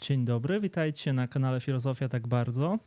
Dzień dobry, witajcie na kanale Filozofia Tak Bardzo.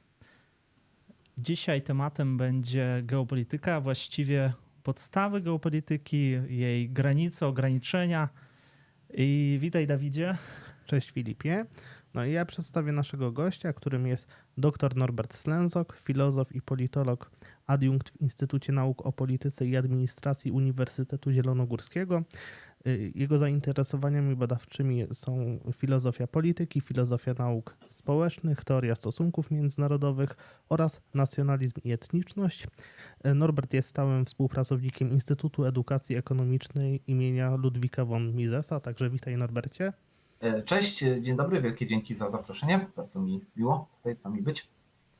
Dzisiaj tematem będzie geopolityka, a właściwie podstawy geopolityki, jej granice, ograniczenia. I witaj, Dawidzie. Cześć Filipie. No i ja przedstawię naszego gościa, którym jest dr Norbert Slenzok, filozof i politolog, adiunkt w Instytucie Nauk o Polityce i Administracji Uniwersytetu Zielonogórskiego. Jego zainteresowaniami badawczymi są filozofia polityki, filozofia nauk społecznych, teoria stosunków międzynarodowych oraz nacjonalizm i etniczność. Norbert jest stałym współpracownikiem Instytutu Edukacji Ekonomicznej imienia Ludwika von Misesa, także witaj Norbercie. Cześć, dzień dobry, wielkie dzięki za zaproszenie. Bardzo mi miło tutaj z wami być.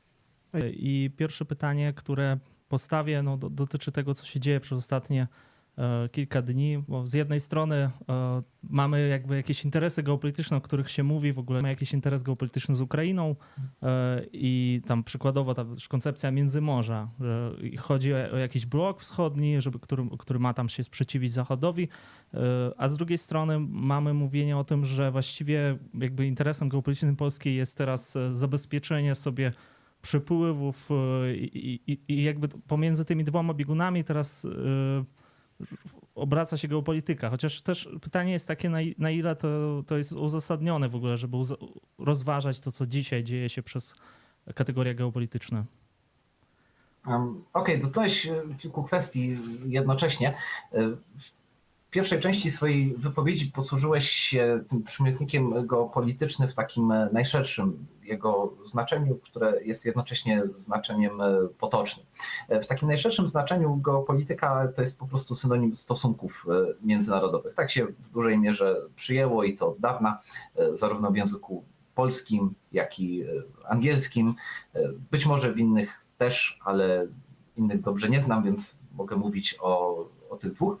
I pierwsze pytanie, które postawię, dotyczy tego, co się dzieje przez ostatnie kilka dni, bo z jednej strony mamy jakby jakieś interesy geopolityczne, o których się mówi, w ogóle mamy jakiś interes geopolityczny z Ukrainą i tam przykładowo ta koncepcja Międzymorza, że chodzi o jakiś blok wschodni, który ma tam się sprzeciwić Zachodowi, a z drugiej strony mamy mówienie o tym, że właściwie jakby interesem geopolitycznym Polski jest teraz zabezpieczenie sobie przepływów i jakby pomiędzy tymi dwoma biegunami teraz obraca się geopolityka, chociaż też pytanie jest takie, na ile to jest uzasadnione w ogóle, żeby rozważać to, co dzisiaj dzieje się przez kategorie geopolityczne. Okej, dotknąłeś kilku kwestii jednocześnie. W pierwszej części swojej wypowiedzi posłużyłeś się tym przymiotnikiem geopolityczny w takim najszerszym jego znaczeniu, które jest jednocześnie znaczeniem potocznym. W takim najszerszym znaczeniu geopolityka to jest po prostu synonim stosunków międzynarodowych. Tak się w dużej mierze przyjęło i to od dawna, zarówno w języku polskim, jak i angielskim. Być może w innych też, ale innych dobrze nie znam, więc mogę mówić o tych dwóch.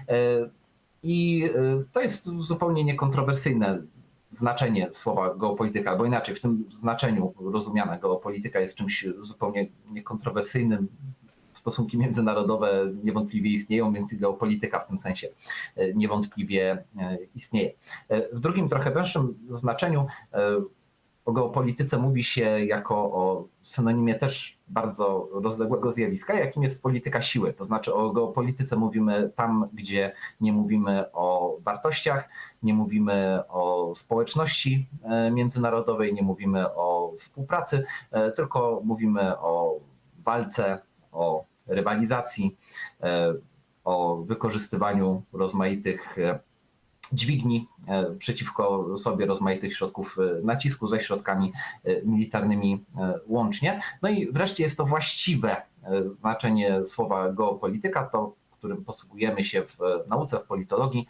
I to jest zupełnie niekontrowersyjne znaczenie słowa geopolityka, albo inaczej, w tym znaczeniu rozumiana geopolityka jest czymś zupełnie niekontrowersyjnym. Stosunki międzynarodowe niewątpliwie istnieją, więc i geopolityka w tym sensie niewątpliwie istnieje. W drugim, trochę węższym znaczeniu o geopolityce mówi się jako o synonimie też bardzo rozległego zjawiska, jakim jest polityka siły. To znaczy o geopolityce mówimy tam, gdzie nie mówimy o wartościach, nie mówimy o społeczności międzynarodowej, nie mówimy o współpracy, tylko mówimy o walce, o rywalizacji, o wykorzystywaniu rozmaitych dźwigni przeciwko sobie, rozmaitych środków nacisku ze środkami militarnymi łącznie. No i wreszcie jest to właściwe znaczenie słowa geopolityka, to którym posługujemy się w nauce, w politologii,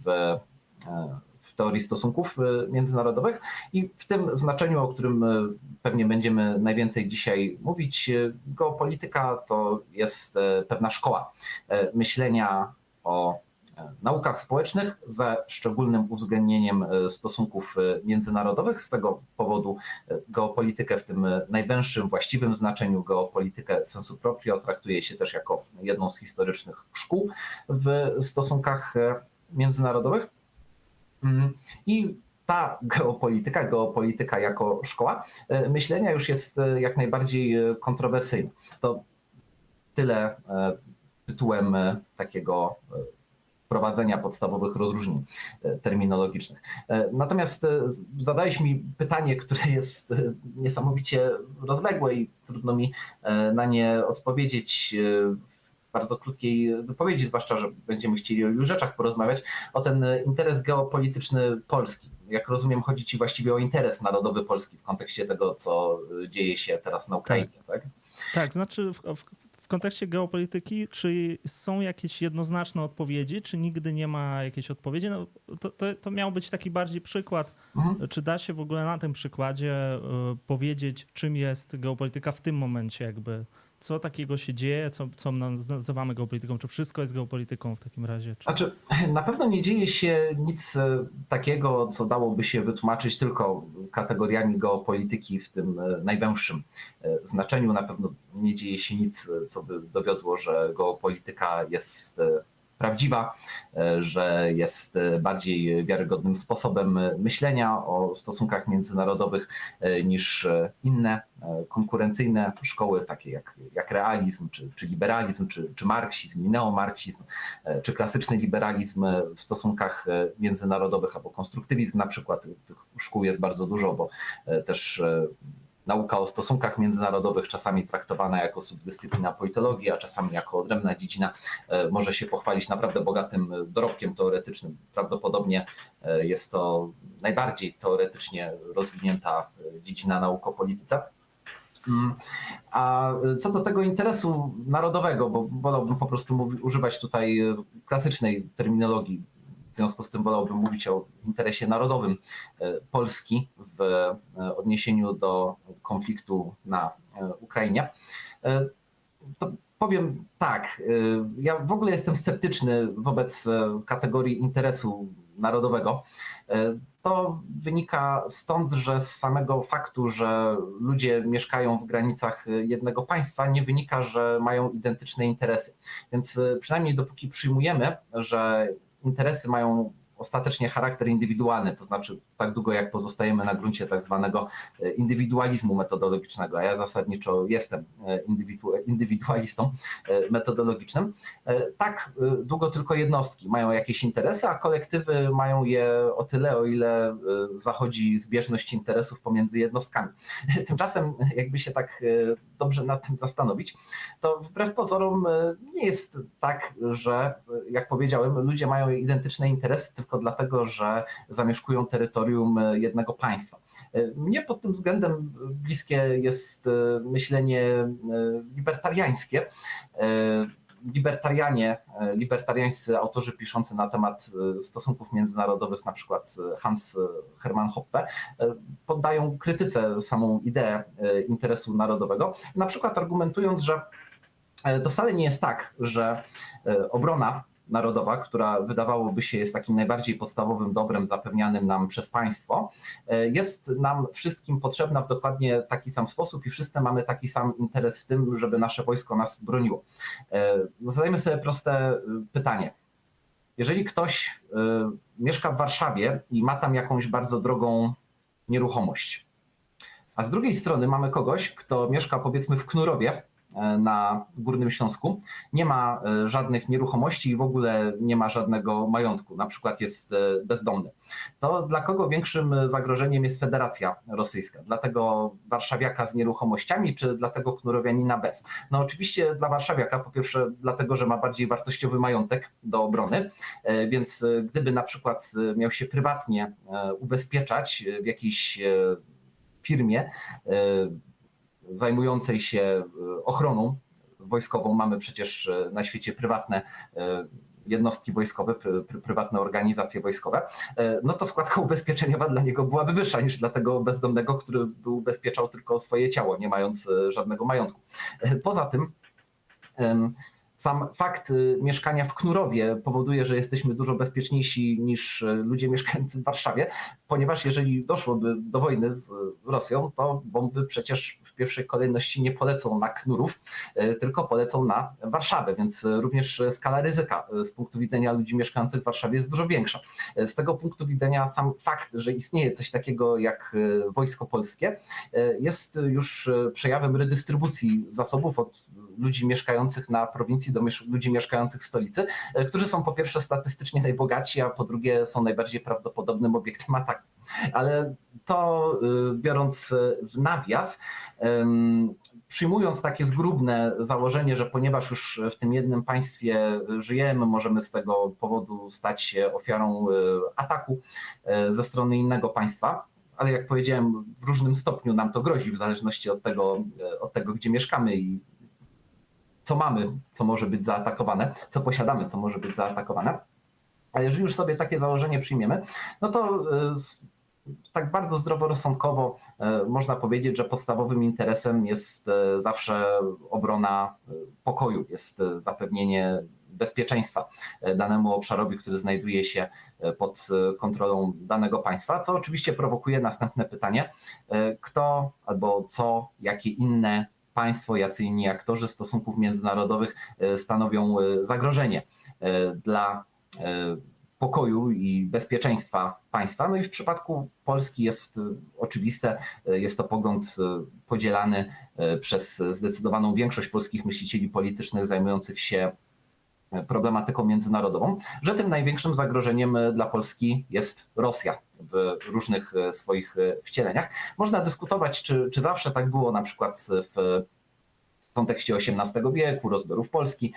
w teorii stosunków międzynarodowych i w tym znaczeniu, o którym pewnie będziemy najwięcej dzisiaj mówić, geopolityka to jest pewna szkoła myślenia o naukach społecznych ze szczególnym uwzględnieniem stosunków międzynarodowych. Z tego powodu geopolitykę w tym najwęższym, właściwym znaczeniu, geopolitykę sensu proprio, traktuje się też jako jedną z historycznych szkół w stosunkach międzynarodowych. I ta geopolityka jako szkoła myślenia już jest jak najbardziej kontrowersyjna. To tyle tytułem takiego prowadzenia podstawowych rozróżnień terminologicznych. Natomiast zadałeś mi pytanie, które jest niesamowicie rozległe i trudno mi na nie odpowiedzieć w bardzo krótkiej wypowiedzi, zwłaszcza, że będziemy chcieli o ilu rzeczach porozmawiać, o ten interes geopolityczny Polski. Jak rozumiem, chodzi ci właściwie o interes narodowy Polski w kontekście tego, co dzieje się teraz na Ukrainie, tak? Tak, znaczy w kontekście geopolityki, czy są jakieś jednoznaczne odpowiedzi, czy nigdy nie ma jakiejś odpowiedzi? No, to miał być taki bardziej przykład. Czy da się w ogóle na tym przykładzie powiedzieć, czym jest geopolityka w tym momencie jakby? Co takiego się dzieje, co nazywamy geopolityką? Czy wszystko jest geopolityką w takim razie? Znaczy, na pewno nie dzieje się nic takiego, co dałoby się wytłumaczyć tylko kategoriami geopolityki w tym najwęższym znaczeniu. Na pewno nie dzieje się nic, co by dowiodło, że geopolityka jest prawdziwa, że jest bardziej wiarygodnym sposobem myślenia o stosunkach międzynarodowych niż inne konkurencyjne szkoły, takie jak realizm, czy liberalizm, czy marksizm i neomarksizm, czy klasyczny liberalizm w stosunkach międzynarodowych, albo konstruktywizm na przykład. Tych szkół jest bardzo dużo, bo też nauka o stosunkach międzynarodowych, czasami traktowana jako subdyscyplina politologii, a czasami jako odrębna dziedzina, może się pochwalić naprawdę bogatym dorobkiem teoretycznym. Prawdopodobnie jest to najbardziej teoretycznie rozwinięta dziedzina nauk o polityce. A co do tego interesu narodowego, bo wolałbym po prostu używać tutaj klasycznej terminologii, w związku z tym wolałbym mówić o interesie narodowym Polski w odniesieniu do konfliktu na Ukrainie, to powiem tak, ja w ogóle jestem sceptyczny wobec kategorii interesu narodowego. To wynika stąd, że z samego faktu, że ludzie mieszkają w granicach jednego państwa, nie wynika, że mają identyczne interesy. Więc przynajmniej dopóki przyjmujemy, że interesy mają ostatecznie charakter indywidualny, to znaczy tak długo jak pozostajemy na gruncie tak zwanego indywidualizmu metodologicznego, a ja zasadniczo jestem indywidualistą metodologicznym, tak długo tylko jednostki mają jakieś interesy, a kolektywy mają je o tyle, o ile zachodzi zbieżność interesów pomiędzy jednostkami. Tymczasem jakby się tak dobrze nad tym zastanowić, to wbrew pozorom nie jest tak, że jak powiedziałem, ludzie mają identyczne interesy tylko dlatego, że zamieszkują terytorium jednego państwa. Mnie pod tym względem bliskie jest myślenie libertariańskie. Libertariańscy autorzy piszący na temat stosunków międzynarodowych, na przykład Hans Hermann Hoppe, poddają krytyce samą ideę interesu narodowego, na przykład argumentując, że to wcale nie jest tak, że obrona narodowa, która wydawałoby się jest takim najbardziej podstawowym dobrem zapewnianym nam przez państwo, jest nam wszystkim potrzebna w dokładnie taki sam sposób i wszyscy mamy taki sam interes w tym, żeby nasze wojsko nas broniło. Zadajmy sobie proste pytanie. Jeżeli ktoś mieszka w Warszawie i ma tam jakąś bardzo drogą nieruchomość, a z drugiej strony mamy kogoś, kto mieszka powiedzmy w Knurowie na Górnym Śląsku, nie ma żadnych nieruchomości i w ogóle nie ma żadnego majątku, na przykład jest bezdomny. To dla kogo większym zagrożeniem jest Federacja Rosyjska? Dla tego warszawiaka z nieruchomościami, czy dla tego knurowianina bez? No oczywiście dla warszawiaka, po pierwsze dlatego, że ma bardziej wartościowy majątek do obrony, więc gdyby na przykład miał się prywatnie ubezpieczać w jakiejś firmie zajmującej się ochroną wojskową, mamy przecież na świecie prywatne jednostki wojskowe, prywatne organizacje wojskowe, no to składka ubezpieczeniowa dla niego byłaby wyższa niż dla tego bezdomnego, który by ubezpieczał tylko swoje ciało, nie mając żadnego majątku. Poza tym sam fakt mieszkania w Knurowie powoduje, że jesteśmy dużo bezpieczniejsi niż ludzie mieszkający w Warszawie, ponieważ jeżeli doszłoby do wojny z Rosją, to bomby przecież w pierwszej kolejności nie polecą na Knurów, tylko polecą na Warszawę, więc również skala ryzyka z punktu widzenia ludzi mieszkających w Warszawie jest dużo większa. Z tego punktu widzenia sam fakt, że istnieje coś takiego jak Wojsko Polskie, jest już przejawem redystrybucji zasobów od ludzi mieszkających na prowincji do ludzi mieszkających w stolicy, którzy są po pierwsze statystycznie najbogatsi, a po drugie są najbardziej prawdopodobnym obiektem ataku. Ale to biorąc w nawias, przyjmując takie zgrubne założenie, że ponieważ już w tym jednym państwie żyjemy, możemy z tego powodu stać się ofiarą ataku ze strony innego państwa, ale jak powiedziałem, w różnym stopniu nam to grozi, w zależności od tego gdzie mieszkamy i co mamy, co może być zaatakowane, co posiadamy, co może być zaatakowane. A jeżeli już sobie takie założenie przyjmiemy, no to tak bardzo zdroworozsądkowo można powiedzieć, że podstawowym interesem jest zawsze obrona pokoju, jest zapewnienie bezpieczeństwa danemu obszarowi, który znajduje się pod kontrolą danego państwa, co oczywiście prowokuje następne pytanie, kto albo co, jakie inne państwo, jacy inni aktorzy stosunków międzynarodowych stanowią zagrożenie dla pokoju i bezpieczeństwa państwa. No i w przypadku Polski jest oczywiste, jest to pogląd podzielany przez zdecydowaną większość polskich myślicieli politycznych zajmujących się problematyką międzynarodową, że tym największym zagrożeniem dla Polski jest Rosja w różnych swoich wcieleniach. Można dyskutować, czy zawsze tak było, na przykład w kontekście XVIII wieku, rozbiorów Polski.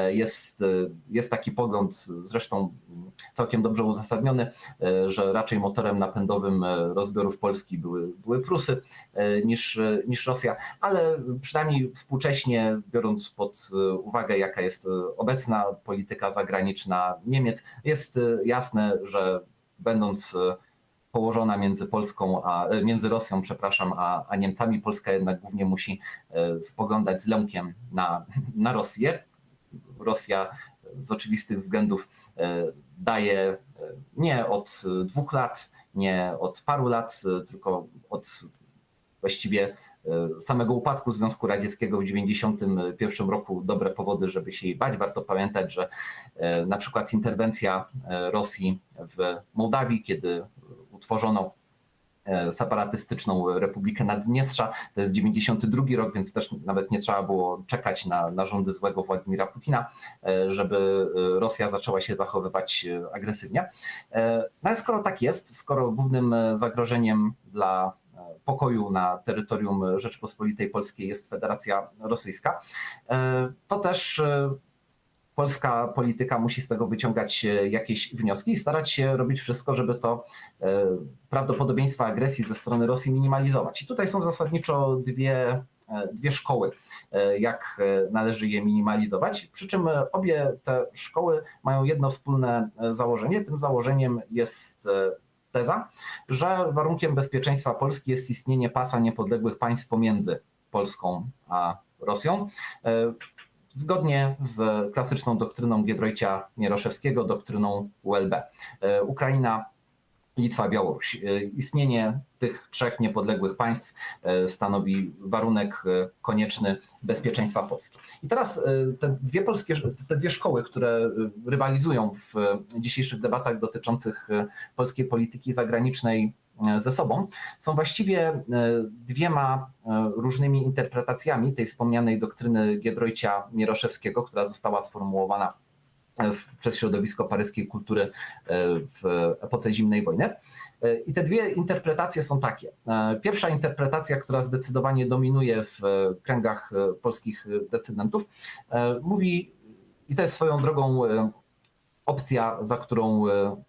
Jest taki pogląd, zresztą całkiem dobrze uzasadniony, że raczej motorem napędowym rozbiorów Polski były Prusy niż Rosja, ale przynajmniej współcześnie, biorąc pod uwagę, jaka jest obecna polityka zagraniczna Niemiec, jest jasne, że będąc położona między Rosją, a Niemcami, Polska jednak głównie musi spoglądać z lękiem na Rosję. Rosja z oczywistych względów daje nie od 2 lat, nie od paru lat, tylko od właściwie samego upadku Związku Radzieckiego w 1991 roku dobre powody, żeby się jej bać. Warto pamiętać, że na przykład interwencja Rosji w Mołdawii, kiedy utworzono separatystyczną Republikę Naddniestrza. To jest 92 rok, więc też nawet nie trzeba było czekać na rządy złego Władimira Putina, żeby Rosja zaczęła się zachowywać agresywnie. No ale skoro tak jest, skoro głównym zagrożeniem dla pokoju na terytorium Rzeczypospolitej Polskiej jest Federacja Rosyjska, to też polska polityka musi z tego wyciągać jakieś wnioski i starać się robić wszystko, żeby to prawdopodobieństwa agresji ze strony Rosji minimalizować. I tutaj są zasadniczo dwie szkoły, jak należy je minimalizować, przy czym obie te szkoły mają jedno wspólne założenie. Tym założeniem jest teza, że warunkiem bezpieczeństwa Polski jest istnienie pasa niepodległych państw pomiędzy Polską a Rosją. Zgodnie z klasyczną doktryną Giedroycia Mieroszewskiego, doktryną ULB. Ukraina, Litwa, Białoruś. Istnienie tych 3 niepodległych państw stanowi warunek konieczny bezpieczeństwa Polski. I teraz te dwie szkoły, które rywalizują w dzisiejszych debatach dotyczących polskiej polityki zagranicznej ze sobą, są właściwie 2 różnymi interpretacjami tej wspomnianej doktryny Giedroycia Mieroszewskiego, która została sformułowana przez środowisko paryskiej kultury w epoce zimnej wojny. I te 2 interpretacje są takie. Pierwsza interpretacja, która zdecydowanie dominuje w kręgach polskich decydentów, mówi, i to jest swoją drogą opcja, za którą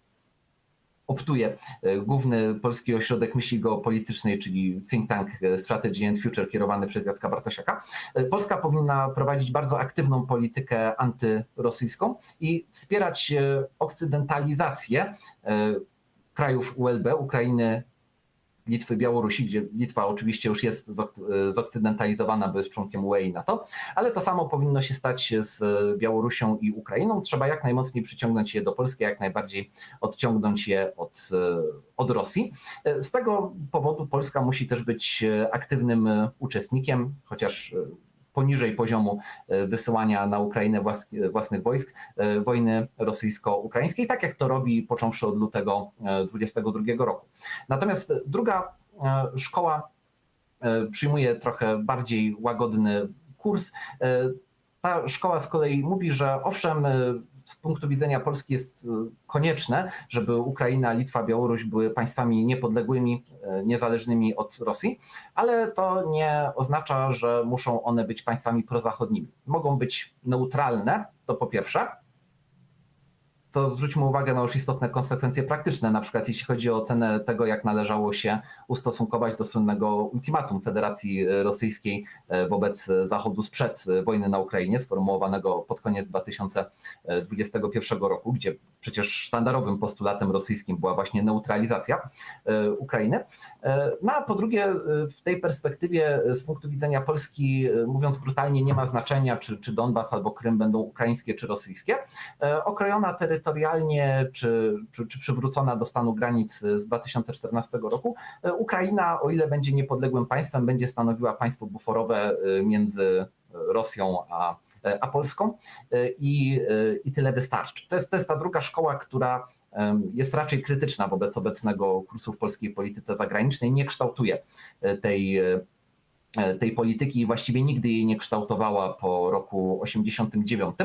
optuje główny polski ośrodek myśli geopolitycznej, czyli think tank Strategy and Future kierowany przez Jacka Bartosiaka. Polska powinna prowadzić bardzo aktywną politykę antyrosyjską i wspierać okcydentalizację krajów ULB, Ukrainy, Litwy, Białorusi, gdzie Litwa oczywiście już jest zokcydentalizowana, bo jest członkiem UE i NATO, ale to samo powinno się stać z Białorusią i Ukrainą. Trzeba jak najmocniej przyciągnąć je do Polski, jak najbardziej odciągnąć je od Rosji. Z tego powodu Polska musi też być aktywnym uczestnikiem, chociaż poniżej poziomu wysyłania na Ukrainę własnych wojsk, wojny rosyjsko-ukraińskiej, tak jak to robi począwszy od lutego 2022 roku. Natomiast druga szkoła przyjmuje trochę bardziej łagodny kurs. Ta szkoła z kolei mówi, że owszem, z punktu widzenia Polski jest konieczne, żeby Ukraina, Litwa, Białoruś były państwami niepodległymi, niezależnymi od Rosji, ale to nie oznacza, że muszą one być państwami prozachodnimi. Mogą być neutralne, to po pierwsze. To zwróćmy uwagę na już istotne konsekwencje praktyczne, na przykład jeśli chodzi o ocenę tego, jak należało się ustosunkować do słynnego ultimatum Federacji Rosyjskiej wobec Zachodu sprzed wojny na Ukrainie, sformułowanego pod koniec 2021 roku, gdzie przecież sztandarowym postulatem rosyjskim była właśnie neutralizacja Ukrainy. No a po drugie, w tej perspektywie z punktu widzenia Polski, mówiąc brutalnie, nie ma znaczenia, czy Donbas albo Krym będą ukraińskie czy rosyjskie. Okrojona terytorialnie czy przywrócona do stanu granic z 2014 roku, Ukraina, o ile będzie niepodległym państwem, będzie stanowiła państwo buforowe między Rosją a apolską i tyle wystarczy. To jest ta druga szkoła, która jest raczej krytyczna wobec obecnego kursu w polskiej polityce zagranicznej, nie kształtuje tej polityki i właściwie nigdy jej nie kształtowała po roku 89.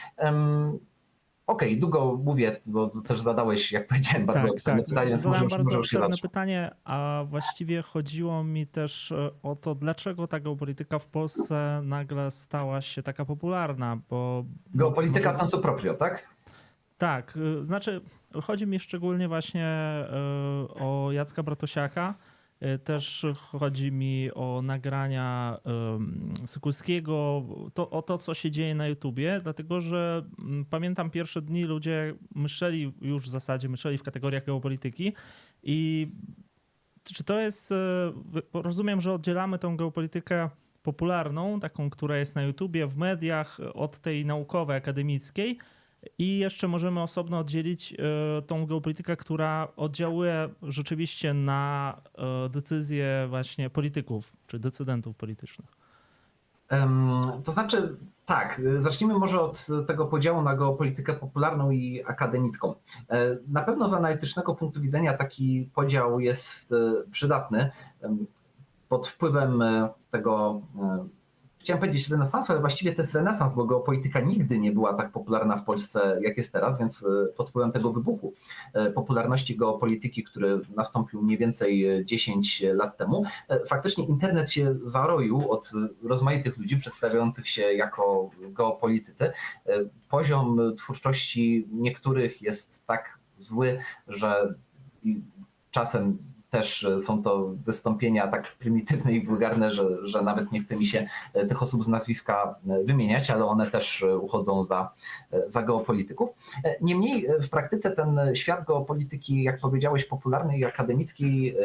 Okej, długo mówię, bo też zadałeś, jak powiedziałem, bardzo obszerne pytanie, więc Zadałem może bardzo już się obszerne zatrzymam. pytanie, a właściwie chodziło mi też o to, dlaczego ta geopolityka w Polsce nagle stała się taka popularna, bo... Geopolityka może... sensu proprio, tak? Tak, znaczy chodzi mi szczególnie właśnie o Jacka Bartosiaka. Też chodzi mi o nagrania Sykulskiego, o to, co się dzieje na YouTubie, dlatego że pamiętam pierwsze dni ludzie myśleli już w zasadzie, myśleli w kategoriach geopolityki i czy to jest, rozumiem, że oddzielamy tą geopolitykę popularną, taką, która jest na YouTubie, w mediach, od tej naukowej, akademickiej. I jeszcze możemy osobno oddzielić tą geopolitykę, która oddziałuje rzeczywiście na decyzje właśnie polityków czy decydentów politycznych. To znaczy, tak, zacznijmy może od tego podziału na geopolitykę popularną i akademicką. Na pewno z analitycznego punktu widzenia taki podział jest przydatny. Pod wpływem tego, chciałem powiedzieć renesansu, ale właściwie to jest renesans, bo geopolityka nigdy nie była tak popularna w Polsce, jak jest teraz, więc pod wpływem tego wybuchu popularności geopolityki, który nastąpił mniej więcej 10 lat temu, faktycznie internet się zaroił od rozmaitych ludzi przedstawiających się jako geopolitycy. Poziom twórczości niektórych jest tak zły, że czasem też są to wystąpienia tak prymitywne i wulgarne, że nawet nie chce mi się tych osób z nazwiska wymieniać, ale one też uchodzą za geopolityków. Niemniej w praktyce ten świat geopolityki, jak powiedziałeś, popularnej i akademickiej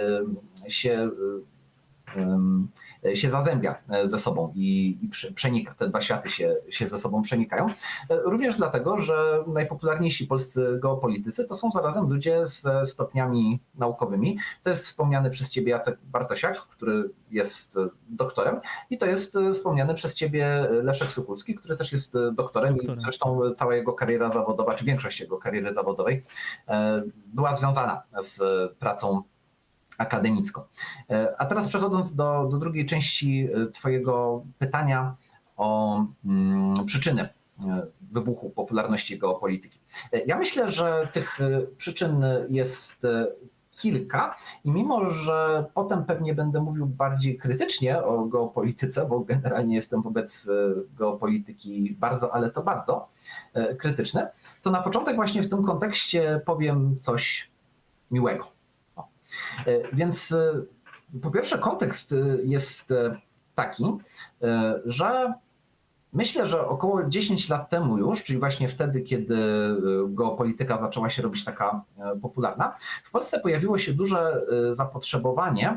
się zazębia ze sobą i przenika. Te dwa światy się ze sobą przenikają. Również dlatego, że najpopularniejsi polscy geopolitycy to są zarazem ludzie ze stopniami naukowymi. To jest wspomniany przez ciebie Jacek Bartosiak, który jest doktorem, i to jest wspomniany przez ciebie Leszek Sykulski, który też jest doktorem. I zresztą cała jego kariera zawodowa, czy większość jego kariery zawodowej była związana z pracą akademicką. A teraz przechodząc do drugiej części twojego pytania o przyczyny wybuchu popularności geopolityki. Ja myślę, że tych przyczyn jest kilka i mimo, że potem pewnie będę mówił bardziej krytycznie o geopolityce, bo generalnie jestem wobec geopolityki bardzo, ale to bardzo krytyczny, to na początek właśnie w tym kontekście powiem coś miłego. Więc po pierwsze kontekst jest taki, że myślę, że około 10 lat temu już, czyli właśnie wtedy, kiedy geopolityka zaczęła się robić taka popularna, w Polsce pojawiło się duże zapotrzebowanie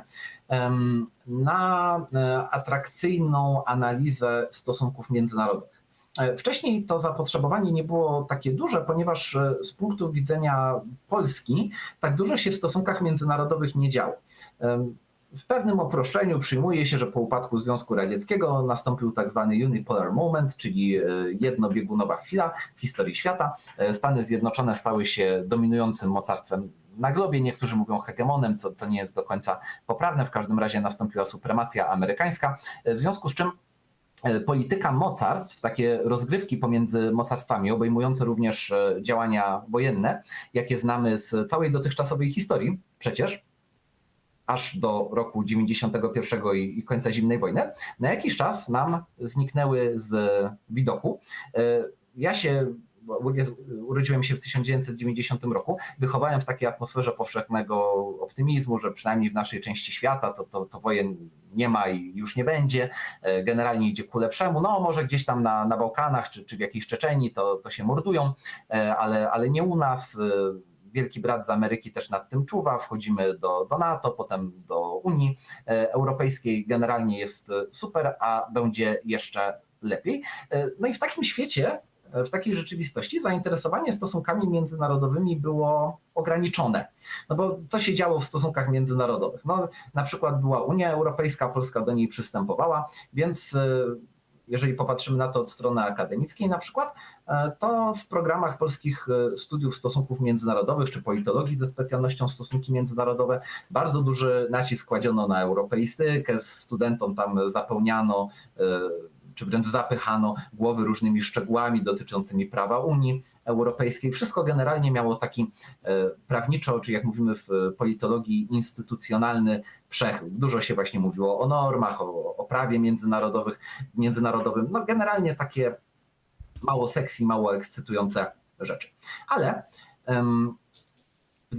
na atrakcyjną analizę stosunków międzynarodowych. Wcześniej to zapotrzebowanie nie było takie duże, ponieważ z punktu widzenia Polski tak dużo się w stosunkach międzynarodowych nie działo. W pewnym uproszczeniu przyjmuje się, że po upadku Związku Radzieckiego nastąpił tak zwany unipolar moment, czyli jednobiegunowa chwila w historii świata. Stany Zjednoczone stały się dominującym mocarstwem na globie. Niektórzy mówią hegemonem, co nie jest do końca poprawne. W każdym razie nastąpiła supremacja amerykańska, w związku z czym polityka mocarstw, takie rozgrywki pomiędzy mocarstwami, obejmujące również działania wojenne, jakie znamy z całej dotychczasowej historii przecież, aż do roku 91 i końca zimnej wojny, na jakiś czas nam zniknęły z widoku. Ja urodziłem się w 1990 roku, wychowałem w takiej atmosferze powszechnego optymizmu, że przynajmniej w naszej części świata to wojen nie ma i już nie będzie, generalnie idzie ku lepszemu. No może gdzieś tam na Bałkanach czy w jakiejś Czeczenii to się mordują, ale nie u nas. Wielki brat z Ameryki też nad tym czuwa, wchodzimy do NATO, potem do Unii Europejskiej, generalnie jest super, a będzie jeszcze lepiej. No i w takim świecie, w takiej rzeczywistości zainteresowanie stosunkami międzynarodowymi było ograniczone. No bo co się działo w stosunkach międzynarodowych? No, na przykład była Unia Europejska, Polska do niej przystępowała, więc jeżeli popatrzymy na to od strony akademickiej na przykład, to w programach polskich studiów stosunków międzynarodowych czy politologii ze specjalnością stosunki międzynarodowe bardzo duży nacisk kładziono na europeistykę, studentom tam zapełniano czy wręcz zapychano głowy różnymi szczegółami dotyczącymi prawa Unii Europejskiej. Wszystko generalnie miało taki prawniczo, czy jak mówimy w politologii, instytucjonalny przechył. Dużo się właśnie mówiło o normach, o prawie międzynarodowym. No generalnie takie mało sexy, mało ekscytujące rzeczy. Ale w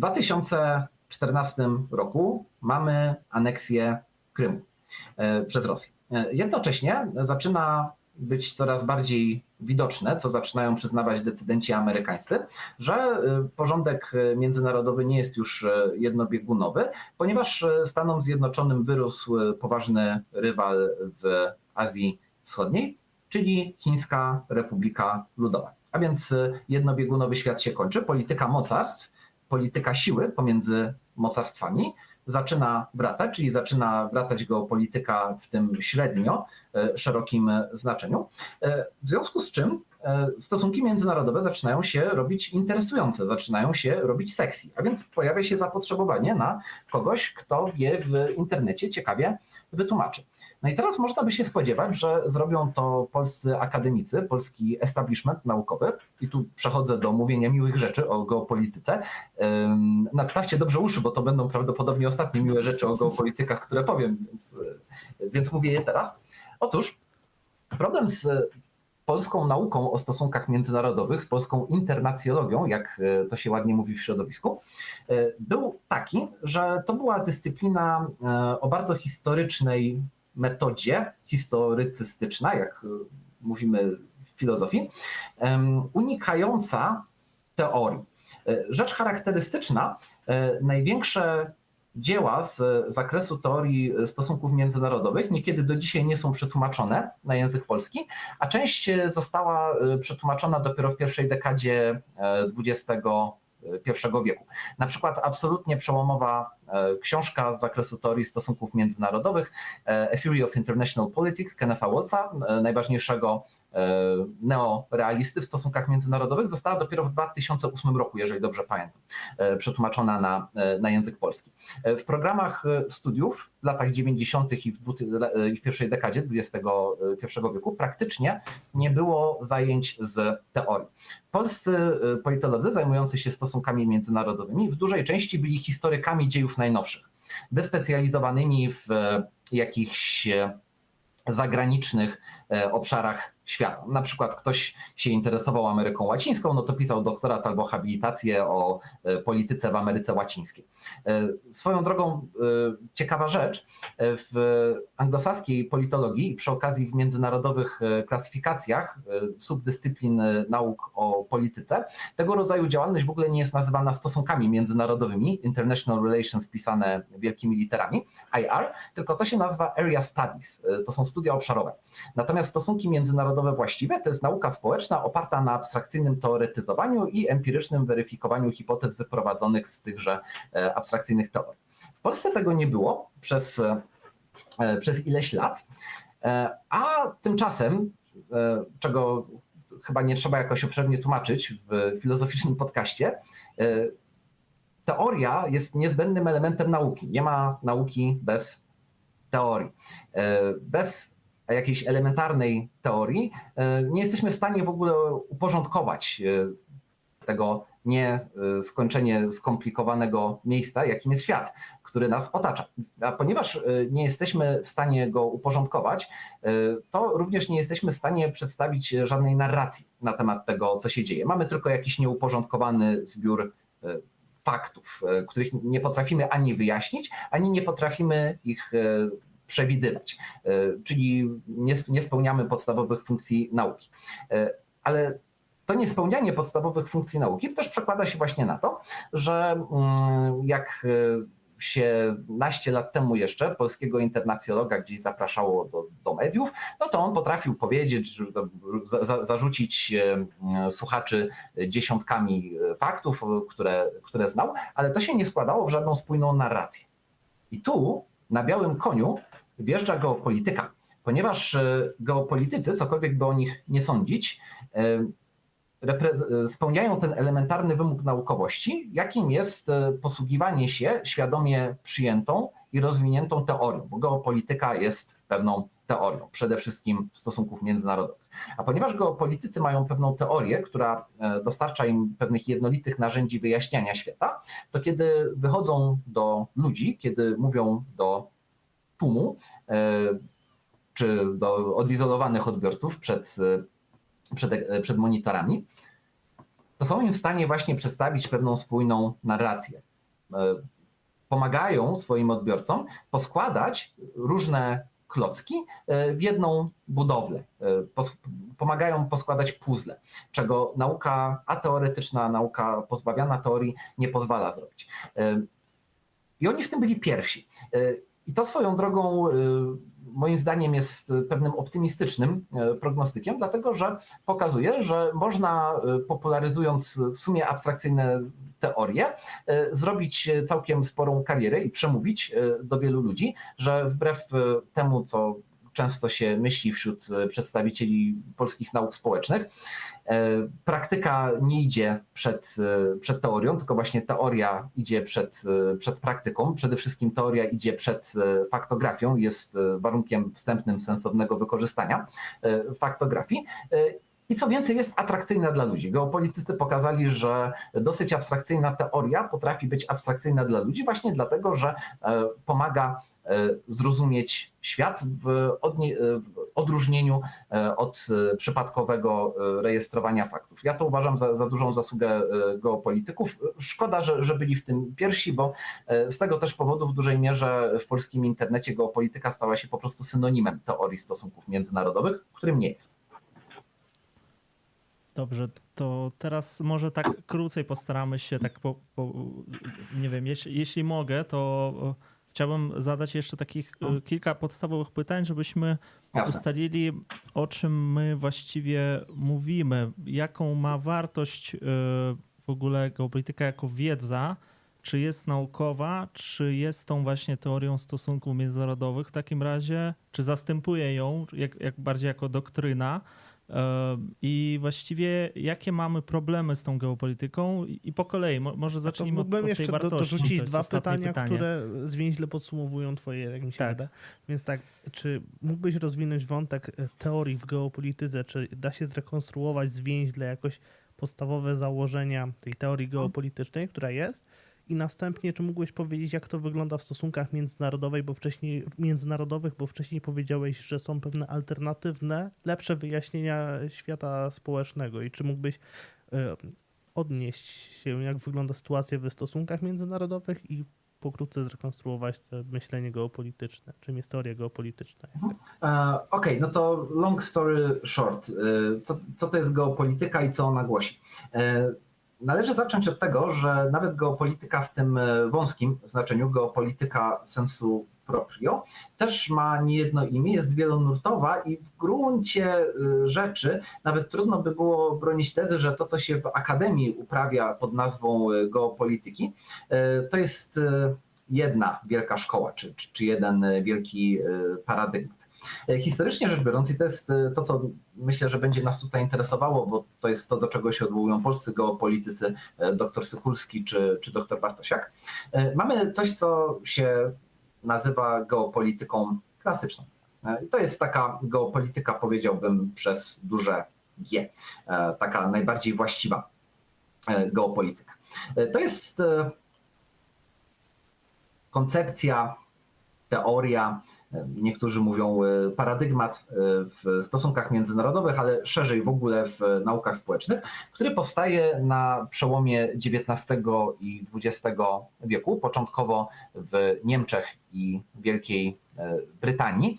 2014 roku mamy aneksję Krymu przez Rosję. Jednocześnie zaczyna być coraz bardziej widoczne, co zaczynają przyznawać decydenci amerykańscy, że porządek międzynarodowy nie jest już jednobiegunowy, ponieważ Stanom Zjednoczonym wyrósł poważny rywal w Azji Wschodniej, czyli Chińska Republika Ludowa. A więc jednobiegunowy świat się kończy, polityka mocarstw, polityka siły pomiędzy mocarstwami zaczyna wracać, czyli zaczyna wracać geopolityka w tym średnio szerokim znaczeniu, w związku z czym stosunki międzynarodowe zaczynają się robić interesujące, zaczynają się robić sexy, a więc pojawia się zapotrzebowanie na kogoś, kto wie w internecie ciekawie wytłumaczy. No i teraz można by się spodziewać, że zrobią to polscy akademicy, polski establishment naukowy i tu przechodzę do mówienia miłych rzeczy o geopolityce. Nadstawcie dobrze uszy, bo to będą prawdopodobnie ostatnie miłe rzeczy o geopolitykach, które powiem, więc mówię je teraz. Otóż problem z polską nauką o stosunkach międzynarodowych, z polską internacjologią, jak to się ładnie mówi w środowisku, był taki, że to była dyscyplina o bardzo historycznej metodzie, historycystyczna, jak mówimy w filozofii, unikająca teorii. Rzecz charakterystyczna, największe dzieła z zakresu teorii stosunków międzynarodowych niekiedy do dzisiaj nie są przetłumaczone na język polski, a część została przetłumaczona dopiero w pierwszej dekadzie XXI wieku. Na przykład absolutnie przełomowa książka z zakresu teorii stosunków międzynarodowych A Theory of International Politics Kennetha Waltza, najważniejszego neorealisty w stosunkach międzynarodowych, została dopiero w 2008 roku, jeżeli dobrze pamiętam, przetłumaczona na język polski. W programach studiów w latach 90. i w pierwszej dekadzie XXI wieku praktycznie nie było zajęć z teorii. Polscy politolodzy zajmujący się stosunkami międzynarodowymi w dużej części byli historykami dziejów najnowszych, wyspecjalizowanymi w jakichś zagranicznych obszarach świata. Na przykład ktoś się interesował Ameryką Łacińską, no to pisał doktorat albo habilitację o polityce w Ameryce Łacińskiej. Swoją drogą ciekawa rzecz, w anglosaskiej politologii i przy okazji w międzynarodowych klasyfikacjach subdyscyplin nauk o polityce, tego rodzaju działalność w ogóle nie jest nazywana stosunkami międzynarodowymi, International Relations pisane wielkimi literami, IR, tylko to się nazywa Area Studies, to są studia obszarowe. Natomiast stosunki międzynarodowe właściwe to jest nauka społeczna oparta na abstrakcyjnym teoretyzowaniu i empirycznym weryfikowaniu hipotez wyprowadzonych z tychże abstrakcyjnych teorii. W Polsce tego nie było przez ileś lat, a tymczasem, czego chyba nie trzeba jakoś obszernie tłumaczyć w filozoficznym podcaście, teoria jest niezbędnym elementem nauki. Nie ma nauki bez teorii. Bez jakiejś elementarnej teorii nie jesteśmy w stanie w ogóle uporządkować tego nieskończenie skomplikowanego miejsca, jakim jest świat, który nas otacza. A ponieważ nie jesteśmy w stanie go uporządkować, to również nie jesteśmy w stanie przedstawić żadnej narracji na temat tego, co się dzieje. Mamy tylko jakiś nieuporządkowany zbiór faktów, których nie potrafimy ani wyjaśnić, ani nie potrafimy ich przewidywać, czyli nie spełniamy podstawowych funkcji nauki. Ale to niespełnianie podstawowych funkcji nauki też przekłada się właśnie na to, że jak się naście lat temu jeszcze polskiego internacjologa gdzieś zapraszało do mediów, no to on potrafił powiedzieć, zarzucić słuchaczy dziesiątkami faktów, które znał, ale to się nie składało w żadną spójną narrację. I tu na białym koniu wjeżdża geopolityka, ponieważ geopolitycy, cokolwiek by o nich nie sądzić, spełniają ten elementarny wymóg naukowości, jakim jest posługiwanie się świadomie przyjętą i rozwiniętą teorią, bo geopolityka jest pewną teorią, przede wszystkim stosunków międzynarodowych. A ponieważ geopolitycy mają pewną teorię, która dostarcza im pewnych jednolitych narzędzi wyjaśniania świata, to kiedy wychodzą do ludzi, kiedy mówią do tłumu czy do odizolowanych odbiorców przed monitorami, to są im w stanie właśnie przedstawić pewną spójną narrację. Pomagają swoim odbiorcom poskładać różne klocki w jedną budowlę. Pomagają poskładać puzzle, czego nauka ateoretyczna, nauka pozbawiona teorii nie pozwala zrobić. I oni w tym byli pierwsi. I to swoją drogą moim zdaniem jest pewnym optymistycznym prognostykiem, dlatego że pokazuje, że można, popularyzując w sumie abstrakcyjne teorie, zrobić całkiem sporą karierę i przemówić do wielu ludzi, że wbrew temu, co często się myśli wśród przedstawicieli polskich nauk społecznych, praktyka nie idzie przed teorią, tylko właśnie teoria idzie przed praktyką. Przede wszystkim teoria idzie przed faktografią, jest warunkiem wstępnym sensownego wykorzystania faktografii. I co więcej, jest atrakcyjna dla ludzi. Geopolitycy pokazali, że dosyć abstrakcyjna teoria potrafi być abstrakcyjna dla ludzi właśnie dlatego, że pomaga zrozumieć świat w odróżnieniu od przypadkowego rejestrowania faktów. Ja to uważam za dużą zasługę geopolityków. Szkoda, że byli w tym pierwsi, bo z tego też powodu w dużej mierze w polskim internecie geopolityka stała się po prostu synonimem teorii stosunków międzynarodowych, którym nie jest. Dobrze, to teraz może tak krócej postaramy się, tak nie wiem, jeśli mogę, to chciałbym zadać jeszcze takich kilka podstawowych pytań, żebyśmy ustalili, o czym my właściwie mówimy, jaką ma wartość w ogóle geopolityka jako wiedza, czy jest naukowa, czy jest tą właśnie teorią stosunków międzynarodowych w takim razie, czy zastępuje ją jak bardziej jako doktryna. I właściwie jakie mamy problemy z tą geopolityką i po kolei, może zacznijmy od tej wartości. Mógłbym jeszcze dorzucić dwa pytania, które zwięźle podsumowują twoje, jak mi się wydaje. Więc tak, czy mógłbyś rozwinąć wątek teorii w geopolityce, czy da się zrekonstruować zwięźle jakoś podstawowe założenia tej teorii geopolitycznej, która jest? I następnie, czy mógłbyś powiedzieć, jak to wygląda w stosunkach międzynarodowych, bo wcześniej powiedziałeś, że są pewne alternatywne, lepsze wyjaśnienia świata społecznego i czy mógłbyś odnieść się, jak wygląda sytuacja w stosunkach międzynarodowych i pokrótce zrekonstruować to myślenie geopolityczne, czym jest teoria geopolityczna. Okej, no to long story short. Co to jest geopolityka i co ona głosi? Należy zacząć od tego, że nawet geopolityka w tym wąskim znaczeniu, geopolityka sensu proprio, też ma niejedno imię, jest wielonurtowa i w gruncie rzeczy nawet trudno by było bronić tezy, że to, co się w akademii uprawia pod nazwą geopolityki, to jest jedna wielka szkoła, czy jeden wielki paradygmat. Historycznie rzecz biorąc, i to jest to, co myślę, że będzie nas tutaj interesowało, bo to jest to, do czego się odwołują polscy geopolitycy, dr Sykulski czy dr Bartosiak, mamy coś, co się nazywa geopolityką klasyczną. I to jest taka geopolityka, powiedziałbym, przez duże G, taka najbardziej właściwa geopolityka. To jest koncepcja, teoria, niektórzy mówią paradygmat w stosunkach międzynarodowych, ale szerzej w ogóle w naukach społecznych, który powstaje na przełomie XIX i XX wieku, początkowo w Niemczech i Wielkiej Brytanii,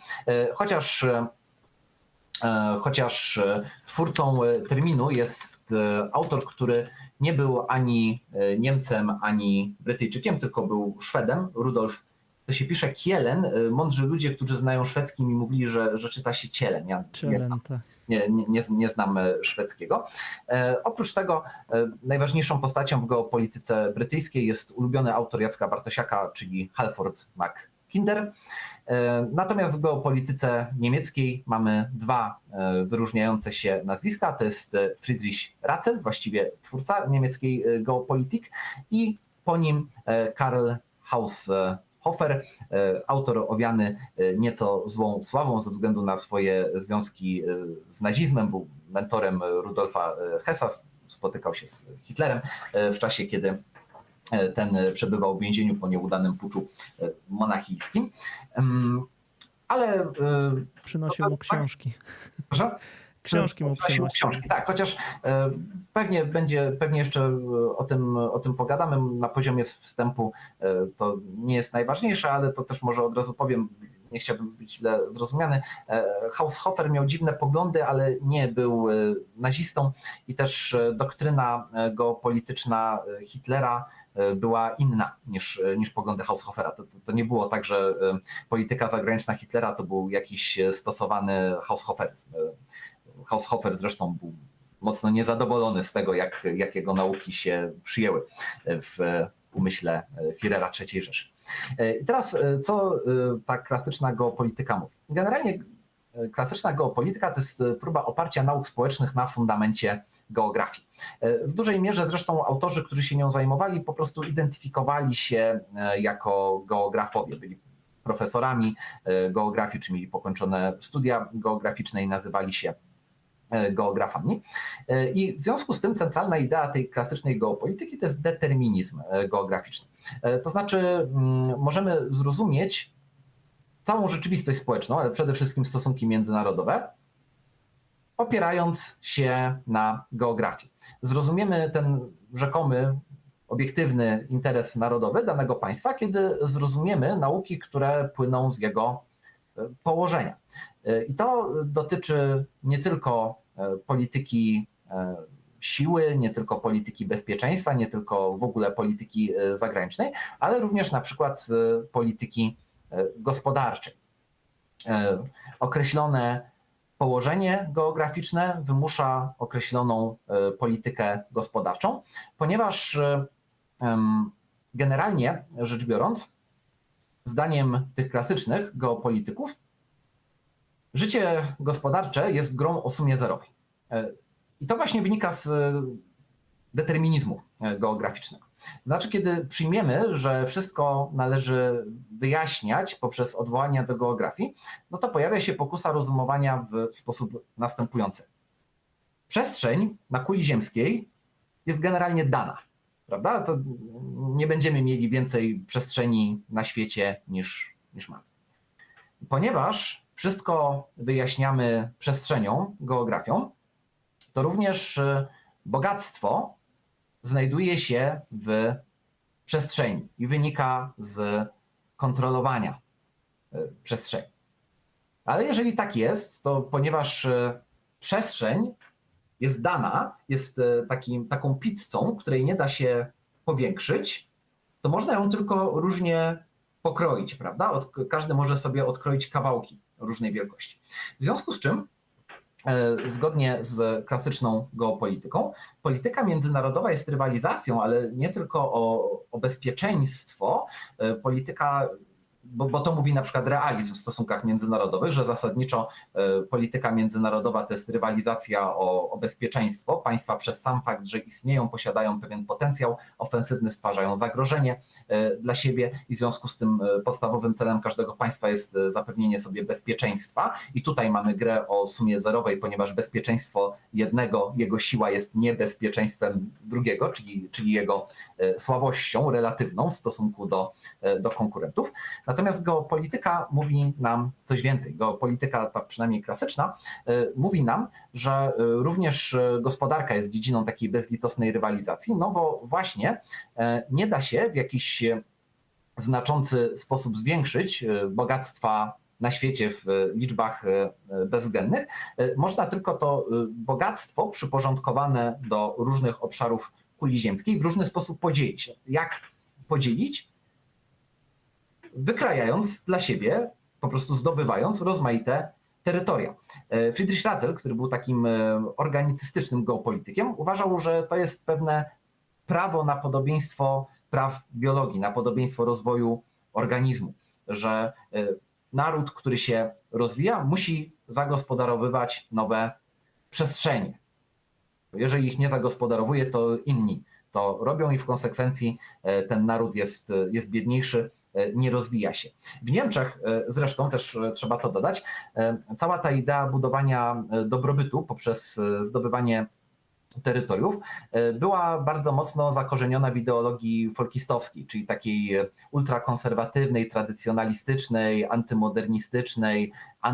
chociaż twórcą terminu jest autor, który nie był ani Niemcem, ani Brytyjczykiem, tylko był Szwedem, Rudolf. To się pisze Kielen. Mądrzy ludzie, którzy znają szwedzki, mi mówili, że czyta się Cielen. Ja nie znam szwedzkiego. Oprócz tego najważniejszą postacią w geopolityce brytyjskiej jest ulubiony autor Jacka Bartosiaka, czyli Halford Mackinder. Natomiast w geopolityce niemieckiej mamy dwa wyróżniające się nazwiska. To jest Friedrich Ratzel, właściwie twórca niemieckiej geopolityki, i po nim Karl Haushofer, autor owiany nieco złą sławą ze względu na swoje związki z nazizmem. Był mentorem Rudolfa Hessa, spotykał się z Hitlerem w czasie, kiedy ten przebywał w więzieniu po nieudanym puczu monachijskim. Ale przynosił mu książki. Proszę? Książki mu przynosił. Książki, tak, chociaż pewnie jeszcze o tym pogadamy na poziomie wstępu. To nie jest najważniejsze, ale to też może od razu powiem, nie chciałbym być źle zrozumiany. Haushofer miał dziwne poglądy, ale nie był nazistą i też doktryna geopolityczna Hitlera była inna niż poglądy Haushofera. To nie było tak, że polityka zagraniczna Hitlera to był jakiś stosowany haushoferyzm. Haushofer zresztą był mocno niezadowolony z tego, jak jego nauki się przyjęły w umyśle Führera III Rzeszy. I teraz, co ta klasyczna geopolityka mówi? Generalnie klasyczna geopolityka to jest próba oparcia nauk społecznych na fundamencie geografii. W dużej mierze zresztą autorzy, którzy się nią zajmowali, po prostu identyfikowali się jako geografowie. Byli profesorami geografii, czy mieli pokończone studia geograficzne i nazywali się geografami. I w związku z tym centralna idea tej klasycznej geopolityki to jest determinizm geograficzny. To znaczy możemy zrozumieć całą rzeczywistość społeczną, ale przede wszystkim stosunki międzynarodowe, opierając się na geografii. Zrozumiemy ten rzekomy, obiektywny interes narodowy danego państwa, kiedy zrozumiemy nauki, które płyną z jego położenia. I to dotyczy nie tylko polityki siły, nie tylko polityki bezpieczeństwa, nie tylko w ogóle polityki zagranicznej, ale również na przykład polityki gospodarczej. Określone położenie geograficzne wymusza określoną politykę gospodarczą, ponieważ generalnie rzecz biorąc, zdaniem tych klasycznych geopolityków, życie gospodarcze jest grą o sumie zerowej. I to właśnie wynika z determinizmu geograficznego. Znaczy, kiedy przyjmiemy, że wszystko należy wyjaśniać poprzez odwołania do geografii, no to pojawia się pokusa rozumowania w sposób następujący. Przestrzeń na kuli ziemskiej jest generalnie dana, prawda? To nie będziemy mieli więcej przestrzeni na świecie niż mamy. Ponieważ wszystko wyjaśniamy przestrzenią, geografią, to również bogactwo znajduje się w przestrzeni i wynika z kontrolowania przestrzeni. Ale jeżeli tak jest, to ponieważ przestrzeń jest dana, jest taką pizzą, której nie da się powiększyć, to można ją tylko różnie pokroić, prawda? Każdy może sobie odkroić kawałki różnej wielkości. W związku z czym, zgodnie z klasyczną geopolityką, polityka międzynarodowa jest rywalizacją, ale nie tylko o bezpieczeństwo. Polityka, bo to mówi na przykład realizm w stosunkach międzynarodowych, że zasadniczo polityka międzynarodowa to jest rywalizacja o bezpieczeństwo. Państwa przez sam fakt, że istnieją, posiadają pewien potencjał ofensywny, stwarzają zagrożenie dla siebie i w związku z tym podstawowym celem każdego państwa jest zapewnienie sobie bezpieczeństwa. I tutaj mamy grę o sumie zerowej, ponieważ bezpieczeństwo jednego, jego siła jest niebezpieczeństwem drugiego, czyli jego słabością relatywną w stosunku do konkurentów. Natomiast geopolityka mówi nam coś więcej. Geopolityka, ta przynajmniej klasyczna, mówi nam, że również gospodarka jest dziedziną takiej bezlitosnej rywalizacji, no bo właśnie nie da się w jakiś znaczący sposób zwiększyć bogactwa na świecie w liczbach bezwzględnych. Można tylko to bogactwo przyporządkowane do różnych obszarów kuli ziemskiej w różny sposób podzielić. Jak podzielić? Wykrajając dla siebie, po prostu zdobywając rozmaite terytoria. Friedrich Ratzel, który był takim organicystycznym geopolitykiem, uważał, że to jest pewne prawo na podobieństwo praw biologii, na podobieństwo rozwoju organizmu, że naród, który się rozwija, musi zagospodarowywać nowe przestrzenie. Jeżeli ich nie zagospodarowuje, to inni to robią i w konsekwencji ten naród jest biedniejszy, nie rozwija się. W Niemczech zresztą też trzeba to dodać, cała ta idea budowania dobrobytu poprzez zdobywanie terytoriów była bardzo mocno zakorzeniona w ideologii folkistowskiej, czyli takiej ultrakonserwatywnej, tradycjonalistycznej, antymodernistycznej,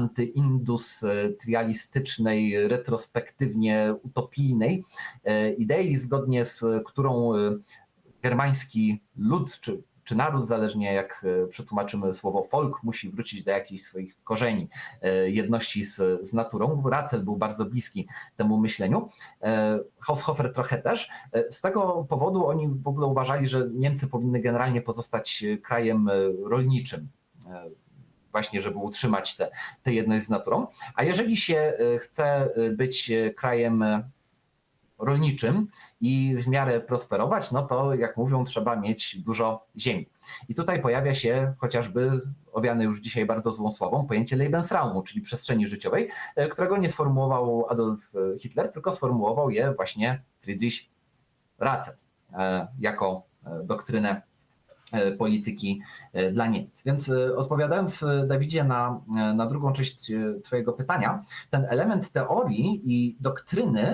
antyindustrialistycznej, retrospektywnie utopijnej idei, zgodnie z którą germański lud czy naród, zależnie jak przetłumaczymy słowo folk, musi wrócić do jakichś swoich korzeni, jedności z naturą. Ratzel był bardzo bliski temu myśleniu. Haushofer trochę też. Z tego powodu oni w ogóle uważali, że Niemcy powinny generalnie pozostać krajem rolniczym, właśnie żeby utrzymać tę jedność z naturą. A jeżeli się chce być krajem rolniczym i w miarę prosperować, no to jak mówią, trzeba mieć dużo ziemi. I tutaj pojawia się chociażby owiane już dzisiaj bardzo złą sławą pojęcie Lebensraumu, czyli przestrzeni życiowej, którego nie sformułował Adolf Hitler, tylko sformułował je właśnie Friedrich Ratzel jako doktrynę polityki dla Niemiec. Więc odpowiadając, Dawidzie, na drugą część twojego pytania, ten element teorii i doktryny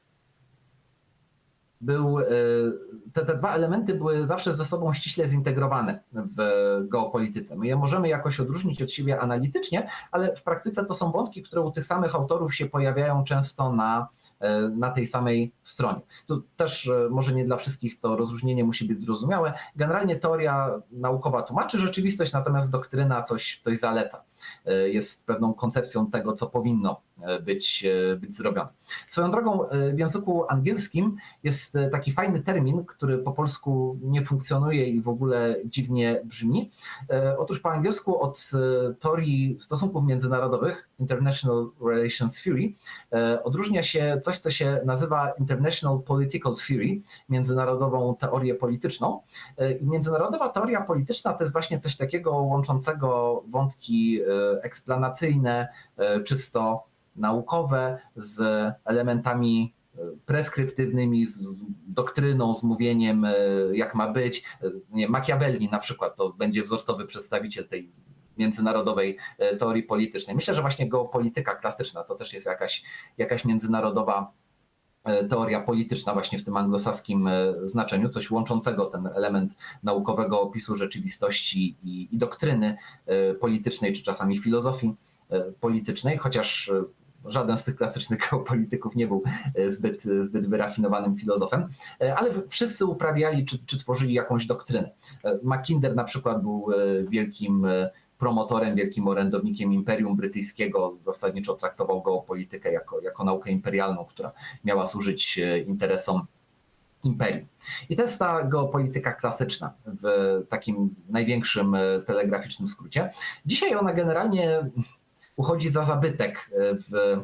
te dwa elementy były zawsze ze sobą ściśle zintegrowane w geopolityce. My je możemy jakoś odróżnić od siebie analitycznie, ale w praktyce to są wątki, które u tych samych autorów się pojawiają często na tej samej stronie. Tu też może nie dla wszystkich to rozróżnienie musi być zrozumiałe. Generalnie teoria naukowa tłumaczy rzeczywistość, natomiast doktryna coś zaleca. Jest pewną koncepcją tego, co powinno być zrobione. Swoją drogą w języku angielskim jest taki fajny termin, który po polsku nie funkcjonuje i w ogóle dziwnie brzmi. Otóż po angielsku od teorii stosunków międzynarodowych, International Relations Theory, odróżnia się coś, co się nazywa International Political Theory, międzynarodową teorię polityczną. I międzynarodowa teoria polityczna to jest właśnie coś takiego łączącego wątki eksplanacyjne, czysto naukowe z elementami preskryptywnymi, z doktryną, z mówieniem, jak ma być. Machiavelli na przykład to będzie wzorcowy przedstawiciel tej międzynarodowej teorii politycznej. Myślę, że właśnie geopolityka klasyczna to też jest jakaś międzynarodowa teoria polityczna właśnie w tym anglosaskim znaczeniu, coś łączącego ten element naukowego opisu rzeczywistości i doktryny politycznej, czy czasami filozofii politycznej, chociaż żaden z tych klasycznych geopolityków nie był zbyt wyrafinowanym filozofem, ale wszyscy uprawiali czy tworzyli jakąś doktrynę. Mackinder na przykład był wielkim promotorem, wielkim orędownikiem Imperium Brytyjskiego, zasadniczo traktował geopolitykę jako naukę imperialną, która miała służyć interesom imperium. I to jest ta geopolityka klasyczna w takim największym telegraficznym skrócie. Dzisiaj ona generalnie uchodzi za zabytek w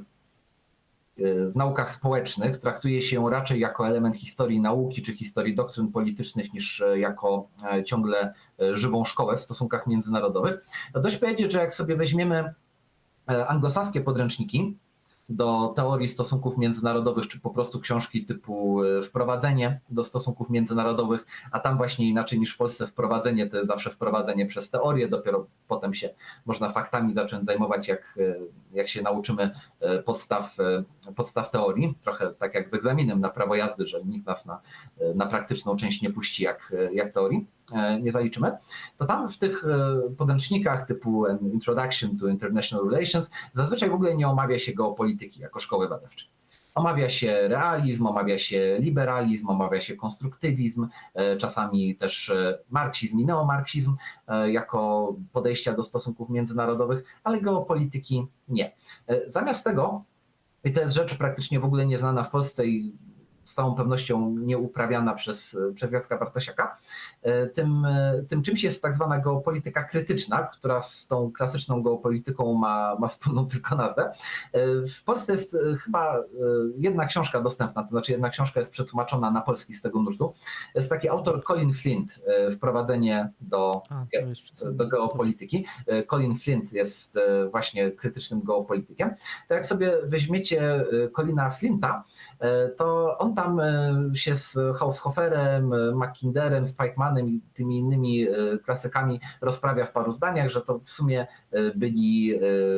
naukach społecznych, traktuje się ją raczej jako element historii nauki czy historii doktryn politycznych niż jako ciągle żywą szkołę w stosunkach międzynarodowych. No dość powiedzieć, że jak sobie weźmiemy anglosaskie podręczniki do teorii stosunków międzynarodowych, czy po prostu książki typu Wprowadzenie do stosunków międzynarodowych, a tam właśnie inaczej niż w Polsce wprowadzenie to jest zawsze wprowadzenie przez teorię, dopiero potem się można faktami zacząć zajmować, jak się nauczymy podstaw teorii, trochę tak jak z egzaminem na prawo jazdy, że nikt nas na praktyczną część nie puści, jak teorii nie zaliczymy, to tam w tych podręcznikach typu Introduction to International Relations zazwyczaj w ogóle nie omawia się geopolityki jako szkoły badawczej. Omawia się realizm, omawia się liberalizm, omawia się konstruktywizm, czasami też marksizm i neomarksizm jako podejścia do stosunków międzynarodowych, ale geopolityki nie. Zamiast tego, i to jest rzecz praktycznie w ogóle nieznana w Polsce i z całą pewnością nie uprawiana przez Jacka Bartosiaka. Tym czymś jest tak zwana geopolityka krytyczna, która z tą klasyczną geopolityką ma wspólną tylko nazwę. W Polsce jest chyba jedna książka dostępna, to znaczy jedna książka jest przetłumaczona na polski z tego nurtu. Jest taki autor Colin Flint, Wprowadzenie do geopolityki. Colin Flint jest właśnie krytycznym geopolitykiem. To jak sobie weźmiecie Colina Flinta, to on tam się z Haushoferem, Mackinderem, Spikemanem i tymi innymi klasykami rozprawia w paru zdaniach, że to w sumie byli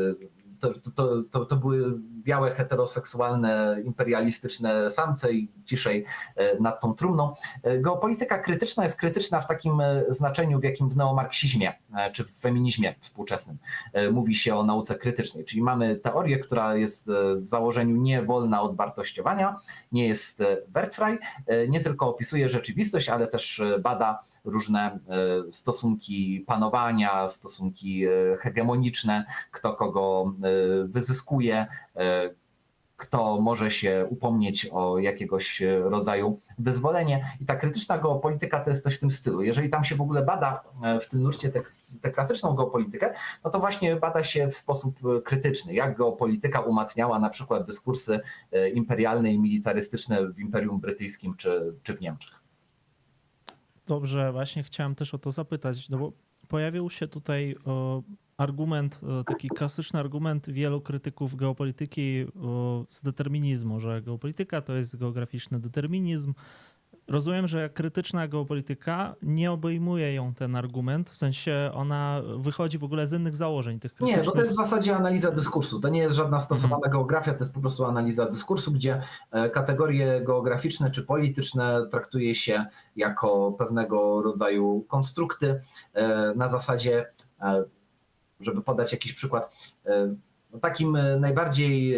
to były białe, heteroseksualne, imperialistyczne samce i ciszej nad tą trumną. Geopolityka krytyczna jest krytyczna w takim znaczeniu, w jakim w neomarksizmie czy w feminizmie współczesnym mówi się o nauce krytycznej. Czyli mamy teorię, która jest w założeniu nie wolna od wartościowania, nie jest wertfrei, nie tylko opisuje rzeczywistość, ale też bada różne stosunki panowania, stosunki hegemoniczne, kto kogo wyzyskuje, kto może się upomnieć o jakiegoś rodzaju wyzwolenie. I ta krytyczna geopolityka to jest coś w tym stylu. Jeżeli tam się w ogóle bada w tym nurcie tę klasyczną geopolitykę, no to właśnie bada się w sposób krytyczny, jak geopolityka umacniała na przykład dyskursy imperialne i militarystyczne w Imperium Brytyjskim czy w Niemczech. Dobrze, właśnie chciałem też o to zapytać, no bo pojawił się tutaj argument, taki klasyczny argument wielu krytyków geopolityki z determinizmu, że geopolityka to jest geograficzny determinizm. Rozumiem, że krytyczna geopolityka nie obejmuje ją ten argument, w sensie ona wychodzi w ogóle z innych założeń tych krytycznych. Nie, bo to jest w zasadzie analiza dyskursu. To nie jest żadna stosowana geografia, to jest po prostu analiza dyskursu, gdzie kategorie geograficzne czy polityczne traktuje się jako pewnego rodzaju konstrukty na zasadzie, żeby podać jakiś przykład, takim najbardziej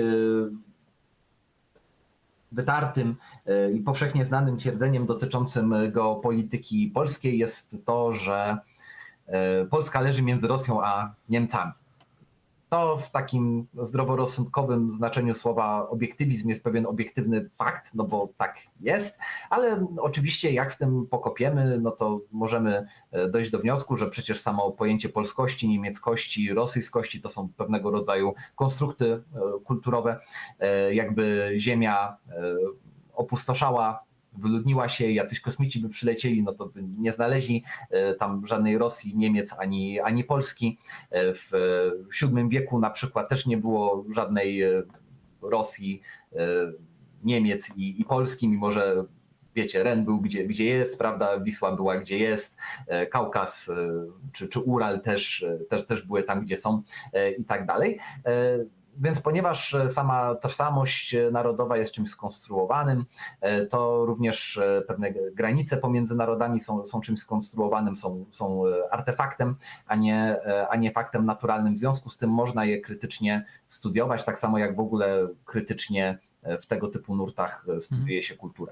wytartym i powszechnie znanym twierdzeniem dotyczącym geopolityki polskiej jest to, że Polska leży między Rosją a Niemcami. To w takim zdroworozsądkowym znaczeniu słowa obiektywizm jest pewien obiektywny fakt, no bo tak jest, ale oczywiście jak w tym pokopiemy, no to możemy dojść do wniosku, że przecież samo pojęcie polskości, niemieckości, rosyjskości to są pewnego rodzaju konstrukty kulturowe, jakby ziemia opustoszała, wyludniła się, jacyś kosmici by przylecieli, no to by nie znaleźli tam żadnej Rosji, Niemiec ani Polski. W VII wieku na przykład też nie było żadnej Rosji, Niemiec i Polski, mimo że wiecie, Ren był gdzie jest, prawda, Wisła była gdzie jest, Kaukaz czy Ural też były tam, gdzie są i tak dalej. Więc ponieważ sama tożsamość narodowa jest czymś skonstruowanym, to również pewne granice pomiędzy narodami są czymś skonstruowanym, są artefaktem, a nie faktem naturalnym. W związku z tym można je krytycznie studiować, tak samo jak w ogóle krytycznie w tego typu nurtach studiuje się kulturę.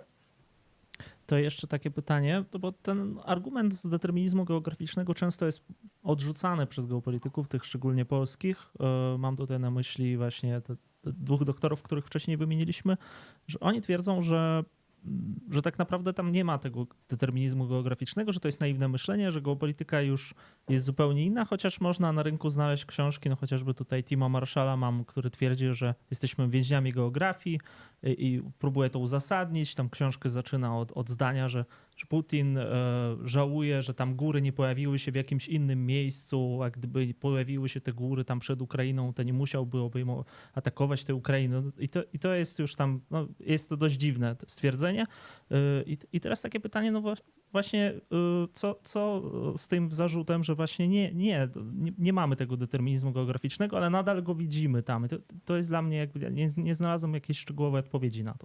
To jeszcze takie pytanie, bo ten argument z determinizmu geograficznego często jest odrzucany przez geopolityków, tych szczególnie polskich. Mam tutaj na myśli właśnie te dwóch doktorów, których wcześniej wymieniliśmy, że oni twierdzą, że tak naprawdę tam nie ma tego determinizmu geograficznego, że to jest naiwne myślenie, że geopolityka już jest zupełnie inna, chociaż można na rynku znaleźć książki, no chociażby tutaj Tima Marshalla mam, który twierdzi, że jesteśmy więźniami geografii i próbuje to uzasadnić. Tam książkę zaczyna od zdania, że Putin żałuje, że tam góry nie pojawiły się w jakimś innym miejscu, a gdyby pojawiły się te góry tam przed Ukrainą, to nie musiałby atakować tej Ukrainy. I to jest już tam, no, jest to dość dziwne stwierdzenie. I teraz takie pytanie, no właśnie, co z tym zarzutem, że właśnie nie mamy tego determinizmu geograficznego, ale nadal go widzimy tam. To jest dla mnie, nie znalazłem jakiejś szczegółowej odpowiedzi na to.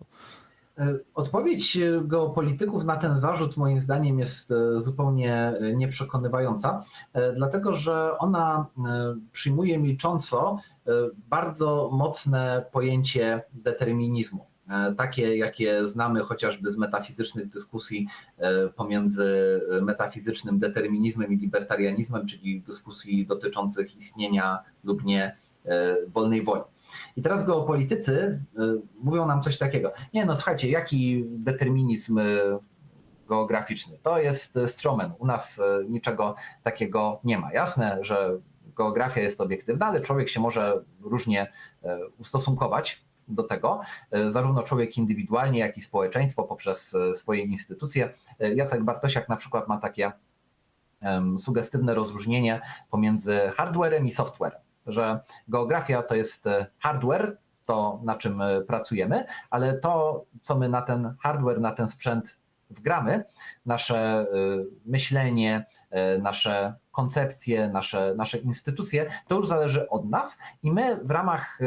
Odpowiedź geopolityków na ten zarzut moim zdaniem jest zupełnie nieprzekonywająca, dlatego że ona przyjmuje milcząco bardzo mocne pojęcie determinizmu. Takie, jakie znamy chociażby z metafizycznych dyskusji pomiędzy metafizycznym determinizmem i libertarianizmem, czyli dyskusji dotyczących istnienia lub nie wolnej woli. I teraz geopolitycy mówią nam coś takiego. Nie no, słuchajcie, jaki determinizm geograficzny? To jest Stroman. U nas niczego takiego nie ma. Jasne, że geografia jest obiektywna, ale człowiek się może różnie ustosunkować do tego, zarówno człowiek indywidualnie, jak i społeczeństwo poprzez swoje instytucje. Jacek Bartosiak na przykład ma takie sugestywne rozróżnienie pomiędzy hardwarem i softwarem, że geografia to jest hardware, to na czym pracujemy, ale to, co my na ten hardware, na ten sprzęt wgramy, nasze myślenie, nasze koncepcje, nasze instytucje, to już zależy od nas i my w ramach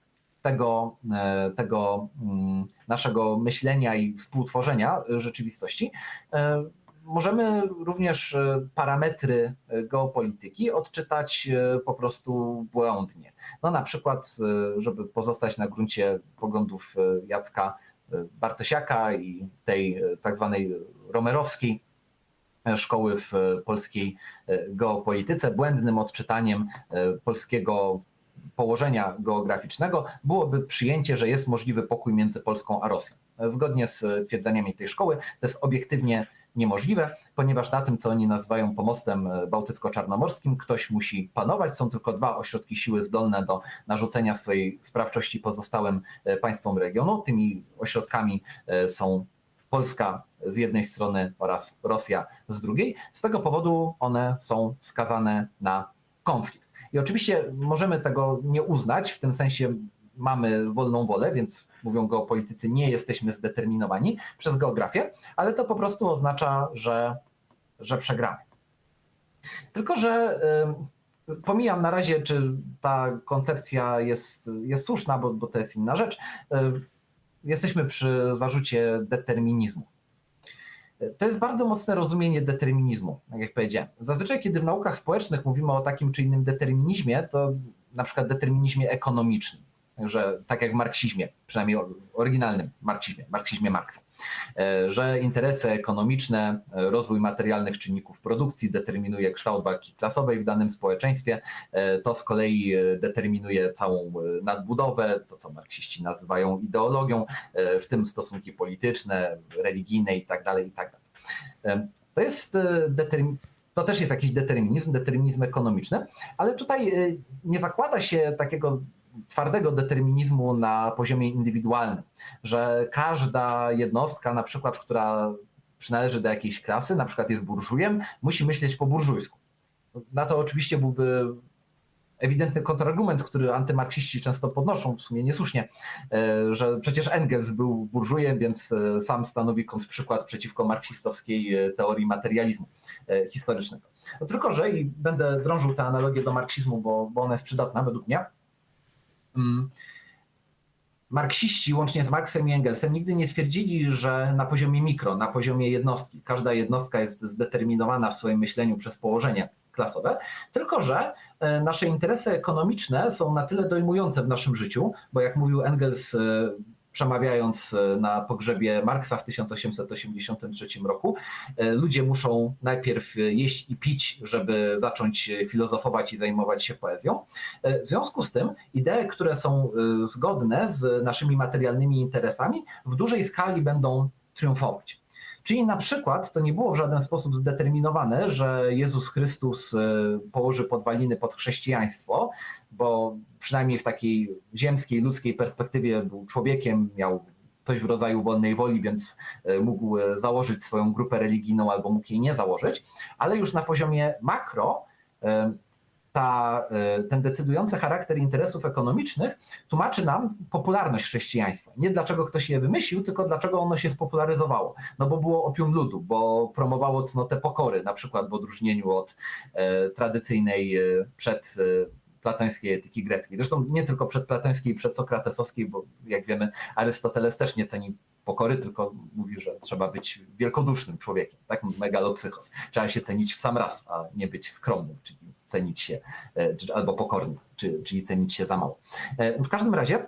tego naszego myślenia i współtworzenia rzeczywistości możemy również parametry geopolityki odczytać po prostu błędnie. No na przykład, żeby pozostać na gruncie poglądów Jacka Bartosiaka i tej tak zwanej romerowskiej szkoły w polskiej geopolityce, błędnym odczytaniem polskiego położenia geograficznego byłoby przyjęcie, że jest możliwy pokój między Polską a Rosją. Zgodnie z twierdzeniami tej szkoły to jest obiektywnie niemożliwe, ponieważ na tym, co oni nazywają pomostem bałtycko-czarnomorskim, ktoś musi panować. Są tylko dwa ośrodki siły zdolne do narzucenia swojej sprawczości pozostałym państwom regionu. Tymi ośrodkami są Polska z jednej strony oraz Rosja z drugiej. Z tego powodu one są skazane na konflikt. I oczywiście możemy tego nie uznać, w tym sensie mamy wolną wolę, więc mówią geopolitycy, nie jesteśmy zdeterminowani przez geografię, ale to po prostu oznacza, że przegramy. Tylko że pomijam na razie, czy ta koncepcja jest słuszna, bo to jest inna rzecz. Jesteśmy przy zarzucie determinizmu. To jest bardzo mocne rozumienie determinizmu, tak jak powiedziałem. Zazwyczaj, kiedy w naukach społecznych mówimy o takim czy innym determinizmie, to na przykład determinizmie ekonomicznym, że tak jak w marksizmie, przynajmniej oryginalnym marksizmie Marksa, że interesy ekonomiczne, rozwój materialnych czynników produkcji determinuje kształt walki klasowej w danym społeczeństwie, to z kolei determinuje całą nadbudowę, to co marksiści nazywają ideologią, w tym stosunki polityczne, religijne itd. To też jest jakiś determinizm ekonomiczny, ale tutaj nie zakłada się takiego twardego determinizmu na poziomie indywidualnym, że każda jednostka, na przykład, która przynależy do jakiejś klasy, na przykład jest burżujem, musi myśleć po burżujsku. Na to oczywiście byłby ewidentny kontrargument, który antymarksiści często podnoszą, w sumie niesłusznie, że przecież Engels był burżujem, więc sam stanowi kontrprzykład przeciwko marksistowskiej teorii materializmu historycznego. No tylko że, i będę drążył tę analogię do marksizmu, bo ona jest przydatna według mnie, marksiści łącznie z Marksem i Engelsem nigdy nie twierdzili, że na poziomie mikro, na poziomie jednostki, każda jednostka jest zdeterminowana w swoim myśleniu przez położenie klasowe, tylko że nasze interesy ekonomiczne są na tyle dojmujące w naszym życiu, bo jak mówił Engels, przemawiając na pogrzebie Marksa w 1883 roku, ludzie muszą najpierw jeść i pić, żeby zacząć filozofować i zajmować się poezją. W związku z tym idee, które są zgodne z naszymi materialnymi interesami, w dużej skali będą triumfować. Czyli na przykład to nie było w żaden sposób zdeterminowane, że Jezus Chrystus położy podwaliny pod chrześcijaństwo, bo przynajmniej w takiej ziemskiej, ludzkiej perspektywie był człowiekiem, miał coś w rodzaju wolnej woli, więc mógł założyć swoją grupę religijną albo mógł jej nie założyć, ale już na poziomie makro ten decydujący charakter interesów ekonomicznych tłumaczy nam popularność chrześcijaństwa. Nie dlaczego ktoś je wymyślił, tylko dlaczego ono się spopularyzowało. No bo było opium ludu, bo promowało cnotę pokory, na przykład w odróżnieniu od tradycyjnej przedplatońskiej etyki greckiej. Zresztą nie tylko przedplatońskiej i przedsokratesowskiej, bo jak wiemy Arystoteles też nie ceni pokory, tylko mówi, że trzeba być wielkodusznym człowiekiem, tak? Megalopsychos. Trzeba się cenić w sam raz, a nie być skromnym, czyli cenić się, albo pokornym, czyli cenić się za mało. W każdym razie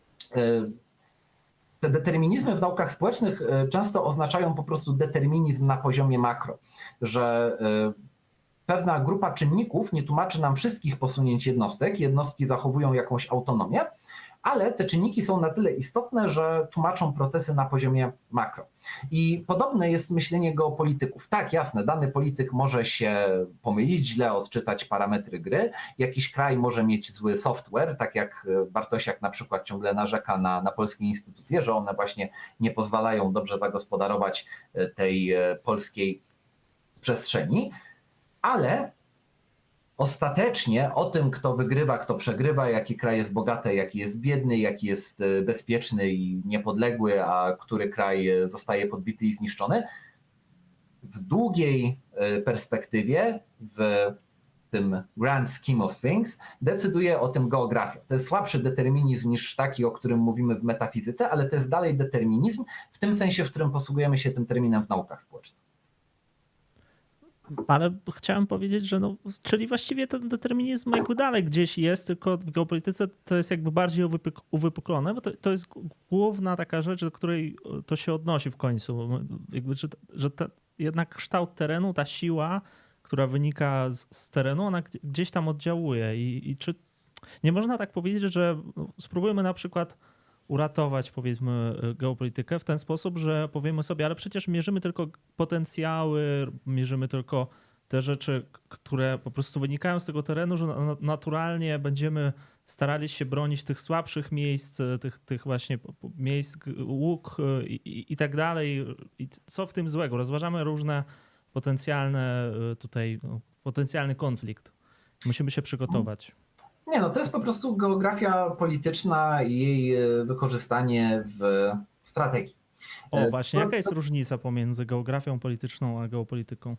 te determinizmy w naukach społecznych często oznaczają po prostu determinizm na poziomie makro, że pewna grupa czynników nie tłumaczy nam wszystkich posunięć jednostek, jednostki zachowują jakąś autonomię, ale te czynniki są na tyle istotne, że tłumaczą procesy na poziomie makro. I podobne jest myślenie geopolityków. Tak, jasne, dany polityk może się pomylić, źle odczytać parametry gry, jakiś kraj może mieć zły software, tak jak Bartosiak na przykład ciągle narzeka na polskie instytucje, że one właśnie nie pozwalają dobrze zagospodarować tej polskiej przestrzeni, ale ostatecznie o tym, kto wygrywa, kto przegrywa, jaki kraj jest bogaty, jaki jest biedny, jaki jest bezpieczny i niepodległy, a który kraj zostaje podbity i zniszczony, w długiej perspektywie, w tym grand scheme of things, decyduje o tym geografia. To jest słabszy determinizm niż taki, o którym mówimy w metafizyce, ale to jest dalej determinizm w tym sensie, w którym posługujemy się tym terminem w naukach społecznych. Ale chciałem powiedzieć, że czyli właściwie ten determinizm jakby dalej gdzieś jest, tylko w geopolityce to jest jakby bardziej uwypuklone, bo to jest główna taka rzecz, do której to się odnosi w końcu. Jakby, że jednak kształt terenu, ta siła, która wynika z terenu, ona gdzieś tam oddziałuje. I czy nie można tak powiedzieć, że spróbujemy na przykład uratować, powiedzmy, geopolitykę w ten sposób, że powiemy sobie, ale przecież mierzymy tylko potencjały, mierzymy tylko te rzeczy, które po prostu wynikają z tego terenu, że naturalnie będziemy starali się bronić tych słabszych miejsc, tych właśnie miejsc, łuk i tak dalej. I co w tym złego? Rozważamy różne potencjalne potencjalny konflikt. Musimy się przygotować. Nie, to jest po prostu geografia polityczna i jej wykorzystanie w strategii. Właśnie, jaka jest różnica pomiędzy geografią polityczną a geopolityką?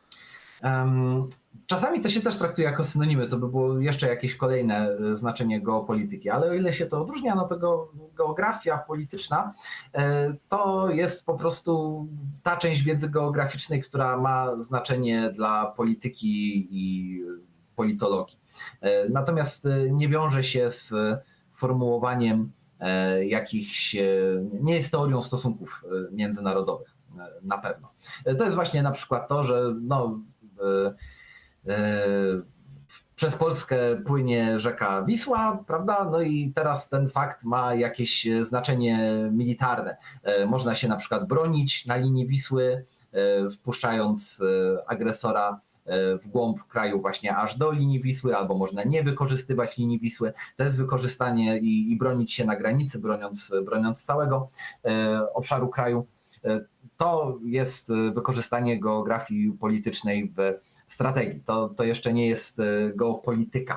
Czasami to się też traktuje jako synonimy, to by było jeszcze jakieś kolejne znaczenie geopolityki, ale o ile się to odróżnia, to geografia polityczna to jest po prostu ta część wiedzy geograficznej, która ma znaczenie dla polityki i politologii. Natomiast nie wiąże się z formułowaniem jakichś, nie jest teorią stosunków międzynarodowych na pewno. To jest właśnie na przykład to, że przez Polskę płynie rzeka Wisła, prawda? I teraz ten fakt ma jakieś znaczenie militarne. Można się na przykład bronić na linii Wisły, wpuszczając agresora w głąb kraju właśnie aż do linii Wisły, albo można nie wykorzystywać linii Wisły. To jest wykorzystanie i bronić się na granicy, broniąc całego obszaru kraju. To jest wykorzystanie geografii politycznej w strategii. To jeszcze nie jest geopolityka.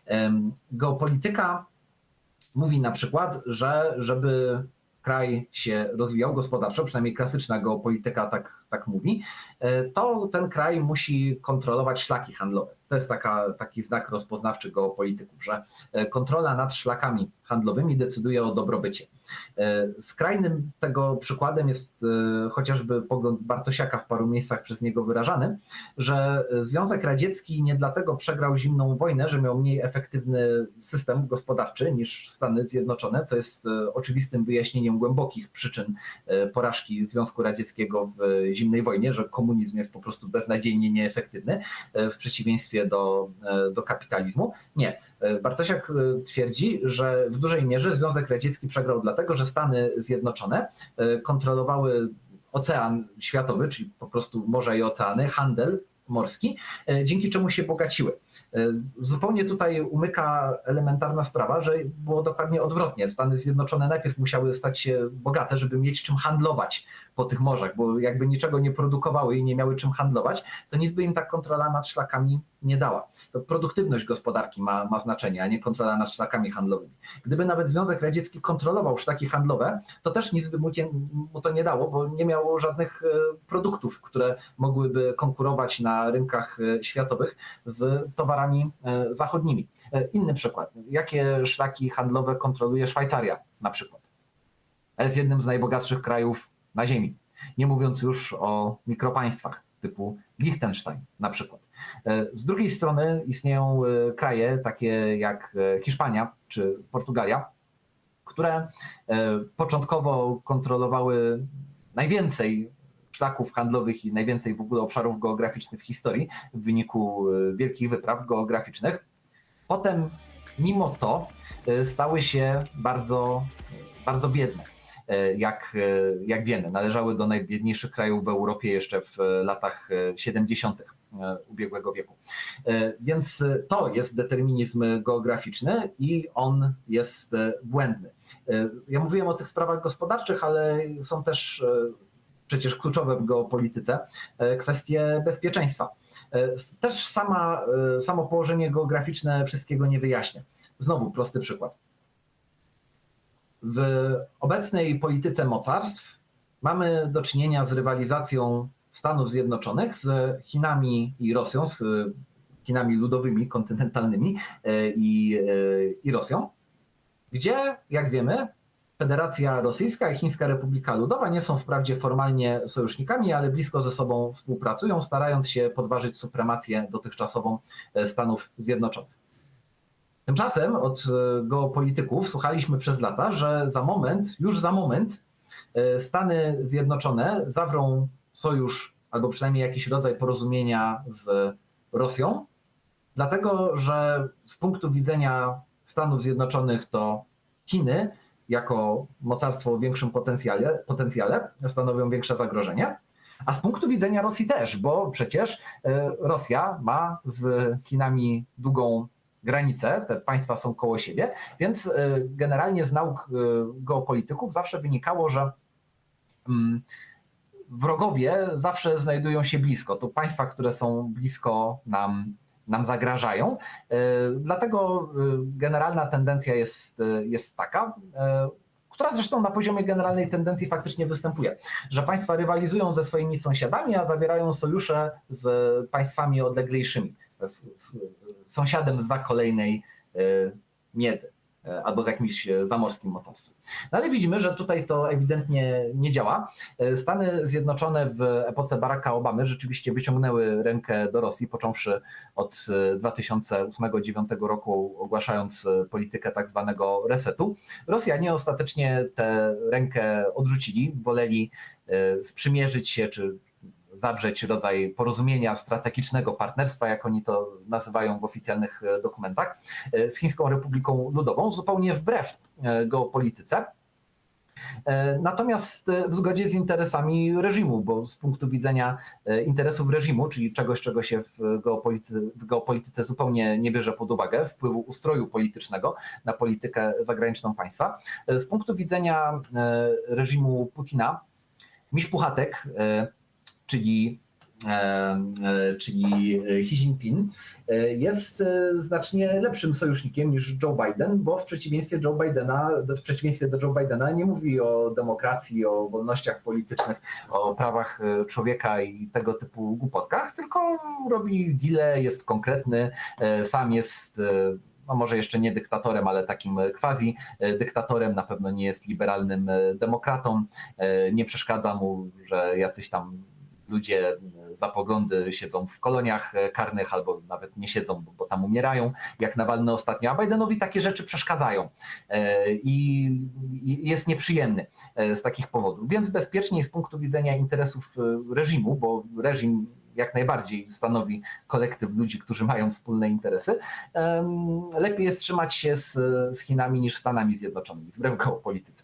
Geopolityka mówi na przykład, że żeby kraj się rozwijał gospodarczo, przynajmniej klasyczna geopolityka tak mówi, to ten kraj musi kontrolować szlaki handlowe. To jest taki znak rozpoznawczy geopolityków, że kontrola nad szlakami handlowymi decyduje o dobrobycie. Skrajnym tego przykładem jest chociażby pogląd Bartosiaka w paru miejscach przez niego wyrażany, że Związek Radziecki nie dlatego przegrał zimną wojnę, że miał mniej efektywny system gospodarczy niż Stany Zjednoczone, co jest oczywistym wyjaśnieniem głębokich przyczyn porażki Związku Radzieckiego w zimnej wojnie, że komunizm jest po prostu beznadziejnie nieefektywny w przeciwieństwie do kapitalizmu. Nie. Bartosiak twierdzi, że w dużej mierze Związek Radziecki przegrał dlatego, że Stany Zjednoczone kontrolowały ocean światowy, czyli po prostu morza i oceany, handel morski, dzięki czemu się bogaciły. Zupełnie tutaj umyka elementarna sprawa, że było dokładnie odwrotnie. Stany Zjednoczone najpierw musiały stać się bogate, żeby mieć czym handlować po tych morzach, bo jakby niczego nie produkowały i nie miały czym handlować, to nic by im ta kontrola nad szlakami nie dała. To produktywność gospodarki ma znaczenie, a nie kontrola nad szlakami handlowymi. Gdyby nawet Związek Radziecki kontrolował szlaki handlowe, to też nic by mu to nie dało, bo nie miało żadnych produktów, które mogłyby konkurować na rynkach światowych z towarami zachodnimi. Inny przykład. Jakie szlaki handlowe kontroluje Szwajcaria na przykład? Jest jednym z najbogatszych krajów na ziemi. Nie mówiąc już o mikropaństwach typu Liechtenstein na przykład. Z drugiej strony istnieją kraje takie jak Hiszpania czy Portugalia, które początkowo kontrolowały najwięcej szlaków handlowych i najwięcej w ogóle obszarów geograficznych w historii w wyniku wielkich wypraw geograficznych. Potem mimo to stały się bardzo, bardzo biedne. Jak wiemy, należały do najbiedniejszych krajów w Europie jeszcze w latach 70. ubiegłego wieku. Więc to jest determinizm geograficzny i on jest błędny. Ja mówiłem o tych sprawach gospodarczych, ale są też przecież kluczowe w geopolityce kwestie bezpieczeństwa. Też samo położenie geograficzne wszystkiego nie wyjaśnia. Znowu prosty przykład. W obecnej polityce mocarstw mamy do czynienia z rywalizacją Stanów Zjednoczonych z Chinami i Rosją, z Chinami ludowymi, kontynentalnymi i Rosją, gdzie, jak wiemy, Federacja Rosyjska i Chińska Republika Ludowa nie są wprawdzie formalnie sojusznikami, ale blisko ze sobą współpracują, starając się podważyć supremację dotychczasową Stanów Zjednoczonych. Tymczasem od geopolityków słuchaliśmy przez lata, że już za moment Stany Zjednoczone zawrą sojusz albo przynajmniej jakiś rodzaj porozumienia z Rosją, dlatego że z punktu widzenia Stanów Zjednoczonych to Chiny jako mocarstwo o większym potencjale stanowią większe zagrożenie, a z punktu widzenia Rosji też, bo przecież Rosja ma z Chinami długą granicę, te państwa są koło siebie, więc generalnie z nauk geopolityków zawsze wynikało, że wrogowie zawsze znajdują się blisko. To państwa, które są blisko nam zagrażają. Dlatego generalna tendencja jest taka, która zresztą na poziomie generalnej tendencji faktycznie występuje, że państwa rywalizują ze swoimi sąsiadami, a zawierają sojusze z państwami odleglejszymi, z sąsiadem zza kolejnej miedzy albo z jakimś zamorskim mocarstwem. No ale widzimy, że tutaj to ewidentnie nie działa. Stany Zjednoczone w epoce Baracka Obamy rzeczywiście wyciągnęły rękę do Rosji, począwszy od 2008-2009 roku, ogłaszając politykę tak zwanego resetu. Rosjanie ostatecznie tę rękę odrzucili, woleli sprzymierzyć się czy zawrzeć rodzaj porozumienia strategicznego partnerstwa, jak oni to nazywają w oficjalnych dokumentach, z Chińską Republiką Ludową, zupełnie wbrew geopolityce. Natomiast w zgodzie z interesami reżimu, bo z punktu widzenia interesów reżimu, czyli czegoś, czego się w geopolityce zupełnie nie bierze pod uwagę, wpływu ustroju politycznego na politykę zagraniczną państwa, z punktu widzenia reżimu Putina, miś Puchatek, czyli Xi Jinping, jest znacznie lepszym sojusznikiem niż Joe Biden, bo w przeciwieństwie do Joe Bidena nie mówi o demokracji, o wolnościach politycznych, o prawach człowieka i tego typu głupotkach, tylko robi deale, jest konkretny, sam jest no może jeszcze nie dyktatorem, ale takim quasi dyktatorem, na pewno nie jest liberalnym demokratą, nie przeszkadza mu, że jacyś tam ludzie za poglądy siedzą w koloniach karnych albo nawet nie siedzą, bo tam umierają, jak Nawalny ostatnio, a Bidenowi takie rzeczy przeszkadzają i jest nieprzyjemny z takich powodów. Więc bezpieczniej z punktu widzenia interesów reżimu, bo reżim jak najbardziej stanowi kolektyw ludzi, którzy mają wspólne interesy, lepiej jest trzymać się z Chinami niż Stanami Zjednoczonymi, wbrew geopolityce.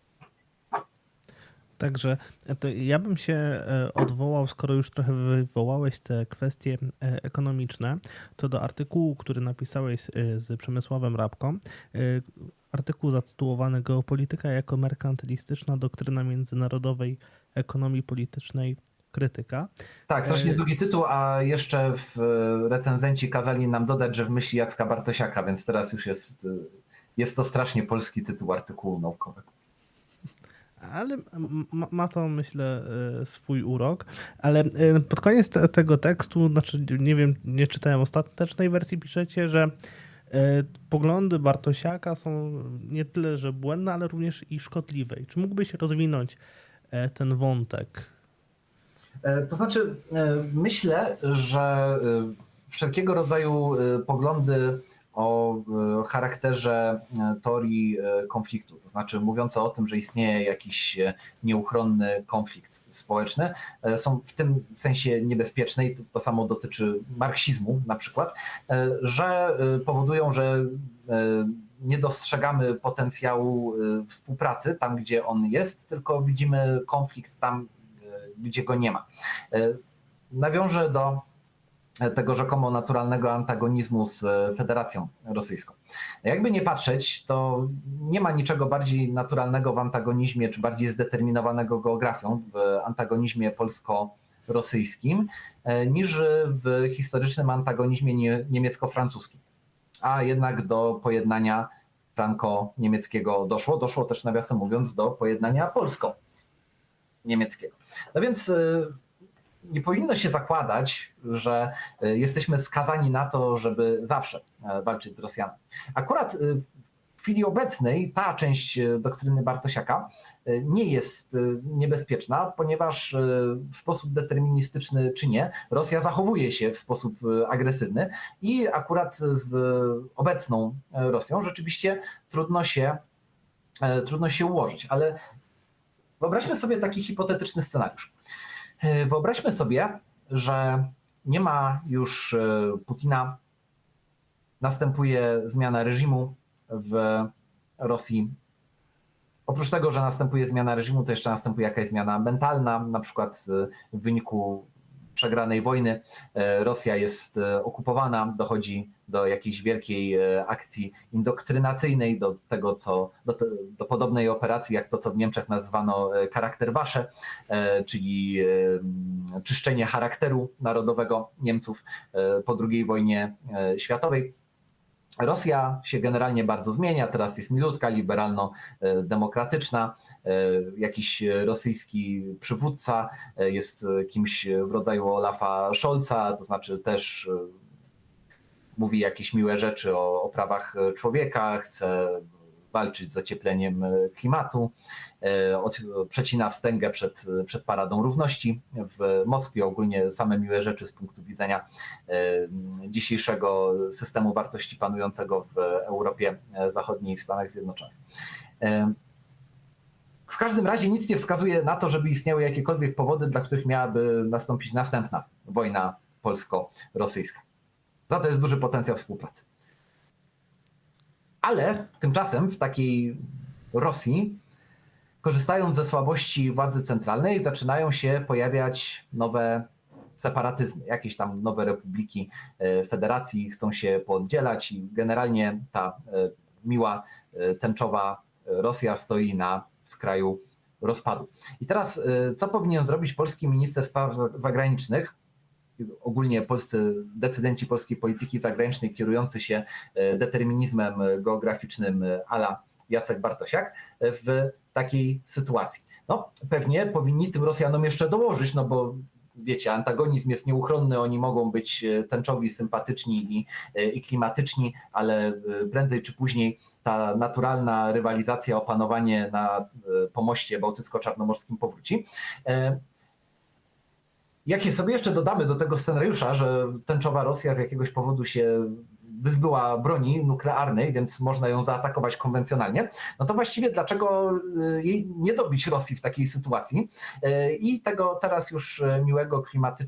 Także to ja bym się odwołał, skoro już trochę wywołałeś te kwestie ekonomiczne, to do artykułu, który napisałeś z Przemysławem Rabką. Artykuł zatytułowany Geopolityka jako merkantylistyczna doktryna międzynarodowej ekonomii politycznej, krytyka. Tak, strasznie długi tytuł, a jeszcze recenzenci kazali nam dodać, że w myśli Jacka Bartosiaka, więc teraz już jest to strasznie polski tytuł artykułu naukowego. Ale ma to, myślę, swój urok. Ale pod koniec tego tekstu, znaczy nie wiem, nie czytałem ostatecznej wersji, piszecie, że poglądy Bartosiaka są nie tyle, że błędne, ale również i szkodliwe. Czy mógłbyś rozwinąć ten wątek? To znaczy, myślę, że wszelkiego rodzaju poglądy o charakterze teorii konfliktu, to znaczy mówiące o tym, że istnieje jakiś nieuchronny konflikt społeczny, są w tym sensie niebezpieczne i to samo dotyczy marksizmu na przykład, że powodują, że nie dostrzegamy potencjału współpracy tam, gdzie on jest, tylko widzimy konflikt tam, gdzie go nie ma. Nawiążę do tego rzekomo naturalnego antagonizmu z Federacją Rosyjską. Jakby nie patrzeć, to nie ma niczego bardziej naturalnego w antagonizmie, czy bardziej zdeterminowanego geografią w antagonizmie polsko-rosyjskim, niż w historycznym antagonizmie niemiecko-francuskim. A jednak do pojednania franko-niemieckiego doszło. Doszło też, nawiasem mówiąc, do pojednania polsko-niemieckiego. No więc nie powinno się zakładać, że jesteśmy skazani na to, żeby zawsze walczyć z Rosjanami. Akurat w chwili obecnej ta część doktryny Bartosiaka nie jest niebezpieczna, ponieważ w sposób deterministyczny czy nie, Rosja zachowuje się w sposób agresywny i akurat z obecną Rosją rzeczywiście trudno się ułożyć. Ale wyobraźmy sobie taki hipotetyczny scenariusz. Wyobraźmy sobie, że nie ma już Putina, następuje zmiana reżimu w Rosji. Oprócz tego, że następuje zmiana reżimu, to jeszcze następuje jakaś zmiana mentalna, na przykład w wyniku przegranej wojny Rosja jest okupowana, dochodzi do jakiejś wielkiej akcji indoktrynacyjnej, do podobnej operacji jak to, co w Niemczech nazywano Charakterwasche, czyli czyszczenie charakteru narodowego Niemców po II wojnie światowej. Rosja się generalnie bardzo zmienia, teraz jest milutka, liberalno-demokratyczna. Jakiś rosyjski przywódca jest kimś w rodzaju Olafa Scholza, to znaczy też mówi jakieś miłe rzeczy o prawach człowieka, chce walczyć z ociepleniem klimatu, przecina wstęgę przed Paradą Równości w Moskwie. Ogólnie same miłe rzeczy z punktu widzenia dzisiejszego systemu wartości panującego w Europie Zachodniej i w Stanach Zjednoczonych. W każdym razie nic nie wskazuje na to, żeby istniały jakiekolwiek powody, dla których miałaby nastąpić następna wojna polsko-rosyjska. Za to jest duży potencjał współpracy. Ale tymczasem w takiej Rosji, korzystając ze słabości władzy centralnej, zaczynają się pojawiać nowe separatyzmy, jakieś tam nowe republiki federacji chcą się pooddzielać i generalnie ta miła, tęczowa Rosja stoi na skraju rozpadu. I teraz co powinien zrobić polski minister spraw zagranicznych, ogólnie polscy decydenci polskiej polityki zagranicznej kierujący się determinizmem geograficznym à la Jacek Bartosiak w takiej sytuacji? No, pewnie powinni tym Rosjanom jeszcze dołożyć, no bo wiecie, antagonizm jest nieuchronny, oni mogą być tęczowi, sympatyczni i klimatyczni, ale prędzej czy później ta naturalna rywalizacja o panowanie na pomoście bałtycko-czarnomorskim powróci. Jak je sobie jeszcze dodamy do tego scenariusza, że tęczowa Rosja z jakiegoś powodu się wyzbyła broni nuklearnej, więc można ją zaatakować konwencjonalnie, no to właściwie dlaczego jej nie dobić Rosji w takiej sytuacji i tego teraz już miłego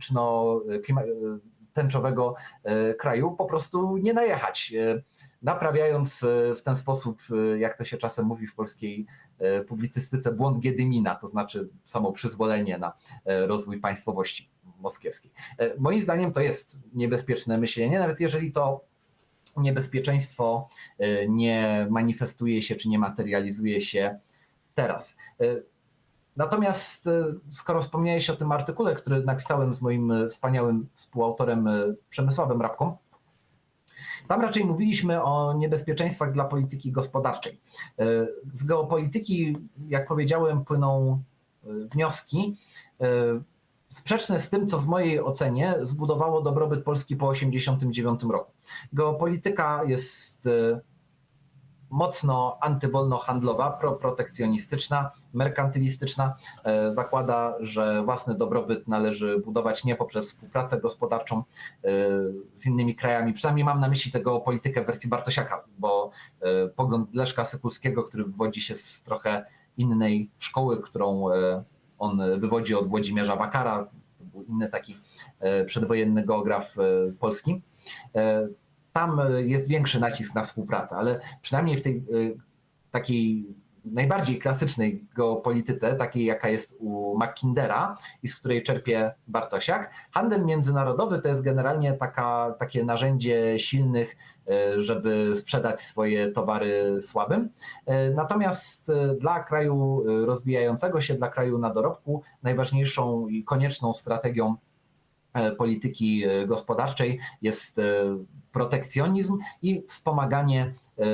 tęczowego kraju po prostu nie najechać, naprawiając w ten sposób, jak to się czasem mówi w polskiej publicystyce, błąd Giedymina, to znaczy samo przyzwolenie na rozwój państwowości moskiewskiej. Moim zdaniem to jest niebezpieczne myślenie, nawet jeżeli to niebezpieczeństwo nie manifestuje się czy nie materializuje się teraz. Natomiast skoro wspomniałeś o tym artykule, który napisałem z moim wspaniałym współautorem Przemysławem Rabką, tam raczej mówiliśmy o niebezpieczeństwach dla polityki gospodarczej. Z geopolityki, jak powiedziałem, płyną wnioski sprzeczne z tym, co w mojej ocenie zbudowało dobrobyt Polski po 1989 roku. Geopolityka jest mocno antywolnohandlowa, protekcjonistyczna, merkantylistyczna. Zakłada, że własny dobrobyt należy budować nie poprzez współpracę gospodarczą z innymi krajami. Przynajmniej mam na myśli tego politykę w wersji Bartosiaka, bo pogląd Leszka Sykulskiego, który wywodzi się z trochę innej szkoły, którą on wywodzi od Włodzimierza Wakara, to był inny taki przedwojenny geograf polski. Tam jest większy nacisk na współpracę, ale przynajmniej w tej takiej najbardziej klasycznej geopolityce, takiej jaka jest u Mackindera i z której czerpie Bartosiak, handel międzynarodowy to jest generalnie takie narzędzie silnych, żeby sprzedać swoje towary słabym. Natomiast dla kraju rozwijającego się, dla kraju na dorobku, najważniejszą i konieczną strategią polityki gospodarczej jest protekcjonizm i wspomaganie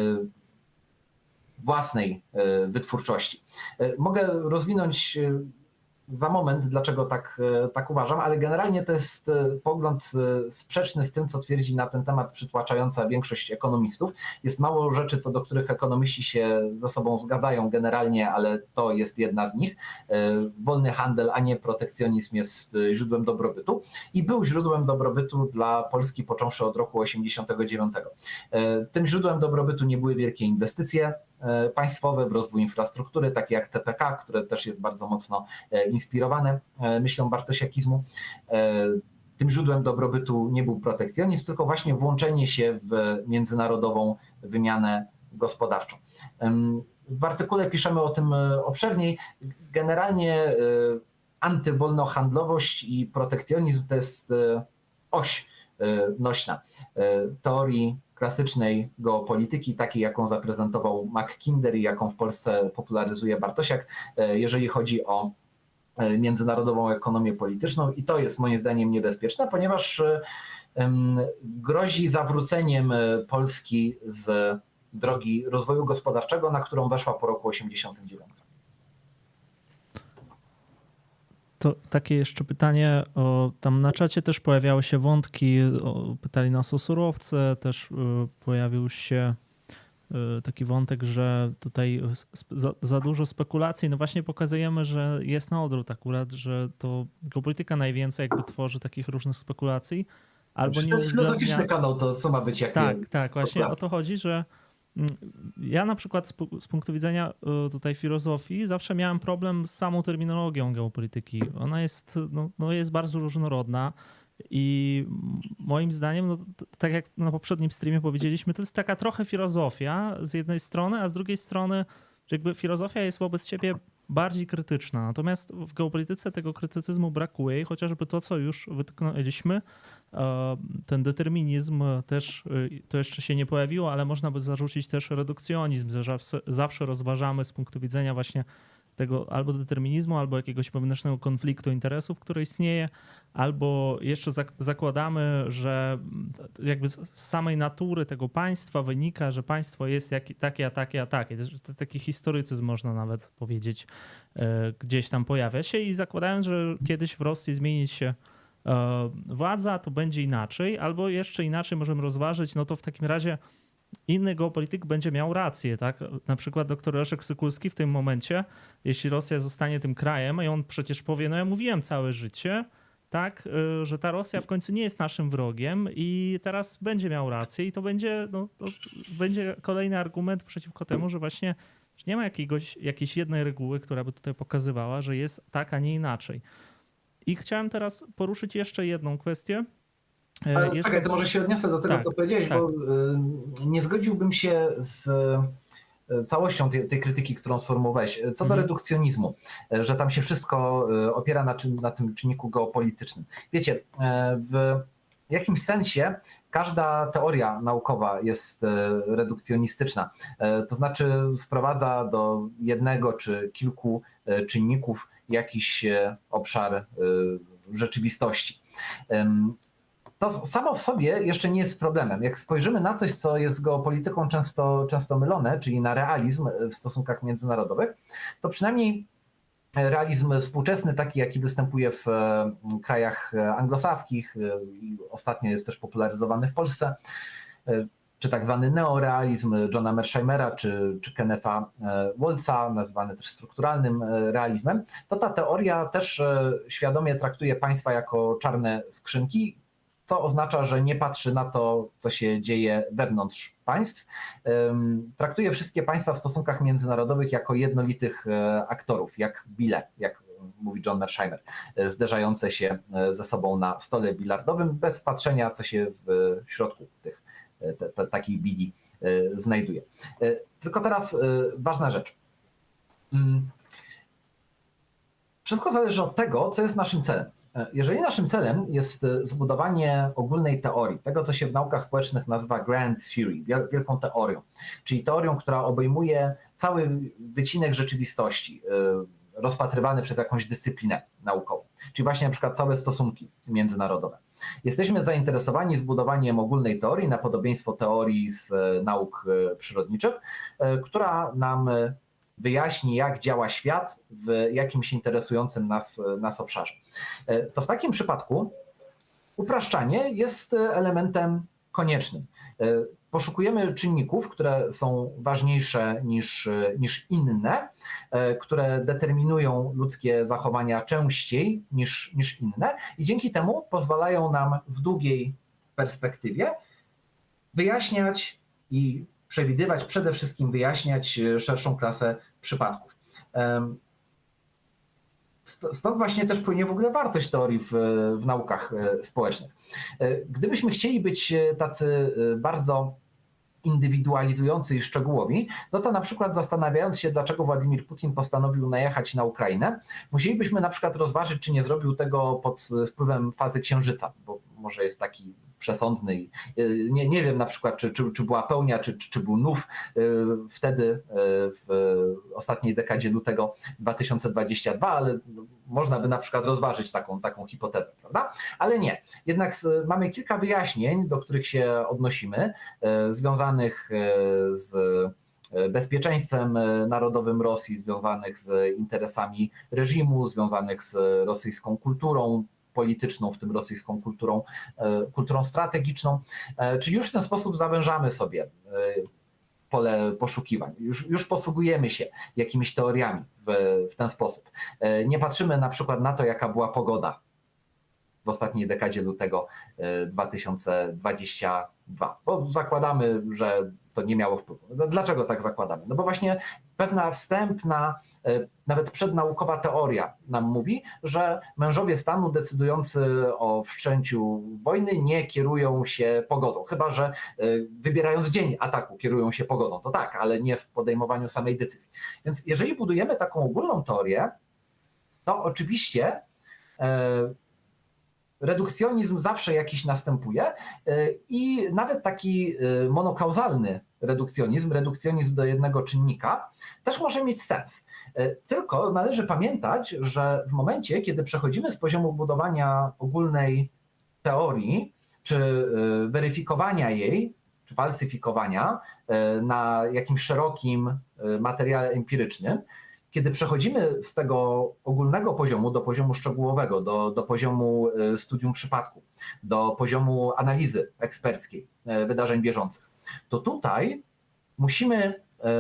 własnej wytwórczości. Mogę rozwinąć za moment, dlaczego tak uważam, ale generalnie to jest pogląd sprzeczny z tym, co twierdzi na ten temat przytłaczająca większość ekonomistów. Jest mało rzeczy, co do których ekonomiści się ze sobą zgadzają generalnie, ale to jest jedna z nich. Wolny handel, a nie protekcjonizm jest źródłem dobrobytu i był źródłem dobrobytu dla Polski począwszy od roku 1989. Tym źródłem dobrobytu nie były wielkie inwestycje państwowe w rozwój infrastruktury, takie jak CPK, które też jest bardzo mocno inspirowane myślą bartosiakizmu. Tym źródłem dobrobytu nie był protekcjonizm, tylko właśnie włączenie się w międzynarodową wymianę gospodarczą. W artykule piszemy o tym obszerniej. Generalnie antywolnohandlowość i protekcjonizm to jest oś nośna teorii klasycznej geopolityki, takiej jaką zaprezentował Mackinder i jaką w Polsce popularyzuje Bartosiak, jeżeli chodzi o międzynarodową ekonomię polityczną, i to jest moim zdaniem niebezpieczne, ponieważ grozi zawróceniem Polski z drogi rozwoju gospodarczego, na którą weszła po roku 1989. To takie jeszcze pytanie, tam na czacie też pojawiały się wątki, pytali nas o surowce, też pojawił się taki wątek, że tutaj za dużo spekulacji. No właśnie pokazujemy, że jest na odwrót akurat, że to geopolityka najwięcej jakby tworzy takich różnych spekulacji. Albo nie to jest filozoficzny kanał, to co ma być jak Tak, właśnie o to chodzi, że ja na przykład z punktu widzenia tutaj filozofii zawsze miałem problem z samą terminologią geopolityki. Ona jest, jest bardzo różnorodna i moim zdaniem, tak jak na poprzednim streamie powiedzieliśmy, to jest taka trochę filozofia z jednej strony, a z drugiej strony że jakby filozofia jest wobec siebie bardziej krytyczna. Natomiast w geopolityce tego krytycyzmu brakuje i chociażby to, co już wytknęliśmy, ten determinizm też, to jeszcze się nie pojawiło, ale można by zarzucić też redukcjonizm, że zawsze rozważamy z punktu widzenia właśnie tego albo determinizmu, albo jakiegoś wewnętrznego konfliktu interesów, który istnieje, albo jeszcze zakładamy, że jakby z samej natury tego państwa wynika, że państwo jest takie, a takie, a takie. Taki historycyzm można nawet powiedzieć gdzieś tam pojawia się i zakładając, że kiedyś w Rosji zmieni się władza, to będzie inaczej, albo jeszcze inaczej możemy rozważyć, no to w takim razie inny geopolityk będzie miał rację, tak? Na przykład dr Leszek Sykulski w tym momencie, jeśli Rosja zostanie tym krajem i on przecież powie, no ja mówiłem całe życie, tak, że ta Rosja w końcu nie jest naszym wrogiem i teraz będzie miał rację i to będzie, to będzie kolejny argument przeciwko temu, że właśnie że nie ma jakiejś jednej reguły, która by tutaj pokazywała, że jest tak, a nie inaczej. I chciałem teraz poruszyć jeszcze jedną kwestię. Ale czekaj, to może się odniosę do tego, co powiedziałeś, bo nie zgodziłbym się z całością tej krytyki, którą sformułowałeś. Co do redukcjonizmu, że tam się wszystko opiera na tym czynniku geopolitycznym. Wiecie, w jakimś sensie każda teoria naukowa jest redukcjonistyczna. To znaczy sprowadza do jednego czy kilku czynników jakiś obszar rzeczywistości. To samo w sobie jeszcze nie jest problemem. Jak spojrzymy na coś, co jest z geopolityką często mylone, czyli na realizm w stosunkach międzynarodowych, to przynajmniej realizm współczesny, taki jaki występuje w krajach anglosaskich i ostatnio jest też popularyzowany w Polsce, czy tak zwany neorealizm Johna Mersheimera, czy Kennetha Waltza, nazywany też strukturalnym realizmem, to ta teoria też świadomie traktuje państwa jako czarne skrzynki, co oznacza, że nie patrzy na to, co się dzieje wewnątrz państw. Traktuje wszystkie państwa w stosunkach międzynarodowych jako jednolitych aktorów, jak bile, jak mówi John Mersheimer, zderzające się ze sobą na stole bilardowym, bez patrzenia, co się w środku takich bili znajduje. Tylko teraz ważna rzecz. Wszystko zależy od tego, co jest naszym celem. Jeżeli naszym celem jest zbudowanie ogólnej teorii, tego co się w naukach społecznych nazywa grand theory, wielką teorią, czyli teorią, która obejmuje cały wycinek rzeczywistości, rozpatrywany przez jakąś dyscyplinę naukową, czyli właśnie na przykład całe stosunki międzynarodowe. Jesteśmy zainteresowani zbudowaniem ogólnej teorii na podobieństwo teorii z nauk przyrodniczych, która nam wyjaśni, jak działa świat w jakimś interesującym nas obszarze. To w takim przypadku upraszczanie jest elementem koniecznym. Poszukujemy czynników, które są ważniejsze niż inne, które determinują ludzkie zachowania częściej niż inne i dzięki temu pozwalają nam w długiej perspektywie wyjaśniać i przewidywać, przede wszystkim wyjaśniać szerszą klasę przypadków. Stąd właśnie też płynie w ogóle wartość teorii w naukach społecznych. Gdybyśmy chcieli być tacy bardzo indywidualizujący i szczegółowi, no to na przykład zastanawiając się, dlaczego Władimir Putin postanowił najechać na Ukrainę, musielibyśmy na przykład rozważyć, czy nie zrobił tego pod wpływem fazy księżyca, bo może jest taki przesądny i nie wiem na przykład, czy była pełnia, czy był nów wtedy w ostatniej dekadzie lutego 2022, ale można by na przykład rozważyć taką hipotezę, prawda? Ale nie. Jednak mamy kilka wyjaśnień, do których się odnosimy, związanych z bezpieczeństwem narodowym Rosji, związanych z interesami reżimu, związanych z rosyjską kulturą polityczną, w tym rosyjską kulturą strategiczną. Czyli już w ten sposób zawężamy sobie pole poszukiwań. Już posługujemy się jakimiś teoriami w ten sposób. Nie patrzymy na przykład na to, jaka była pogoda w ostatniej dekadzie lutego 2022, bo zakładamy, że to nie miało wpływu. Dlaczego tak zakładamy? No bo właśnie pewna wstępna, nawet przednaukowa teoria nam mówi, że mężowie stanu decydujący o wszczęciu wojny nie kierują się pogodą, chyba że wybierając dzień ataku kierują się pogodą. To tak, ale nie w podejmowaniu samej decyzji. Więc jeżeli budujemy taką ogólną teorię, to oczywiście redukcjonizm zawsze jakiś następuje i nawet taki monokauzalny redukcjonizm do jednego czynnika też może mieć sens. Tylko należy pamiętać, że w momencie, kiedy przechodzimy z poziomu budowania ogólnej teorii, czy weryfikowania jej, czy falsyfikowania na jakimś szerokim materiale empirycznym, kiedy przechodzimy z tego ogólnego poziomu do poziomu szczegółowego, do poziomu studium przypadku, do poziomu analizy eksperckiej wydarzeń bieżących, to tutaj musimy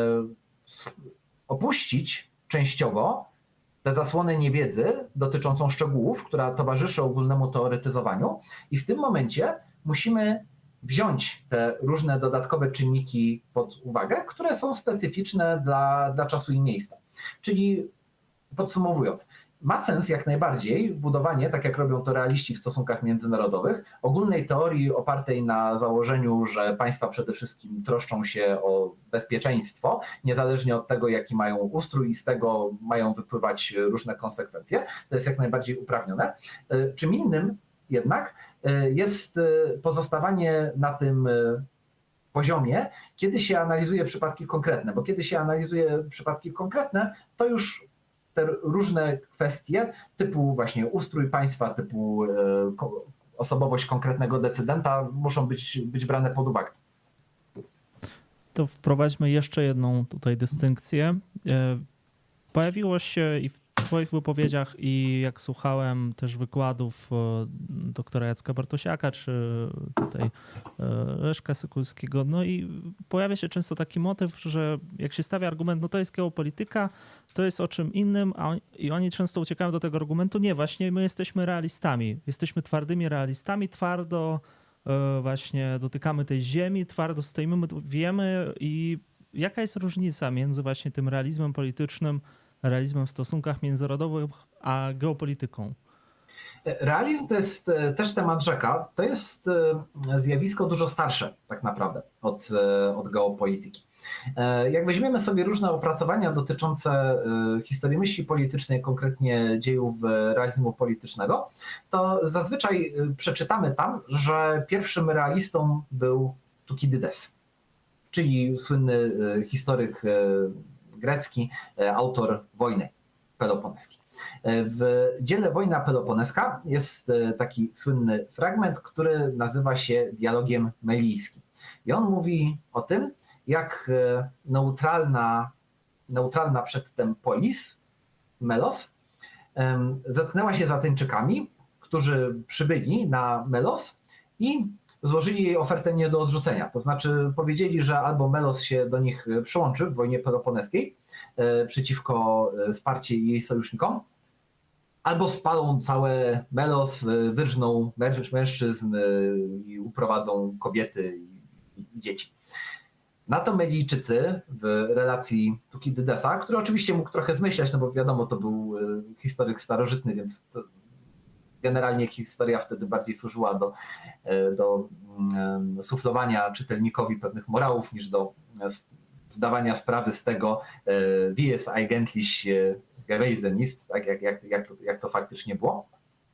opuścić częściowo tę zasłonę niewiedzy dotyczącą szczegółów, która towarzyszy ogólnemu teoretyzowaniu i w tym momencie musimy wziąć te różne dodatkowe czynniki pod uwagę, które są specyficzne dla czasu i miejsca. Czyli podsumowując, ma sens jak najbardziej budowanie, tak jak robią to realiści w stosunkach międzynarodowych, ogólnej teorii opartej na założeniu, że państwa przede wszystkim troszczą się o bezpieczeństwo, niezależnie od tego, jaki mają ustrój i z tego mają wypływać różne konsekwencje. To jest jak najbardziej uprawnione. Czym innym jednak jest pozostawanie na tym poziomie, kiedy się analizuje przypadki konkretne, bo kiedy się analizuje przypadki konkretne, to już te różne kwestie typu właśnie ustrój państwa, typu osobowość konkretnego decydenta muszą być brane pod uwagę. To wprowadźmy jeszcze jedną tutaj dystynkcję. Pojawiło się i twoich wypowiedziach i jak słuchałem też wykładów doktora Jacka Bartosiaka, czy tutaj Leszka Sykulskiego, no i pojawia się często taki motyw, że jak się stawia argument, no to jest geopolityka, to jest o czym innym, i oni często uciekają do tego argumentu, nie, właśnie my jesteśmy realistami, jesteśmy twardymi realistami, twardo właśnie dotykamy tej ziemi, twardo stoimy, wiemy. I jaka jest różnica między właśnie tym realizmem politycznym, realizmem w stosunkach międzynarodowych, a geopolityką? Realizm to jest też temat rzeka. To jest zjawisko dużo starsze tak naprawdę od geopolityki. Jak weźmiemy sobie różne opracowania dotyczące historii myśli politycznej, konkretnie dziejów realizmu politycznego, to zazwyczaj przeczytamy tam, że pierwszym realistą był Tukidydes, czyli słynny historyk grecki, autor wojny peloponeskiej. W dziele Wojna Peloponeska jest taki słynny fragment, który nazywa się dialogiem melijskim. I on mówi o tym, jak neutralna przedtem polis, Melos, zetknęła się z Ateńczykami, którzy przybyli na Melos i złożyli jej ofertę nie do odrzucenia. To znaczy powiedzieli, że albo Melos się do nich przyłączy w wojnie peloponeskiej przeciwko Sparcie i jej sojusznikom, albo spalą całe Melos, wyrżną mężczyzn i uprowadzą kobiety i dzieci. Na to Melijczycy w relacji Tukidydesa, który oczywiście mógł trochę zmyślać, no bo wiadomo, to był historyk starożytny, więc generalnie historia wtedy bardziej służyła do suflowania czytelnikowi pewnych morałów niż do zdawania sprawy z tego, wie es eigentlich gewesen ist, tak jak to faktycznie było.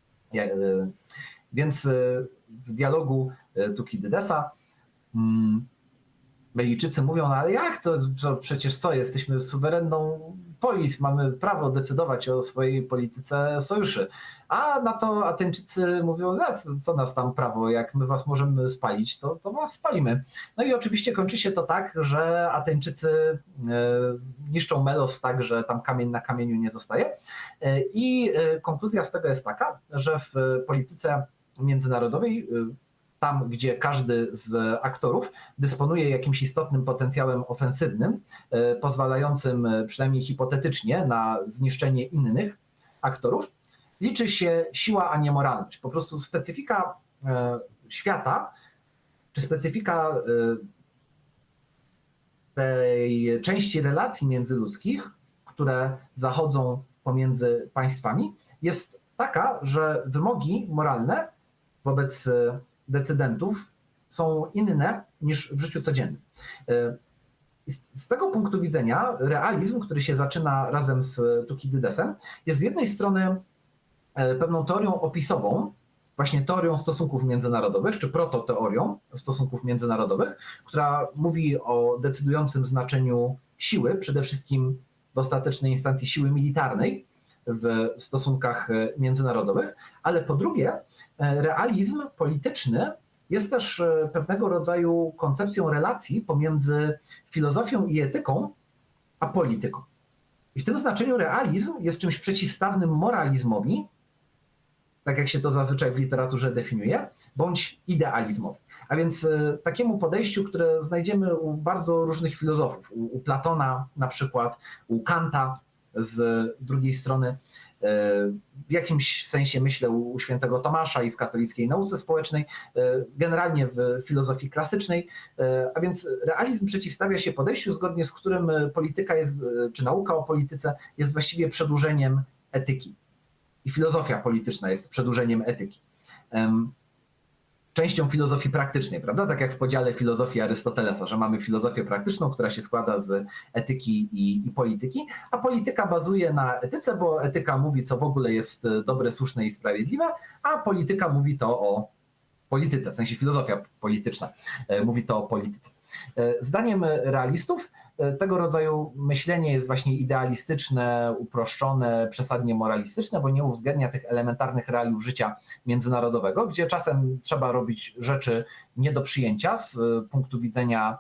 Więc w dialogu Tukidydesa Melijczycy mówią, no ale jak to przecież co, jesteśmy suwerenną polis, mamy prawo decydować o swojej polityce sojuszy. A na to Ateńczycy mówią, no co nas tam prawo, jak my was możemy spalić, to was spalimy. No i oczywiście kończy się to tak, że Ateńczycy niszczą Melos tak, że tam kamień na kamieniu nie zostaje. I konkluzja z tego jest taka, że w polityce międzynarodowej, tam gdzie każdy z aktorów dysponuje jakimś istotnym potencjałem ofensywnym, pozwalającym przynajmniej hipotetycznie na zniszczenie innych aktorów, liczy się siła, a nie moralność. Po prostu specyfika świata, czy specyfika tej części relacji międzyludzkich, które zachodzą pomiędzy państwami, jest taka, że wymogi moralne wobec decydentów są inne niż w życiu codziennym. Z tego punktu widzenia realizm, który się zaczyna razem z Tukidydesem, jest z jednej strony pewną teorią opisową, właśnie teorią stosunków międzynarodowych, czy prototeorią stosunków międzynarodowych, która mówi o decydującym znaczeniu siły, przede wszystkim w ostatecznej instancji siły militarnej w stosunkach międzynarodowych, ale po drugie realizm polityczny jest też pewnego rodzaju koncepcją relacji pomiędzy filozofią i etyką, a polityką. I w tym znaczeniu realizm jest czymś przeciwstawnym moralizmowi, tak jak się to zazwyczaj w literaturze definiuje, bądź idealizmowi. A więc takiemu podejściu, które znajdziemy u bardzo różnych filozofów, u Platona na przykład, u Kanta z drugiej strony, w jakimś sensie myślę u świętego Tomasza i w katolickiej nauce społecznej, generalnie w filozofii klasycznej, a więc realizm przeciwstawia się podejściu, zgodnie z którym polityka jest, czy nauka o polityce jest właściwie przedłużeniem etyki. I filozofia polityczna jest przedłużeniem etyki. Częścią filozofii praktycznej, prawda? Tak jak w podziale filozofii Arystotelesa, że mamy filozofię praktyczną, która się składa z etyki i polityki, a polityka bazuje na etyce, bo etyka mówi, co w ogóle jest dobre, słuszne i sprawiedliwe, a polityka mówi to o polityce, w sensie filozofia polityczna mówi to o polityce. Zdaniem realistów tego rodzaju myślenie jest właśnie idealistyczne, uproszczone, przesadnie moralistyczne, bo nie uwzględnia tych elementarnych realiów życia międzynarodowego, gdzie czasem trzeba robić rzeczy nie do przyjęcia z punktu widzenia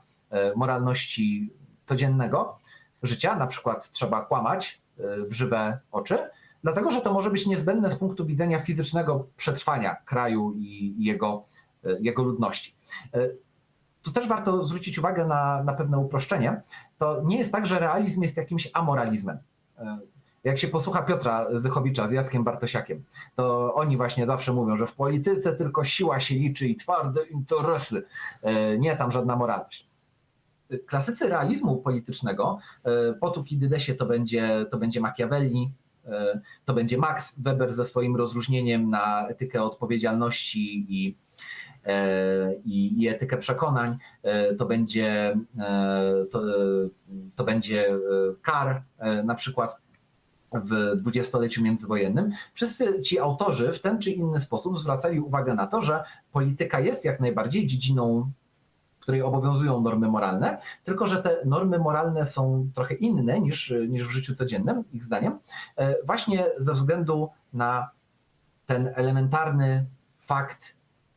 moralności codziennego życia, na przykład trzeba kłamać w żywe oczy, Dlatego, że to może być niezbędne z punktu widzenia fizycznego przetrwania kraju i jego ludności. Tu też warto zwrócić uwagę na pewne uproszczenie. To nie jest tak, że realizm jest jakimś amoralizmem. Jak się posłucha Piotra Zychowicza z Jackiem Bartosiakiem, to oni właśnie zawsze mówią, że w polityce tylko siła się liczy i twarde interesy, nie tam żadna moralność. Klasycy realizmu politycznego, po Thukydidesie to będzie Machiavelli, to będzie Max Weber ze swoim rozróżnieniem na etykę odpowiedzialności i etykę przekonań, to będzie Carr na przykład w dwudziestoleciu międzywojennym. Wszyscy ci autorzy w ten czy inny sposób zwracali uwagę na to, że polityka jest jak najbardziej dziedziną, w której obowiązują normy moralne, tylko że te normy moralne są trochę inne niż w życiu codziennym, ich zdaniem, właśnie ze względu na ten elementarny fakt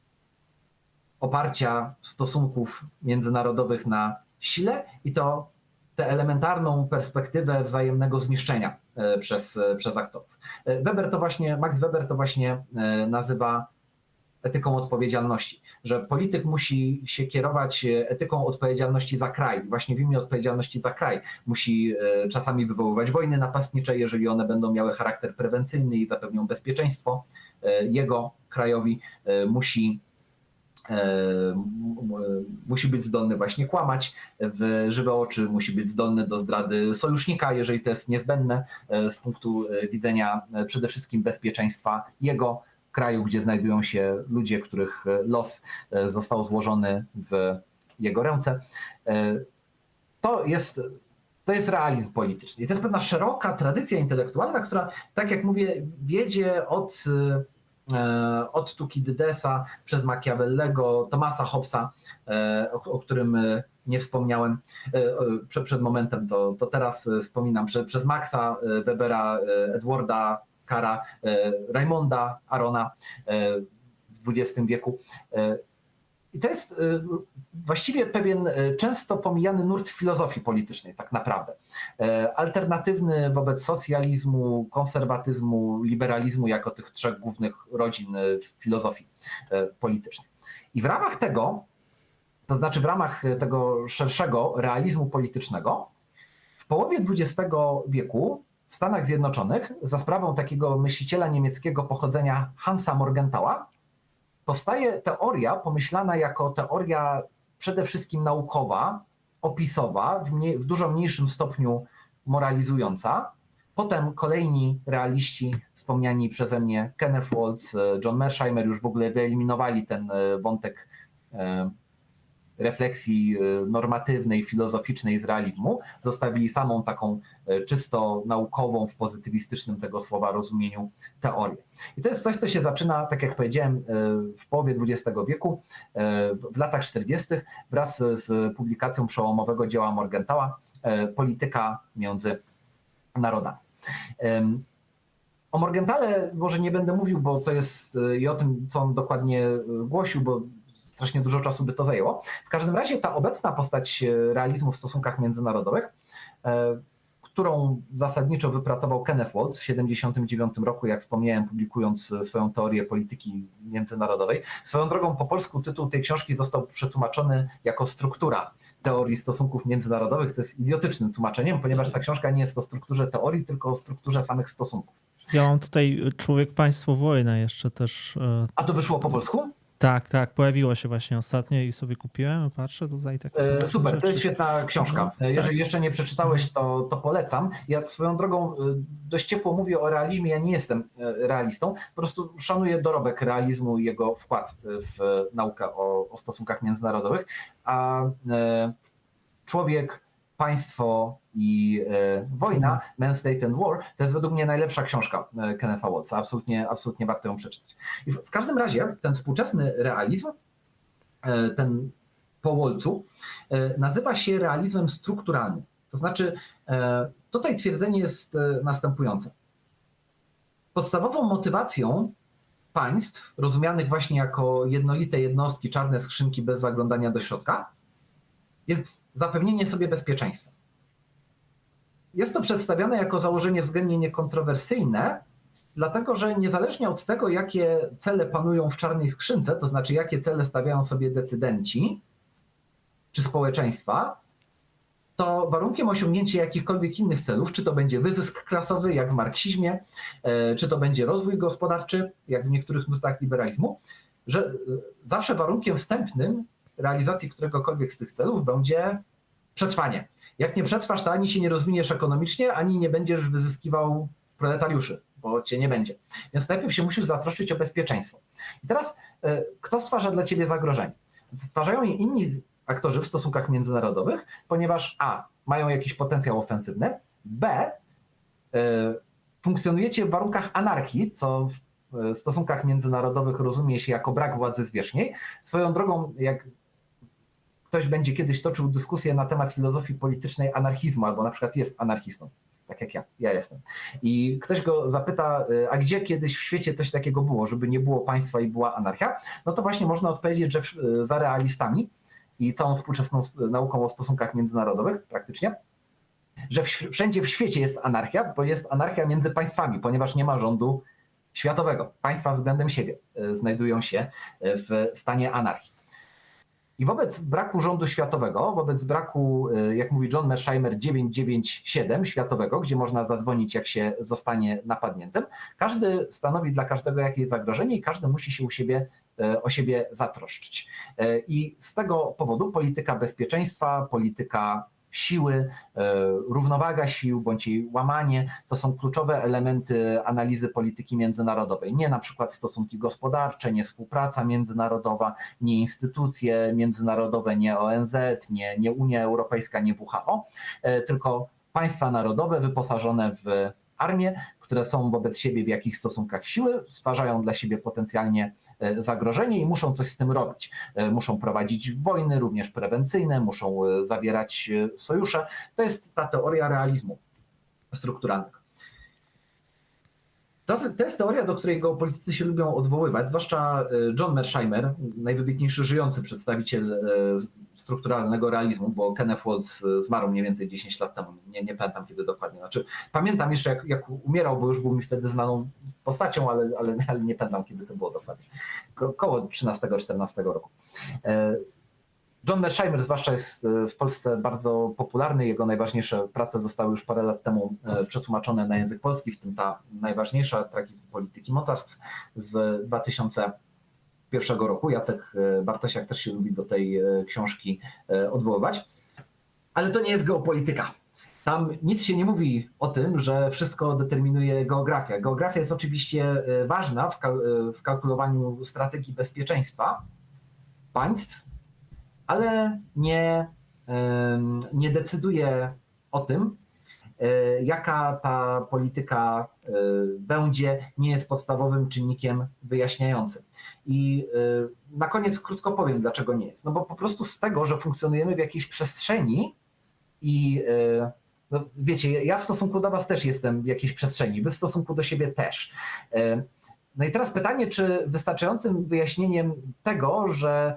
oparcia stosunków międzynarodowych na sile i to tę elementarną perspektywę wzajemnego zniszczenia przez aktorów. Max Weber to właśnie nazywa etyką odpowiedzialności, że polityk musi się kierować etyką odpowiedzialności za kraj. Właśnie w imię odpowiedzialności za kraj musi czasami wywoływać wojny napastnicze, jeżeli one będą miały charakter prewencyjny i zapewnią bezpieczeństwo jego krajowi, musi być zdolny właśnie kłamać w żywe oczy, musi być zdolny do zdrady sojusznika, jeżeli to jest niezbędne z punktu widzenia przede wszystkim bezpieczeństwa jego kraju, gdzie znajdują się ludzie, których los został złożony w jego ręce. To jest realizm polityczny. I to jest pewna szeroka tradycja intelektualna, która, tak jak mówię, wiedzie od Thukydidesa przez Machiavellego, Thomasa Hobbesa, o którym nie wspomniałem przed momentem, to teraz wspominam, przez Maxa Webera, Edwarda Carra, Raymonda Arona w XX wieku. I to jest właściwie pewien często pomijany nurt filozofii politycznej, tak naprawdę. Alternatywny wobec socjalizmu, konserwatyzmu, liberalizmu jako tych trzech głównych rodzin filozofii politycznej. I w ramach tego, to znaczy w ramach tego szerszego realizmu politycznego, w połowie XX wieku w Stanach Zjednoczonych za sprawą takiego myśliciela niemieckiego pochodzenia Hansa Morgenthau powstaje teoria pomyślana jako teoria przede wszystkim naukowa, opisowa, w dużo mniejszym stopniu moralizująca. Potem kolejni realiści wspomniani przeze mnie, Kenneth Waltz, John Mearsheimer już w ogóle wyeliminowali ten wątek refleksji normatywnej, filozoficznej z realizmu, zostawili samą taką czysto naukową, w pozytywistycznym tego słowa rozumieniu teorię. I to jest coś, co się zaczyna, tak jak powiedziałem, w połowie XX wieku, w latach 40. wraz z publikacją przełomowego dzieła Morgenthau Polityka między narodami. O Morgenthale może nie będę mówił, bo to jest i o tym, co on dokładnie głosił, bo strasznie dużo czasu by to zajęło. W każdym razie ta obecna postać realizmu w stosunkach międzynarodowych, którą zasadniczo wypracował Kenneth Waltz w 1979 roku, jak wspomniałem, publikując swoją teorię polityki międzynarodowej. Swoją drogą po polsku tytuł tej książki został przetłumaczony jako struktura teorii stosunków międzynarodowych, co jest idiotycznym tłumaczeniem, ponieważ ta książka nie jest o strukturze teorii, tylko o strukturze samych stosunków. Ja mam tutaj Człowiek, Państwo, Wojna jeszcze też. A to wyszło po polsku? Tak, pojawiło się właśnie ostatnio i sobie kupiłem, patrzę tutaj. Tak. Super, to jest świetna książka. Jeżeli jeszcze nie przeczytałeś, to polecam. Ja swoją drogą dość ciepło mówię o realizmie, ja nie jestem realistą, po prostu szanuję dorobek realizmu i jego wkład w naukę o stosunkach międzynarodowych, a Człowiek, Państwo i Wojna, Man, State and War, to jest według mnie najlepsza książka Kennetha Waltza. Absolutnie warto ją przeczytać. I w każdym razie ten współczesny realizm, ten po Waltzu, nazywa się realizmem strukturalnym. To znaczy tutaj twierdzenie jest następujące. Podstawową motywacją państw, rozumianych właśnie jako jednolite jednostki, czarne skrzynki bez zaglądania do środka, jest zapewnienie sobie bezpieczeństwa. Jest to przedstawiane jako założenie względnie niekontrowersyjne, Dlatego, że niezależnie od tego, jakie cele panują w czarnej skrzynce, to znaczy jakie cele stawiają sobie decydenci czy społeczeństwa, to warunkiem osiągnięcia jakichkolwiek innych celów, czy to będzie wyzysk klasowy, jak w marksizmie, czy to będzie rozwój gospodarczy, jak w niektórych nurtach liberalizmu, że zawsze warunkiem wstępnym realizacji któregokolwiek z tych celów będzie przetrwanie. Jak nie przetrwasz, to ani się nie rozwiniesz ekonomicznie, ani nie będziesz wyzyskiwał proletariuszy, bo cię nie będzie. Więc najpierw się musisz zatroszczyć o bezpieczeństwo. I teraz kto stwarza dla ciebie zagrożenie? Stwarzają je inni aktorzy w stosunkach międzynarodowych, ponieważ a. mają jakiś potencjał ofensywny, b. funkcjonujecie w warunkach anarchii, co w stosunkach międzynarodowych rozumie się jako brak władzy zwierzchniej. Swoją drogą, jak ktoś będzie kiedyś toczył dyskusję na temat filozofii politycznej anarchizmu, albo na przykład jest anarchistą, tak jak ja jestem, i ktoś go zapyta, a gdzie kiedyś w świecie coś takiego było, żeby nie było państwa i była anarchia, no to właśnie można odpowiedzieć, że za realistami i całą współczesną nauką o stosunkach międzynarodowych praktycznie, że wszędzie w świecie jest anarchia, bo jest anarchia między państwami, ponieważ nie ma rządu światowego. Państwa względem siebie znajdują się w stanie anarchii. I wobec braku rządu światowego, wobec braku, jak mówi John Mearsheimer, 997 światowego, gdzie można zadzwonić, jak się zostanie napadniętym, każdy stanowi dla każdego jakieś zagrożenie i każdy musi się o siebie zatroszczyć. I z tego powodu polityka bezpieczeństwa, polityka siły, równowaga sił bądź jej łamanie to są kluczowe elementy analizy polityki międzynarodowej. Nie na przykład stosunki gospodarcze, nie współpraca międzynarodowa, nie instytucje międzynarodowe, nie ONZ, nie Unia Europejska, nie WHO, tylko państwa narodowe wyposażone w armię, które są wobec siebie w jakichś stosunkach siły, stwarzają dla siebie potencjalnie zagrożenie i muszą coś z tym robić. Muszą prowadzić wojny, również prewencyjne, muszą zawierać sojusze. To jest ta teoria realizmu strukturalnego. To jest teoria, do której geopolitycy się lubią odwoływać, zwłaszcza John Mearsheimer, najwybitniejszy żyjący przedstawiciel strukturalnego realizmu, bo Kenneth Waltz zmarł mniej więcej 10 lat temu, nie pamiętam kiedy dokładnie. Znaczy, pamiętam jeszcze jak umierał, bo już był mi wtedy znaną postacią, ale nie pamiętam kiedy to było dokładnie. Koło 13-14 roku. John Mearsheimer zwłaszcza jest w Polsce bardzo popularny. Jego najważniejsze prace zostały już parę lat temu przetłumaczone na język polski, w tym ta najważniejsza, Tragizm polityki mocarstw z 2001 roku. Jacek Bartosiak też się lubi do tej książki odwoływać. Ale to nie jest geopolityka. Tam nic się nie mówi o tym, że wszystko determinuje geografia. Geografia jest oczywiście ważna w kalkulowaniu strategii bezpieczeństwa państw, ale nie decyduje o tym, jaka ta polityka będzie, nie jest podstawowym czynnikiem wyjaśniającym. I na koniec krótko powiem, dlaczego nie jest. No bo po prostu z tego, że funkcjonujemy w jakiejś przestrzeni i no wiecie, ja w stosunku do was też jestem w jakiejś przestrzeni, wy w stosunku do siebie też. No i teraz pytanie, czy wystarczającym wyjaśnieniem tego, że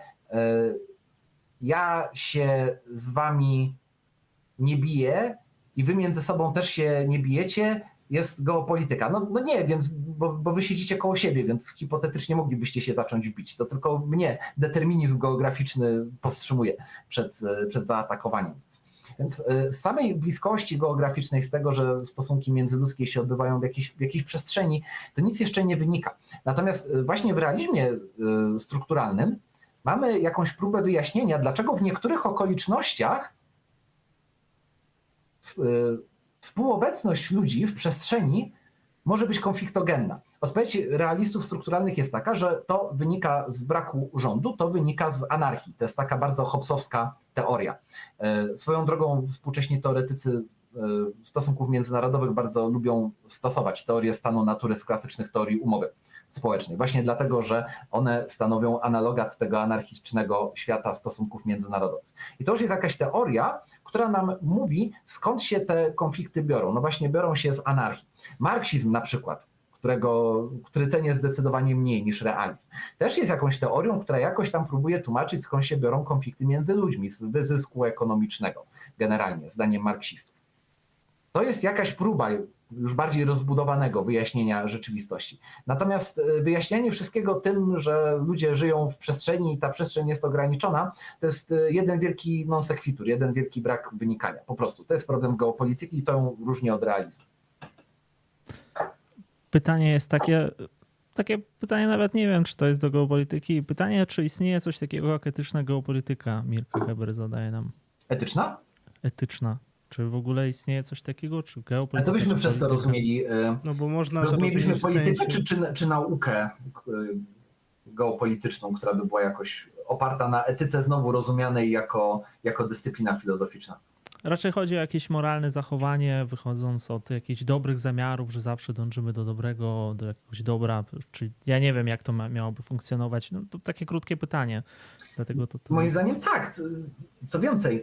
ja się z wami nie biję i wy między sobą też się nie bijecie, jest geopolityka. No nie, więc, bo wy siedzicie koło siebie, więc hipotetycznie moglibyście się zacząć bić. To tylko mnie determinizm geograficzny powstrzymuje przed zaatakowaniem. Więc z samej bliskości geograficznej, z tego, że stosunki międzyludzkie się odbywają w jakiejś przestrzeni, to nic jeszcze nie wynika. Natomiast właśnie w realizmie strukturalnym mamy jakąś próbę wyjaśnienia, dlaczego w niektórych okolicznościach współobecność ludzi w przestrzeni może być konfliktogenna. Odpowiedź realistów strukturalnych jest taka, że to wynika z braku rządu, to wynika z anarchii. To jest taka bardzo hobbesowska teoria. Swoją drogą współcześni teoretycy stosunków międzynarodowych bardzo lubią stosować teorię stanu natury z klasycznych teorii umowy społecznej. Właśnie dlatego, że one stanowią analogat tego anarchicznego świata stosunków międzynarodowych. I to już jest jakaś teoria, która nam mówi, skąd się te konflikty biorą. No właśnie biorą się z anarchii. Marksizm na przykład, który cenię zdecydowanie mniej niż realizm, też jest jakąś teorią, która jakoś tam próbuje tłumaczyć, skąd się biorą konflikty między ludźmi, z wyzysku ekonomicznego generalnie, zdaniem marksistów. To jest jakaś próba już bardziej rozbudowanego wyjaśnienia rzeczywistości. Natomiast wyjaśnianie wszystkiego tym, że ludzie żyją w przestrzeni i ta przestrzeń jest ograniczona, to jest jeden wielki non sequitur, jeden wielki brak wynikania. Po prostu to jest problem geopolityki i to ją różni od realizmu. Pytanie jest takie pytanie nawet nie wiem, czy to jest do geopolityki. Pytanie, czy istnieje coś takiego jak etyczna geopolityka? Mirka Heber zadaje nam. Etyczna? Etyczna. Czy w ogóle istnieje coś takiego? Czy geopolityka? A co byśmy czy przez to polityka? rozumieli? No bo można to Rozumielibyśmy rozumieć w politykę sensie... czy naukę geopolityczną, która by była jakoś oparta na etyce znowu rozumianej jako dyscyplina filozoficzna? Raczej chodzi o jakieś moralne zachowanie, wychodząc od jakichś dobrych zamiarów, że zawsze dążymy do dobrego, do jakiegoś dobra. Czy ja nie wiem, jak to miałoby funkcjonować. No, to takie krótkie pytanie. Dlatego to Moim jest... zdaniem tak. Co więcej,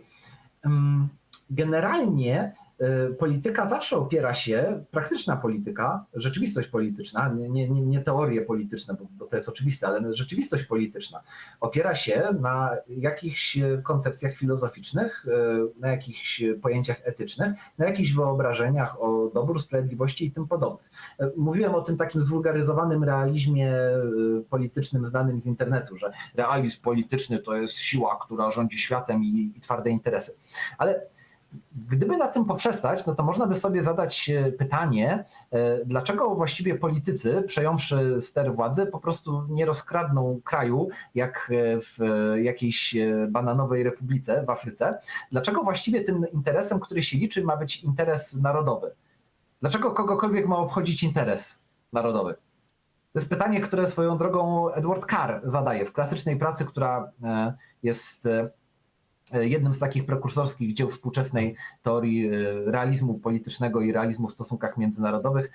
generalnie polityka zawsze opiera się, praktyczna polityka, rzeczywistość polityczna, nie teorie polityczne, bo to jest oczywiste, ale rzeczywistość polityczna opiera się na jakichś koncepcjach filozoficznych, na jakichś pojęciach etycznych, na jakichś wyobrażeniach o dobru, sprawiedliwości i tym podobnych. Mówiłem o tym takim zwulgaryzowanym realizmie politycznym znanym z internetu, że realizm polityczny to jest siła, która rządzi światem i twarde interesy. Ale gdyby na tym poprzestać, no to można by sobie zadać pytanie, dlaczego właściwie politycy, przejąwszy ster władzy, po prostu nie rozkradną kraju, jak w jakiejś bananowej republice w Afryce. Dlaczego właściwie tym interesem, który się liczy, ma być interes narodowy? Dlaczego kogokolwiek ma obchodzić interes narodowy? To jest pytanie, które swoją drogą Edward Carr zadaje w klasycznej pracy, która jest jednym z takich prekursorskich dzieł współczesnej teorii realizmu politycznego i realizmu w stosunkach międzynarodowych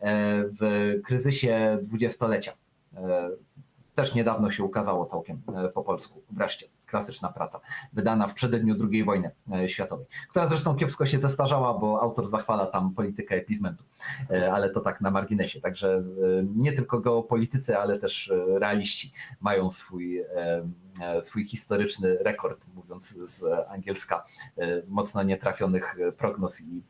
w kryzysie dwudziestolecia. Też niedawno się ukazało całkiem po polsku, wreszcie, klasyczna praca, wydana w przededniu II wojny światowej, która zresztą kiepsko się zestarzała, bo autor zachwala tam politykę epizmentu, ale to tak na marginesie. Także nie tylko geopolitycy, ale też realiści mają swój historyczny rekord, mówiąc z angielska, mocno nietrafionych prognoz i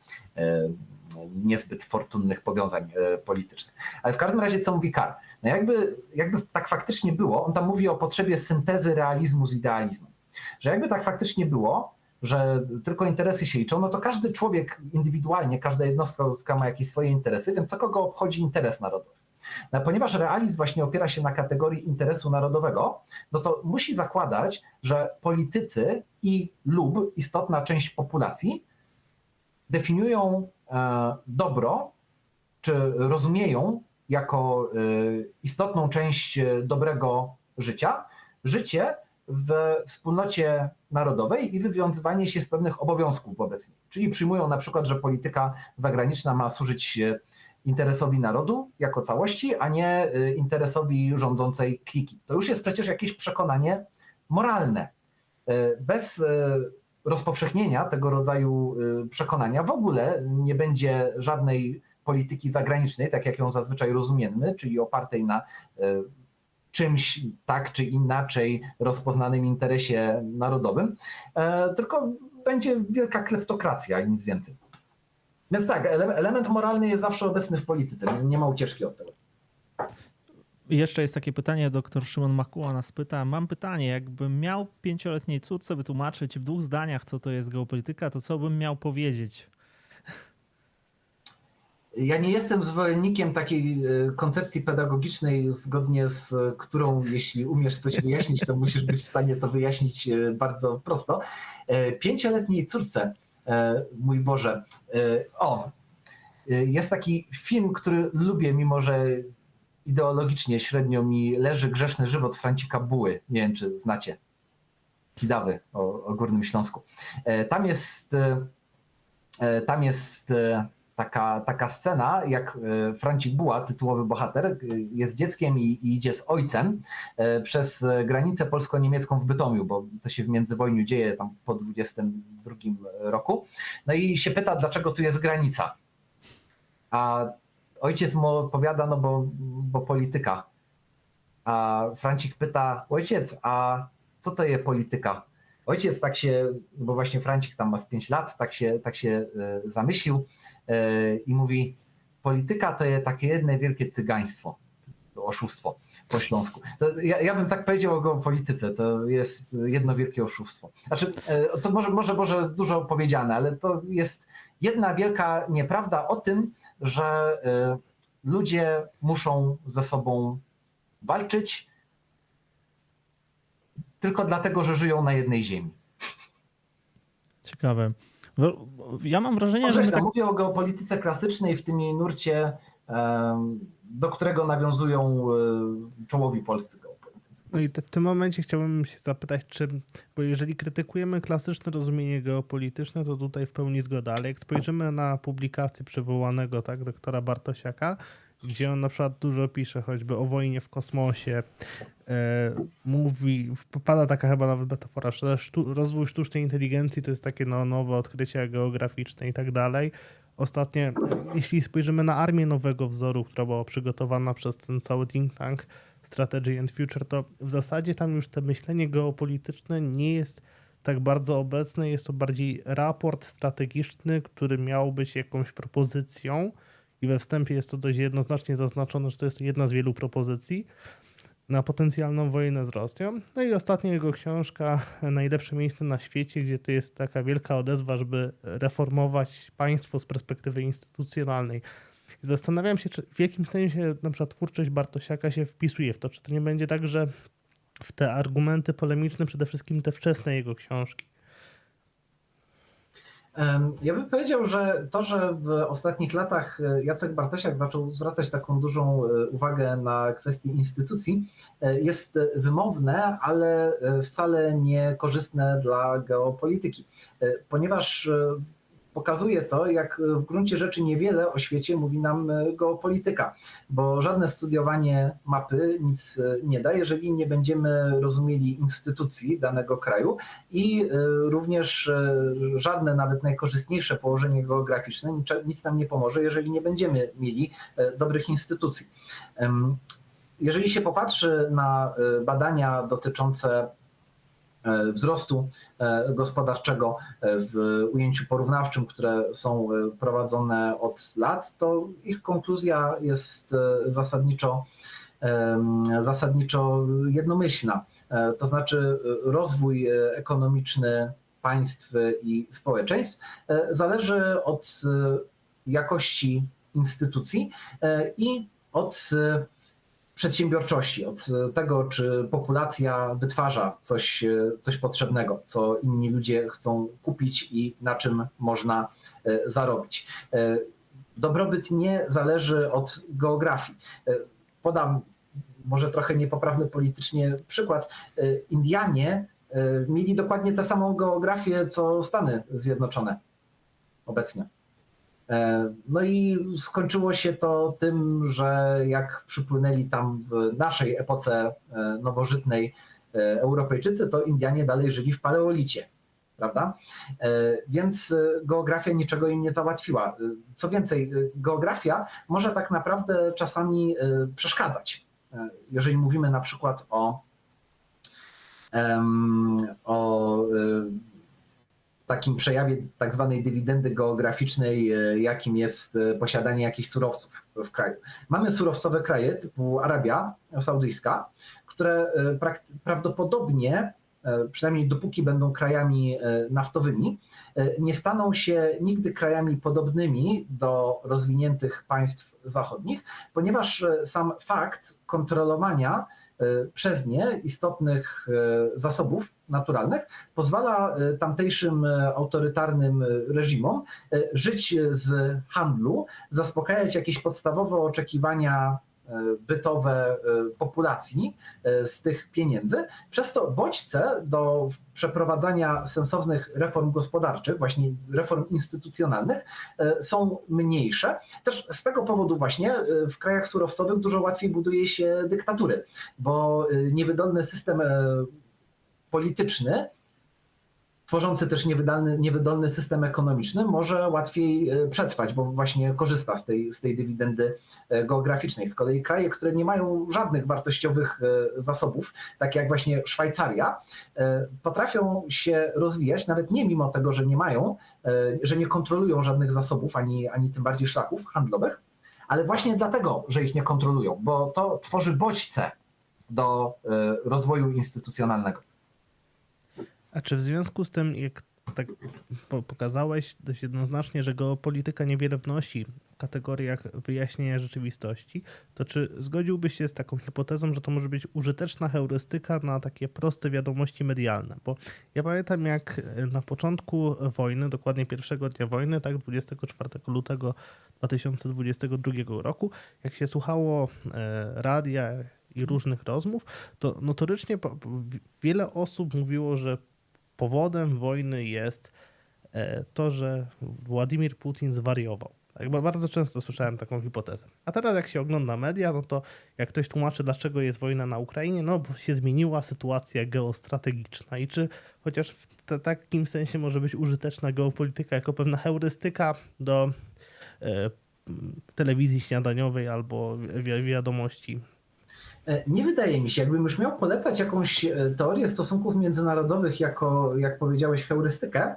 niezbyt fortunnych powiązań politycznych. Ale w każdym razie, co mówi Carr? No jakby tak faktycznie było, on tam mówi o potrzebie syntezy realizmu z idealizmem. Że jakby tak faktycznie było, że tylko interesy się liczą, no to każdy człowiek indywidualnie, każda jednostka ludzka ma jakieś swoje interesy, więc co kogo obchodzi interes narodowy? No, ponieważ realizm właśnie opiera się na kategorii interesu narodowego, no to musi zakładać, że politycy lub istotna część populacji definiują dobro, czy rozumieją jako istotną część dobrego życia, życie w wspólnocie narodowej i wywiązywanie się z pewnych obowiązków wobec niej. Czyli przyjmują na przykład, że polityka zagraniczna ma służyć interesowi narodu jako całości, a nie interesowi rządzącej kliki. To już jest przecież jakieś przekonanie moralne. Bez rozpowszechnienia tego rodzaju przekonania w ogóle nie będzie żadnej polityki zagranicznej, tak jak ją zazwyczaj rozumiemy, czyli opartej na czymś tak czy inaczej rozpoznanym interesie narodowym, tylko będzie wielka kleptokracja i nic więcej. Więc tak, element moralny jest zawsze obecny w polityce, nie ma ucieczki od tego. I jeszcze jest takie pytanie, doktor Szymon Makuła nas pyta. Mam pytanie, jakbym miał 5-letniej córce wytłumaczyć w 2 zdaniach, co to jest geopolityka, to co bym miał powiedzieć? Ja nie jestem zwolennikiem takiej koncepcji pedagogicznej, zgodnie z którą jeśli umiesz coś wyjaśnić, to musisz być w stanie to wyjaśnić bardzo prosto. 5-letniej córce, mój Boże, jest taki film, który lubię, mimo że ideologicznie średnio mi leży, Grzeszny żywot Francika Buły. Nie wiem, czy znacie. Kidawy o Górnym Śląsku. Tam jest taka scena, jak Francik Buła, tytułowy bohater, jest dzieckiem i idzie z ojcem przez granicę polsko-niemiecką w Bytomiu, bo to się w międzywojniu dzieje tam po 22 roku. No i się pyta, dlaczego tu jest granica. A ojciec mu odpowiada, no bo polityka. A Francik pyta, ojciec, a co to jest polityka? Ojciec tak się, bo właśnie Francik tam ma z 5 lat, tak się zamyślił i mówi, polityka to jest takie jedno wielkie cygaństwo, oszustwo po śląsku. Ja bym tak powiedział o geopolityce, to jest jedno wielkie oszustwo. Znaczy, to może dużo powiedziane, ale to jest jedna wielka nieprawda o tym, że ludzie muszą ze sobą walczyć tylko dlatego, że żyją na jednej ziemi. Ciekawe. Ja mam wrażenie, że... Mówię o geopolityce klasycznej w tym jej nurcie, do którego nawiązują czołowi polscy geopolitycy. No i w tym momencie chciałbym się zapytać, bo jeżeli krytykujemy klasyczne rozumienie geopolityczne, to tutaj w pełni zgoda, ale jak spojrzymy na publikację przywołanego doktora Bartosiaka, gdzie on na przykład dużo pisze choćby o wojnie w kosmosie, pada taka chyba nawet metafora, że rozwój sztucznej inteligencji to jest takie nowe odkrycia geograficzne i tak dalej. Ostatnie, jeśli spojrzymy na armię nowego wzoru, która była przygotowana przez ten cały think tank Strategy and Future, to w zasadzie tam już to myślenie geopolityczne nie jest tak bardzo obecne, jest to bardziej raport strategiczny, który miał być jakąś propozycją i we wstępie jest to dość jednoznacznie zaznaczone, że to jest jedna z wielu propozycji na potencjalną wojnę z Rosją. No i ostatnia jego książka Najlepsze miejsce na świecie, gdzie to jest taka wielka odezwa, żeby reformować państwo z perspektywy instytucjonalnej. I zastanawiam się, czy w jakim sensie na przykład twórczość Bartosiaka się wpisuje w to, czy to nie będzie tak, że w te argumenty polemiczne, przede wszystkim te wczesne jego książki. Ja bym powiedział, że to, że w ostatnich latach Jacek Bartosiak zaczął zwracać taką dużą uwagę na kwestie instytucji, jest wymowne, ale wcale nie korzystne dla geopolityki, ponieważ pokazuje to, jak w gruncie rzeczy niewiele o świecie mówi nam geopolityka, bo żadne studiowanie mapy nic nie da, jeżeli nie będziemy rozumieli instytucji danego kraju i również żadne, nawet najkorzystniejsze położenie geograficzne nic nam nie pomoże, jeżeli nie będziemy mieli dobrych instytucji. Jeżeli się popatrzy na badania dotyczące wzrostu gospodarczego w ujęciu porównawczym, które są prowadzone od lat, to ich konkluzja jest zasadniczo jednomyślna. To znaczy rozwój ekonomiczny państw i społeczeństw zależy od jakości instytucji i od przedsiębiorczości, od tego, czy populacja wytwarza coś potrzebnego, co inni ludzie chcą kupić i na czym można zarobić. Dobrobyt nie zależy od geografii. Podam może trochę niepoprawny politycznie przykład. Indianie mieli dokładnie tę samą geografię, co Stany Zjednoczone obecnie. No i skończyło się to tym, że jak przypłynęli tam w naszej epoce nowożytnej Europejczycy, to Indianie dalej żyli w paleolicie, prawda? Więc geografia niczego im nie załatwiła. Co więcej, geografia może tak naprawdę czasami przeszkadzać. Jeżeli mówimy na przykład o takim przejawie tak zwanej dywidendy geograficznej, jakim jest posiadanie jakichś surowców w kraju. Mamy surowcowe kraje typu Arabia Saudyjska, które prawdopodobnie, przynajmniej dopóki będą krajami naftowymi, nie staną się nigdy krajami podobnymi do rozwiniętych państw zachodnich, ponieważ sam fakt kontrolowania przez nie istotnych zasobów naturalnych pozwala tamtejszym autorytarnym reżimom żyć z handlu, zaspokajać jakieś podstawowe oczekiwania bytowe populacji z tych pieniędzy. Przez to bodźce do przeprowadzania sensownych reform gospodarczych, właśnie reform instytucjonalnych, są mniejsze. Też z tego powodu właśnie w krajach surowcowych dużo łatwiej buduje się dyktatury, bo niewydolny system polityczny, tworzący też niewydolny system ekonomiczny, może łatwiej przetrwać, bo właśnie korzysta z tej dywidendy geograficznej. Z kolei kraje, które nie mają żadnych wartościowych zasobów, takie jak właśnie Szwajcaria, potrafią się rozwijać, nawet nie mimo tego, że nie mają, że nie kontrolują żadnych zasobów, ani tym bardziej szlaków handlowych, ale właśnie dlatego, że ich nie kontrolują, bo to tworzy bodźce do rozwoju instytucjonalnego. A czy w związku z tym, jak tak pokazałeś dość jednoznacznie, że geopolityka niewiele wnosi w kategoriach wyjaśnienia rzeczywistości, to czy zgodziłbyś się z taką hipotezą, że to może być użyteczna heurystyka na takie proste wiadomości medialne? Bo ja pamiętam, jak na początku wojny, dokładnie pierwszego dnia wojny, tak, 24 lutego 2022 roku, jak się słuchało radia i różnych rozmów, to notorycznie wiele osób mówiło, że powodem wojny jest to, że Władimir Putin zwariował. Tak, bardzo często słyszałem taką hipotezę. A teraz jak się ogląda media, no to jak ktoś tłumaczy, dlaczego jest wojna na Ukrainie, no bo się zmieniła sytuacja geostrategiczna. I czy chociaż w takim sensie może być użyteczna geopolityka jako pewna heurystyka do telewizji śniadaniowej albo wiadomości? Nie wydaje mi się, jakbym już miał polecać jakąś teorię stosunków międzynarodowych jako, jak powiedziałeś, heurystykę,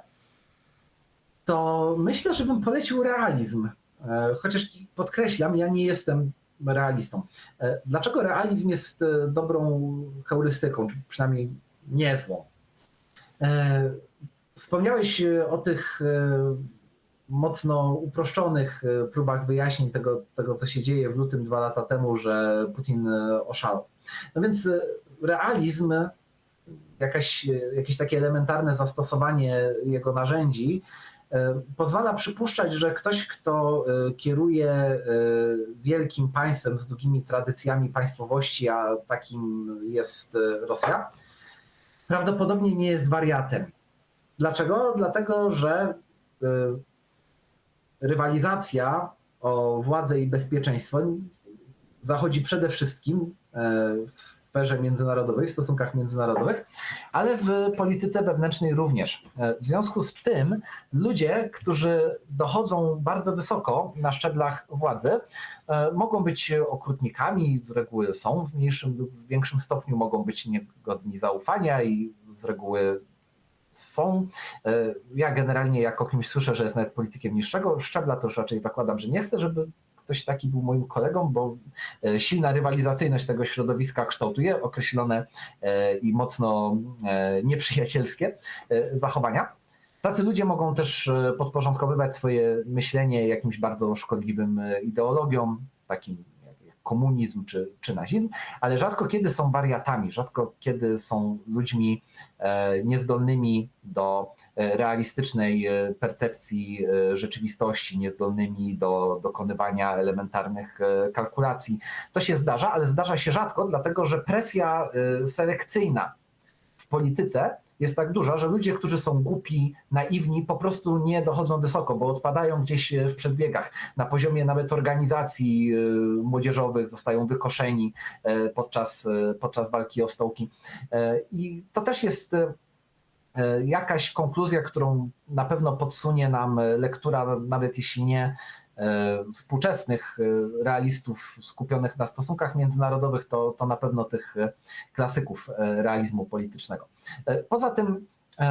to myślę, że bym polecił realizm. Chociaż podkreślam, ja nie jestem realistą. Dlaczego realizm jest dobrą heurystyką, czy przynajmniej niezłą? Wspomniałeś o tych mocno uproszczonych próbach wyjaśnień tego, co się dzieje w lutym 2 lata temu, że Putin oszalał. No więc realizm, jakieś takie elementarne zastosowanie jego narzędzi pozwala przypuszczać, że ktoś, kto kieruje wielkim państwem z długimi tradycjami państwowości, a takim jest Rosja, prawdopodobnie nie jest wariatem. Dlaczego? Dlatego, że rywalizacja o władzę i bezpieczeństwo zachodzi przede wszystkim w sferze międzynarodowej, w stosunkach międzynarodowych, ale w polityce wewnętrznej również. W związku z tym ludzie, którzy dochodzą bardzo wysoko na szczeblach władzy, mogą być okrutnikami, z reguły są w mniejszym lub większym stopniu, mogą być niegodni zaufania i z reguły są. Ja generalnie jak o kimś słyszę, że jest nawet politykiem niższego szczebla, to już raczej zakładam, że nie chcę, żeby ktoś taki był moim kolegą, bo silna rywalizacyjność tego środowiska kształtuje określone i mocno nieprzyjacielskie zachowania. Tacy ludzie mogą też podporządkowywać swoje myślenie jakimś bardzo szkodliwym ideologiom, takim jak komunizm czy nazizm, ale rzadko kiedy są wariatami, rzadko kiedy są ludźmi niezdolnymi do realistycznej percepcji rzeczywistości, niezdolnymi do dokonywania elementarnych kalkulacji. To się zdarza, ale zdarza się rzadko, dlatego że presja selekcyjna w polityce jest tak duża, że ludzie, którzy są głupi, naiwni, po prostu nie dochodzą wysoko, bo odpadają gdzieś w przedbiegach. Na poziomie nawet organizacji młodzieżowych zostają wykoszeni podczas walki o stołki. I to też jest jakaś konkluzja, którą na pewno podsunie nam lektura, nawet jeśli nie współczesnych realistów skupionych na stosunkach międzynarodowych, to na pewno tych klasyków realizmu politycznego. Poza tym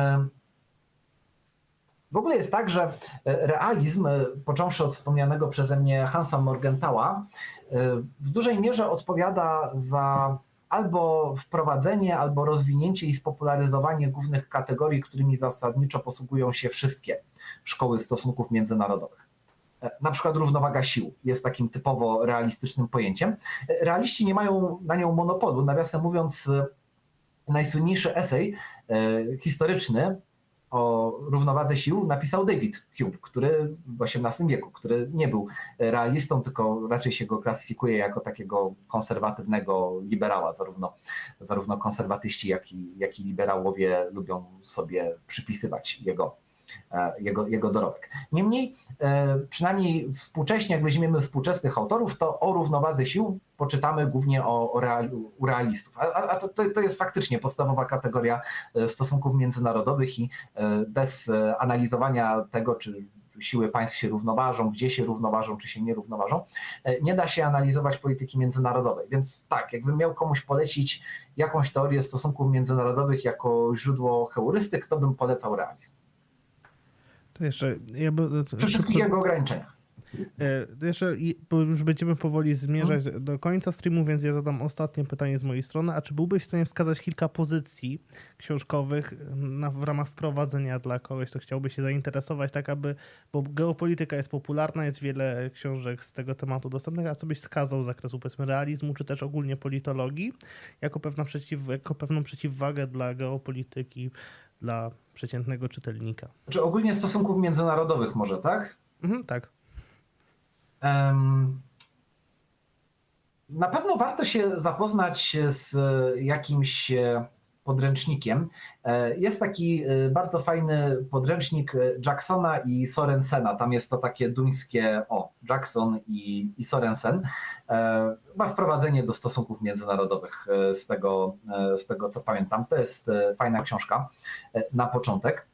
w ogóle jest tak, że realizm, począwszy od wspomnianego przeze mnie Hansa Morgenthała, w dużej mierze odpowiada za albo wprowadzenie, albo rozwinięcie i spopularyzowanie głównych kategorii, którymi zasadniczo posługują się wszystkie szkoły stosunków międzynarodowych. Na przykład równowaga sił jest takim typowo realistycznym pojęciem. Realiści nie mają na nią monopolu. Nawiasem mówiąc, najsłynniejszy esej historyczny o równowadze sił napisał David Hume, który w XVIII wieku, który nie był realistą, tylko raczej się go klasyfikuje jako takiego konserwatywnego liberała. Zarówno konserwatyści, jak i liberałowie lubią sobie przypisywać jego dorobek. Niemniej, przynajmniej współcześnie, jak weźmiemy współczesnych autorów, to o równowadze sił poczytamy głównie u realistów. A to jest faktycznie podstawowa kategoria stosunków międzynarodowych i bez analizowania tego, czy siły państw się równoważą, gdzie się równoważą, czy się nie równoważą, nie da się analizować polityki międzynarodowej. Więc tak, jakbym miał komuś polecić jakąś teorię stosunków międzynarodowych jako źródło heurystyk, to bym polecał realizm. To jeszcze, Przy wszystkich jego ograniczeniach. Jeszcze, bo już będziemy powoli zmierzać do końca streamu, więc ja zadam ostatnie pytanie z mojej strony. A czy byłbyś w stanie wskazać kilka pozycji książkowych w ramach wprowadzenia dla kogoś, kto chciałby się zainteresować, tak aby, bo geopolityka jest popularna, jest wiele książek z tego tematu dostępnych, a co byś wskazał z zakresu, powiedzmy, realizmu, czy też ogólnie politologii, jako pewną przeciwwagę dla geopolityki, dla przeciętnego czytelnika? Czy ogólnie stosunków międzynarodowych może, tak? Tak. Na pewno warto się zapoznać z jakimś podręcznikiem. Jest taki bardzo fajny podręcznik Jacksona i Sorensena. Tam jest to takie duńskie Jackson i Sorensen. Ma wprowadzenie do stosunków międzynarodowych z tego co pamiętam. To jest fajna książka na początek.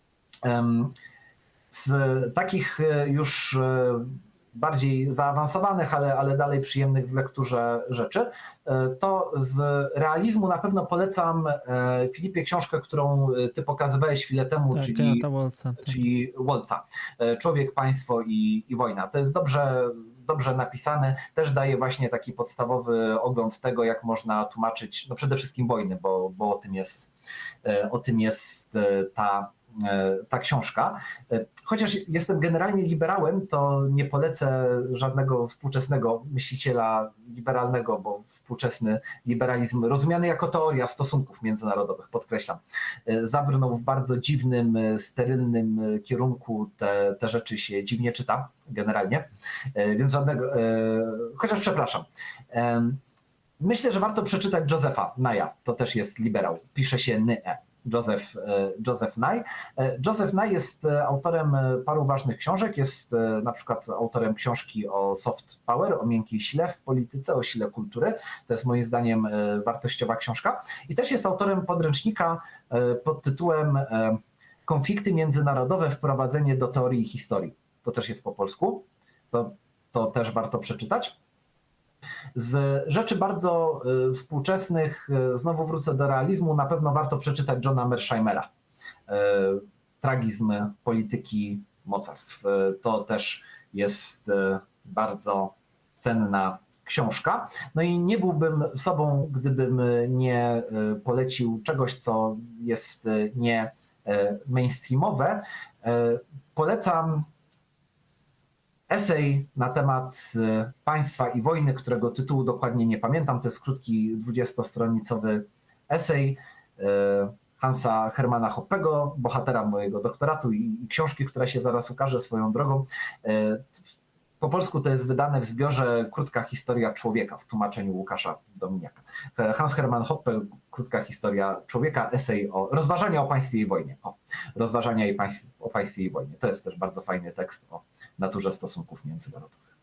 Z takich już bardziej zaawansowanych, ale dalej przyjemnych w lekturze rzeczy, to z realizmu na pewno polecam Filipie książkę, którą ty pokazywałeś chwilę temu, Tak, czyli Wolca. Człowiek, państwo i wojna. To jest dobrze napisane, też daje właśnie taki podstawowy ogląd tego, jak można tłumaczyć, no przede wszystkim wojny, bo o tym jest ta książka. Chociaż jestem generalnie liberałem, to nie polecę żadnego współczesnego myśliciela liberalnego, bo współczesny liberalizm, rozumiany jako teoria stosunków międzynarodowych, podkreślam, zabrnął w bardzo dziwnym, sterylnym kierunku. Te rzeczy się dziwnie czyta generalnie, więc żadnego, chociaż przepraszam. Myślę, że warto przeczytać Josepha Nye'a, to też jest liberał, pisze się Nye. Joseph Nye. Joseph Nye jest autorem paru ważnych książek. Jest na przykład autorem książki o soft power, o miękkiej sile w polityce, o sile kultury. To jest moim zdaniem wartościowa książka. I też jest autorem podręcznika pod tytułem Konflikty międzynarodowe, wprowadzenie do teorii i historii. To też jest po polsku. To też warto przeczytać. Z rzeczy bardzo współczesnych, znowu wrócę do realizmu, na pewno warto przeczytać Johna Mersheimera. Tragizm polityki mocarstw. To też jest bardzo cenna książka. No i nie byłbym sobą, gdybym nie polecił czegoś, co jest nie mainstreamowe. Polecam esej na temat państwa i wojny, którego tytułu dokładnie nie pamiętam. To jest krótki 20-stronicowy esej Hansa Hermana Hoppego, bohatera mojego doktoratu i książki, która się zaraz ukaże swoją drogą. Po polsku to jest wydane w zbiorze Krótka historia człowieka w tłumaczeniu Łukasza Dominiaka. Hans Hermann Hoppe, Krótka historia człowieka, esej o rozważania o państwie i wojnie. Rozważania o państwie i wojnie. To jest też bardzo fajny tekst o naturze stosunków międzynarodowych.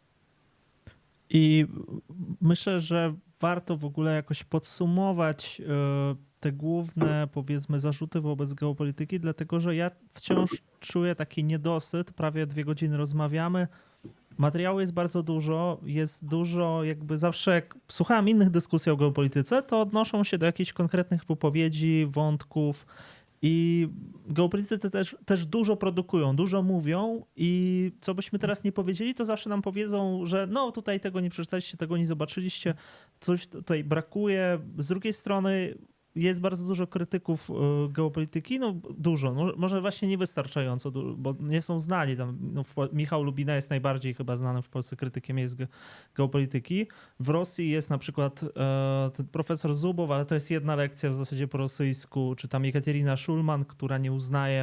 I myślę, że warto w ogóle jakoś podsumować te główne, powiedzmy, zarzuty wobec geopolityki, dlatego że ja wciąż czuję taki niedosyt. Prawie 2 godziny rozmawiamy. Materiału jest dużo, jakby zawsze jak słuchałem innych dyskusji o geopolityce, to odnoszą się do jakichś konkretnych wypowiedzi, wątków i geopolitycy też dużo produkują, dużo mówią i co byśmy teraz nie powiedzieli, to zawsze nam powiedzą, że no tutaj tego nie przeczytaliście, tego nie zobaczyliście, coś tutaj brakuje. Z drugiej strony jest bardzo dużo krytyków geopolityki, no dużo, może właśnie niewystarczająco, bo nie są znani. Tam, Michał Lubina jest najbardziej chyba znanym w Polsce krytykiem geopolityki. W Rosji jest na przykład ten profesor Zubow, ale to jest jedna lekcja w zasadzie po rosyjsku, czy tam Jekaterina Szulman, która nie uznaje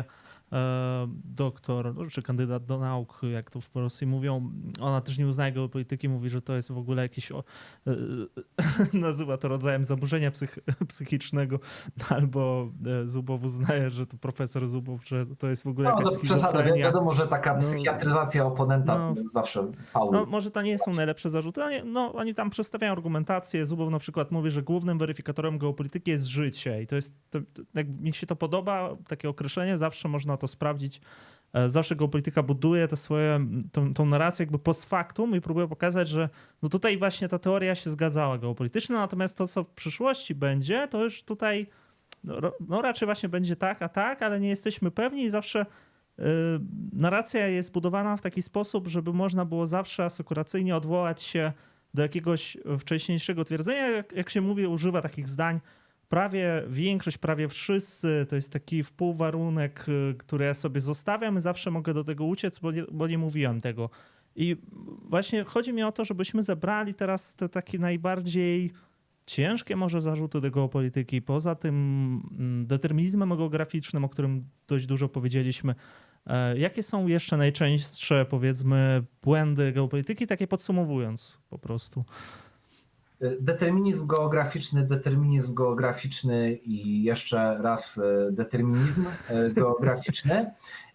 doktor, czy kandydat do nauk, jak to w Rosji mówią, ona też nie uznaje geopolityki, mówi, że to jest w ogóle jakiś, nazywa to rodzajem zaburzenia psychicznego, albo Zubow uznaje, że to profesor Zubow, że to jest w ogóle jakaś schizofrenia. Wiadomo, że taka psychiatryzacja oponenta zawsze faul. No, może to nie są najlepsze zarzuty, oni tam przedstawiają argumentację. Zubow na przykład mówi, że głównym weryfikatorem geopolityki jest życie i to jest, jak mi się to podoba, takie określenie, zawsze można to sprawdzić. Zawsze geopolityka buduje tą narrację jakby post factum i próbuje pokazać, że no tutaj właśnie ta teoria się zgadzała geopolityczna, natomiast to, co w przyszłości będzie, to już tutaj no raczej właśnie będzie tak, a tak, ale nie jesteśmy pewni i zawsze narracja jest budowana w taki sposób, żeby można było zawsze asekuracyjnie odwołać się do jakiegoś wcześniejszego twierdzenia. Jak się mówi, używa takich zdań. Prawie większość, prawie wszyscy, to jest taki wpółwarunek, który ja sobie zostawiam i zawsze mogę do tego uciec, bo nie mówiłem tego. I właśnie chodzi mi o to, żebyśmy zebrali teraz te takie najbardziej ciężkie może zarzuty do geopolityki, poza tym determinizmem geograficznym, o którym dość dużo powiedzieliśmy. Jakie są jeszcze najczęstsze, powiedzmy, błędy geopolityki, takie podsumowując po prostu? Determinizm geograficzny i jeszcze raz determinizm geograficzny.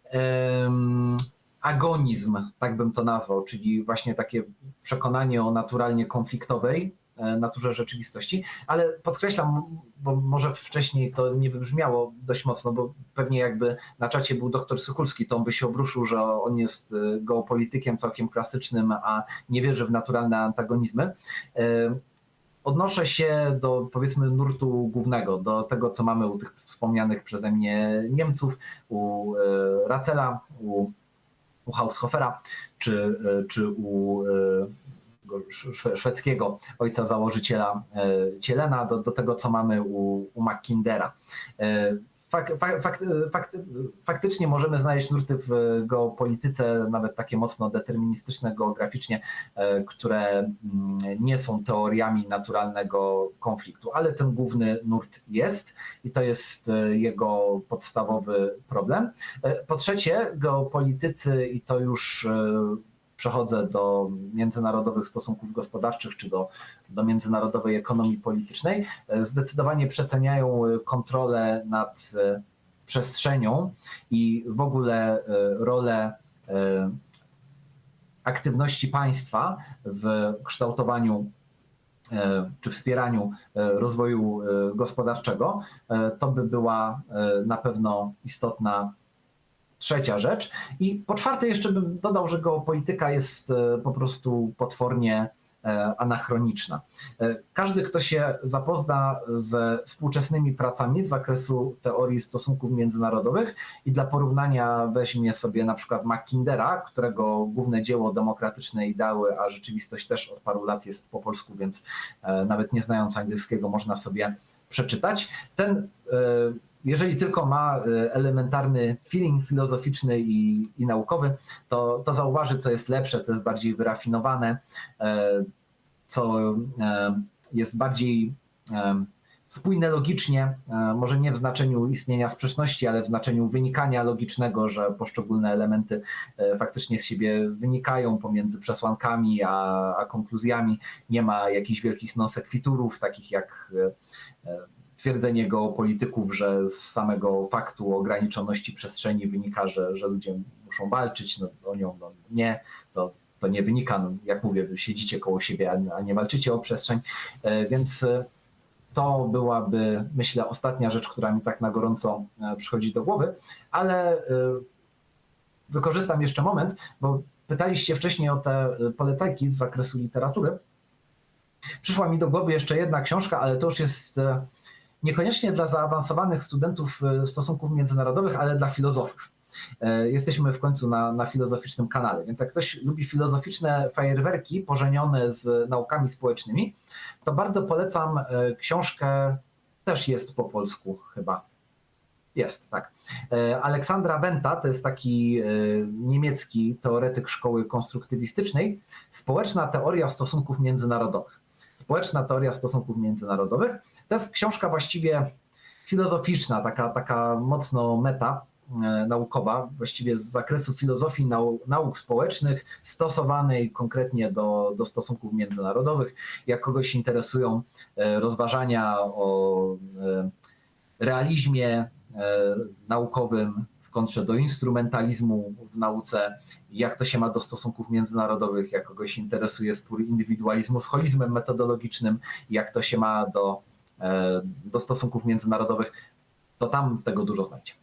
Agonizm, tak bym to nazwał, czyli właśnie takie przekonanie o naturalnie konfliktowej naturze rzeczywistości, ale podkreślam, bo może wcześniej to nie wybrzmiało dość mocno, bo pewnie jakby na czacie był doktor Sukulski, to on by się obruszył, że on jest geopolitykiem całkiem klasycznym, a nie wierzy w naturalne antagonizmy. Odnoszę się do, powiedzmy, nurtu głównego, do tego, co mamy u tych wspomnianych przeze mnie Niemców, u Ratzela, u Haushofera, czy u szwedzkiego ojca założyciela Thielena, do tego, co mamy u Mackindera. Faktycznie możemy znaleźć nurty w geopolityce, nawet takie mocno deterministyczne geograficznie, które nie są teoriami naturalnego konfliktu, ale ten główny nurt jest i to jest jego podstawowy problem. Po trzecie, geopolitycy, i to już przechodzę do międzynarodowych stosunków gospodarczych czy do międzynarodowej ekonomii politycznej, zdecydowanie przeceniają kontrolę nad przestrzenią i w ogóle rolę aktywności państwa w kształtowaniu czy wspieraniu rozwoju gospodarczego. To by była na pewno istotna trzecia rzecz. I po czwarte jeszcze bym dodał, że geopolityka jest po prostu potwornie anachroniczna. Każdy, kto się zapozna ze współczesnymi pracami z zakresu teorii stosunków międzynarodowych i dla porównania weźmie sobie na przykład Mackindera, którego główne dzieło Demokratyczne Ideały, a rzeczywistość też od paru lat jest po polsku, więc nawet nie znając angielskiego można sobie przeczytać. Ten jeżeli tylko ma elementarny feeling filozoficzny i naukowy, to zauważy, co jest lepsze, co jest bardziej wyrafinowane, co jest bardziej spójne logicznie, może nie w znaczeniu istnienia sprzeczności, ale w znaczeniu wynikania logicznego, że poszczególne elementy faktycznie z siebie wynikają pomiędzy przesłankami a konkluzjami. Nie ma jakichś wielkich non sequiturów, takich jak twierdzenie geopolityków, że z samego faktu ograniczoności przestrzeni wynika, że ludzie muszą walczyć o nią. No nie, to nie wynika. No, jak mówię, wy siedzicie koło siebie, a nie walczycie o przestrzeń. Więc to byłaby, myślę, ostatnia rzecz, która mi tak na gorąco przychodzi do głowy, ale wykorzystam jeszcze moment, bo pytaliście wcześniej o te polecajki z zakresu literatury. Przyszła mi do głowy jeszcze jedna książka, ale to już jest niekoniecznie dla zaawansowanych studentów stosunków międzynarodowych, ale dla filozofów. Jesteśmy w końcu na filozoficznym kanale, więc jak ktoś lubi filozoficzne fajerwerki pożenione z naukami społecznymi, to bardzo polecam książkę, też jest po polsku chyba. Jest, tak. Aleksandra Wenta to jest taki niemiecki teoretyk szkoły konstruktywistycznej. Społeczna teoria stosunków międzynarodowych. Społeczna teoria stosunków międzynarodowych. To jest książka właściwie filozoficzna, taka mocno meta naukowa, właściwie z zakresu filozofii nauk społecznych, stosowanej konkretnie do stosunków międzynarodowych. Jak kogoś interesują rozważania o realizmie naukowym w kontrze do instrumentalizmu w nauce, jak to się ma do stosunków międzynarodowych, jak kogoś interesuje spór indywidualizmu z holizmem metodologicznym, jak to się ma do stosunków międzynarodowych, to tam tego dużo znajdzie.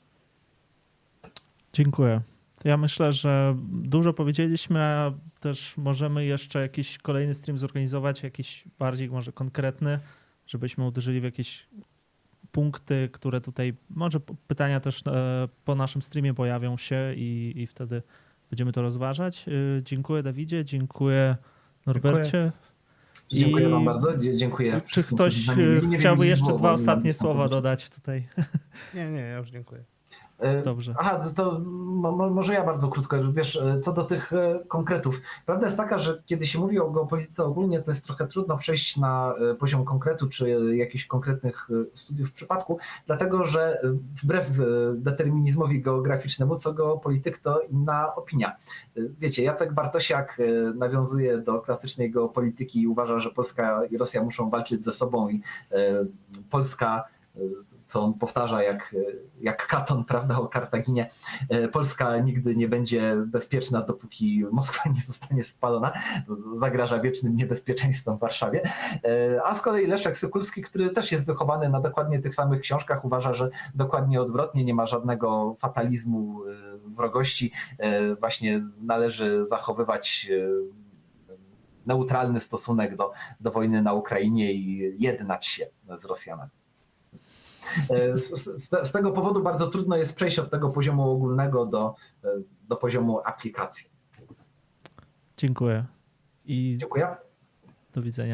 Dziękuję. Ja myślę, że dużo powiedzieliśmy, a też możemy jeszcze jakiś kolejny stream zorganizować, jakiś bardziej może konkretny, żebyśmy uderzyli w jakieś punkty, które tutaj, może pytania też po naszym streamie pojawią się i wtedy będziemy to rozważać. Dziękuję Dawidzie, dziękuję Norbercie. Dziękuję wam bardzo, dziękuję. Czy wszystkim, ktoś którzy z nami byli. Nie wiem, chciałby ile jeszcze było, dwa bo ostatnie nie słowa dodać tutaj? Nie, ja już dziękuję. Dobrze. Aha, to może ja bardzo krótko. Wiesz, co do tych konkretów. Prawda jest taka, że kiedy się mówi o geopolityce ogólnie, to jest trochę trudno przejść na poziom konkretu czy jakichś konkretnych studiów w przypadku, dlatego że wbrew determinizmowi geograficznemu, co geopolityk to inna opinia. Wiecie, Jacek Bartosiak nawiązuje do klasycznej geopolityki i uważa, że Polska i Rosja muszą walczyć ze sobą i Polska, co on powtarza jak Katon, prawda, o Kartaginie. Polska nigdy nie będzie bezpieczna, dopóki Moskwa nie zostanie spalona. Zagraża wiecznym niebezpieczeństwem w Warszawie. A z kolei Leszek Sykulski, który też jest wychowany na dokładnie tych samych książkach, uważa, że dokładnie odwrotnie, nie ma żadnego fatalizmu, wrogości. Właśnie należy zachowywać neutralny stosunek do wojny na Ukrainie i jednać się z Rosjanami. Z tego powodu bardzo trudno jest przejść od tego poziomu ogólnego do poziomu aplikacji. Dziękuję i Dziękuję. do widzenia.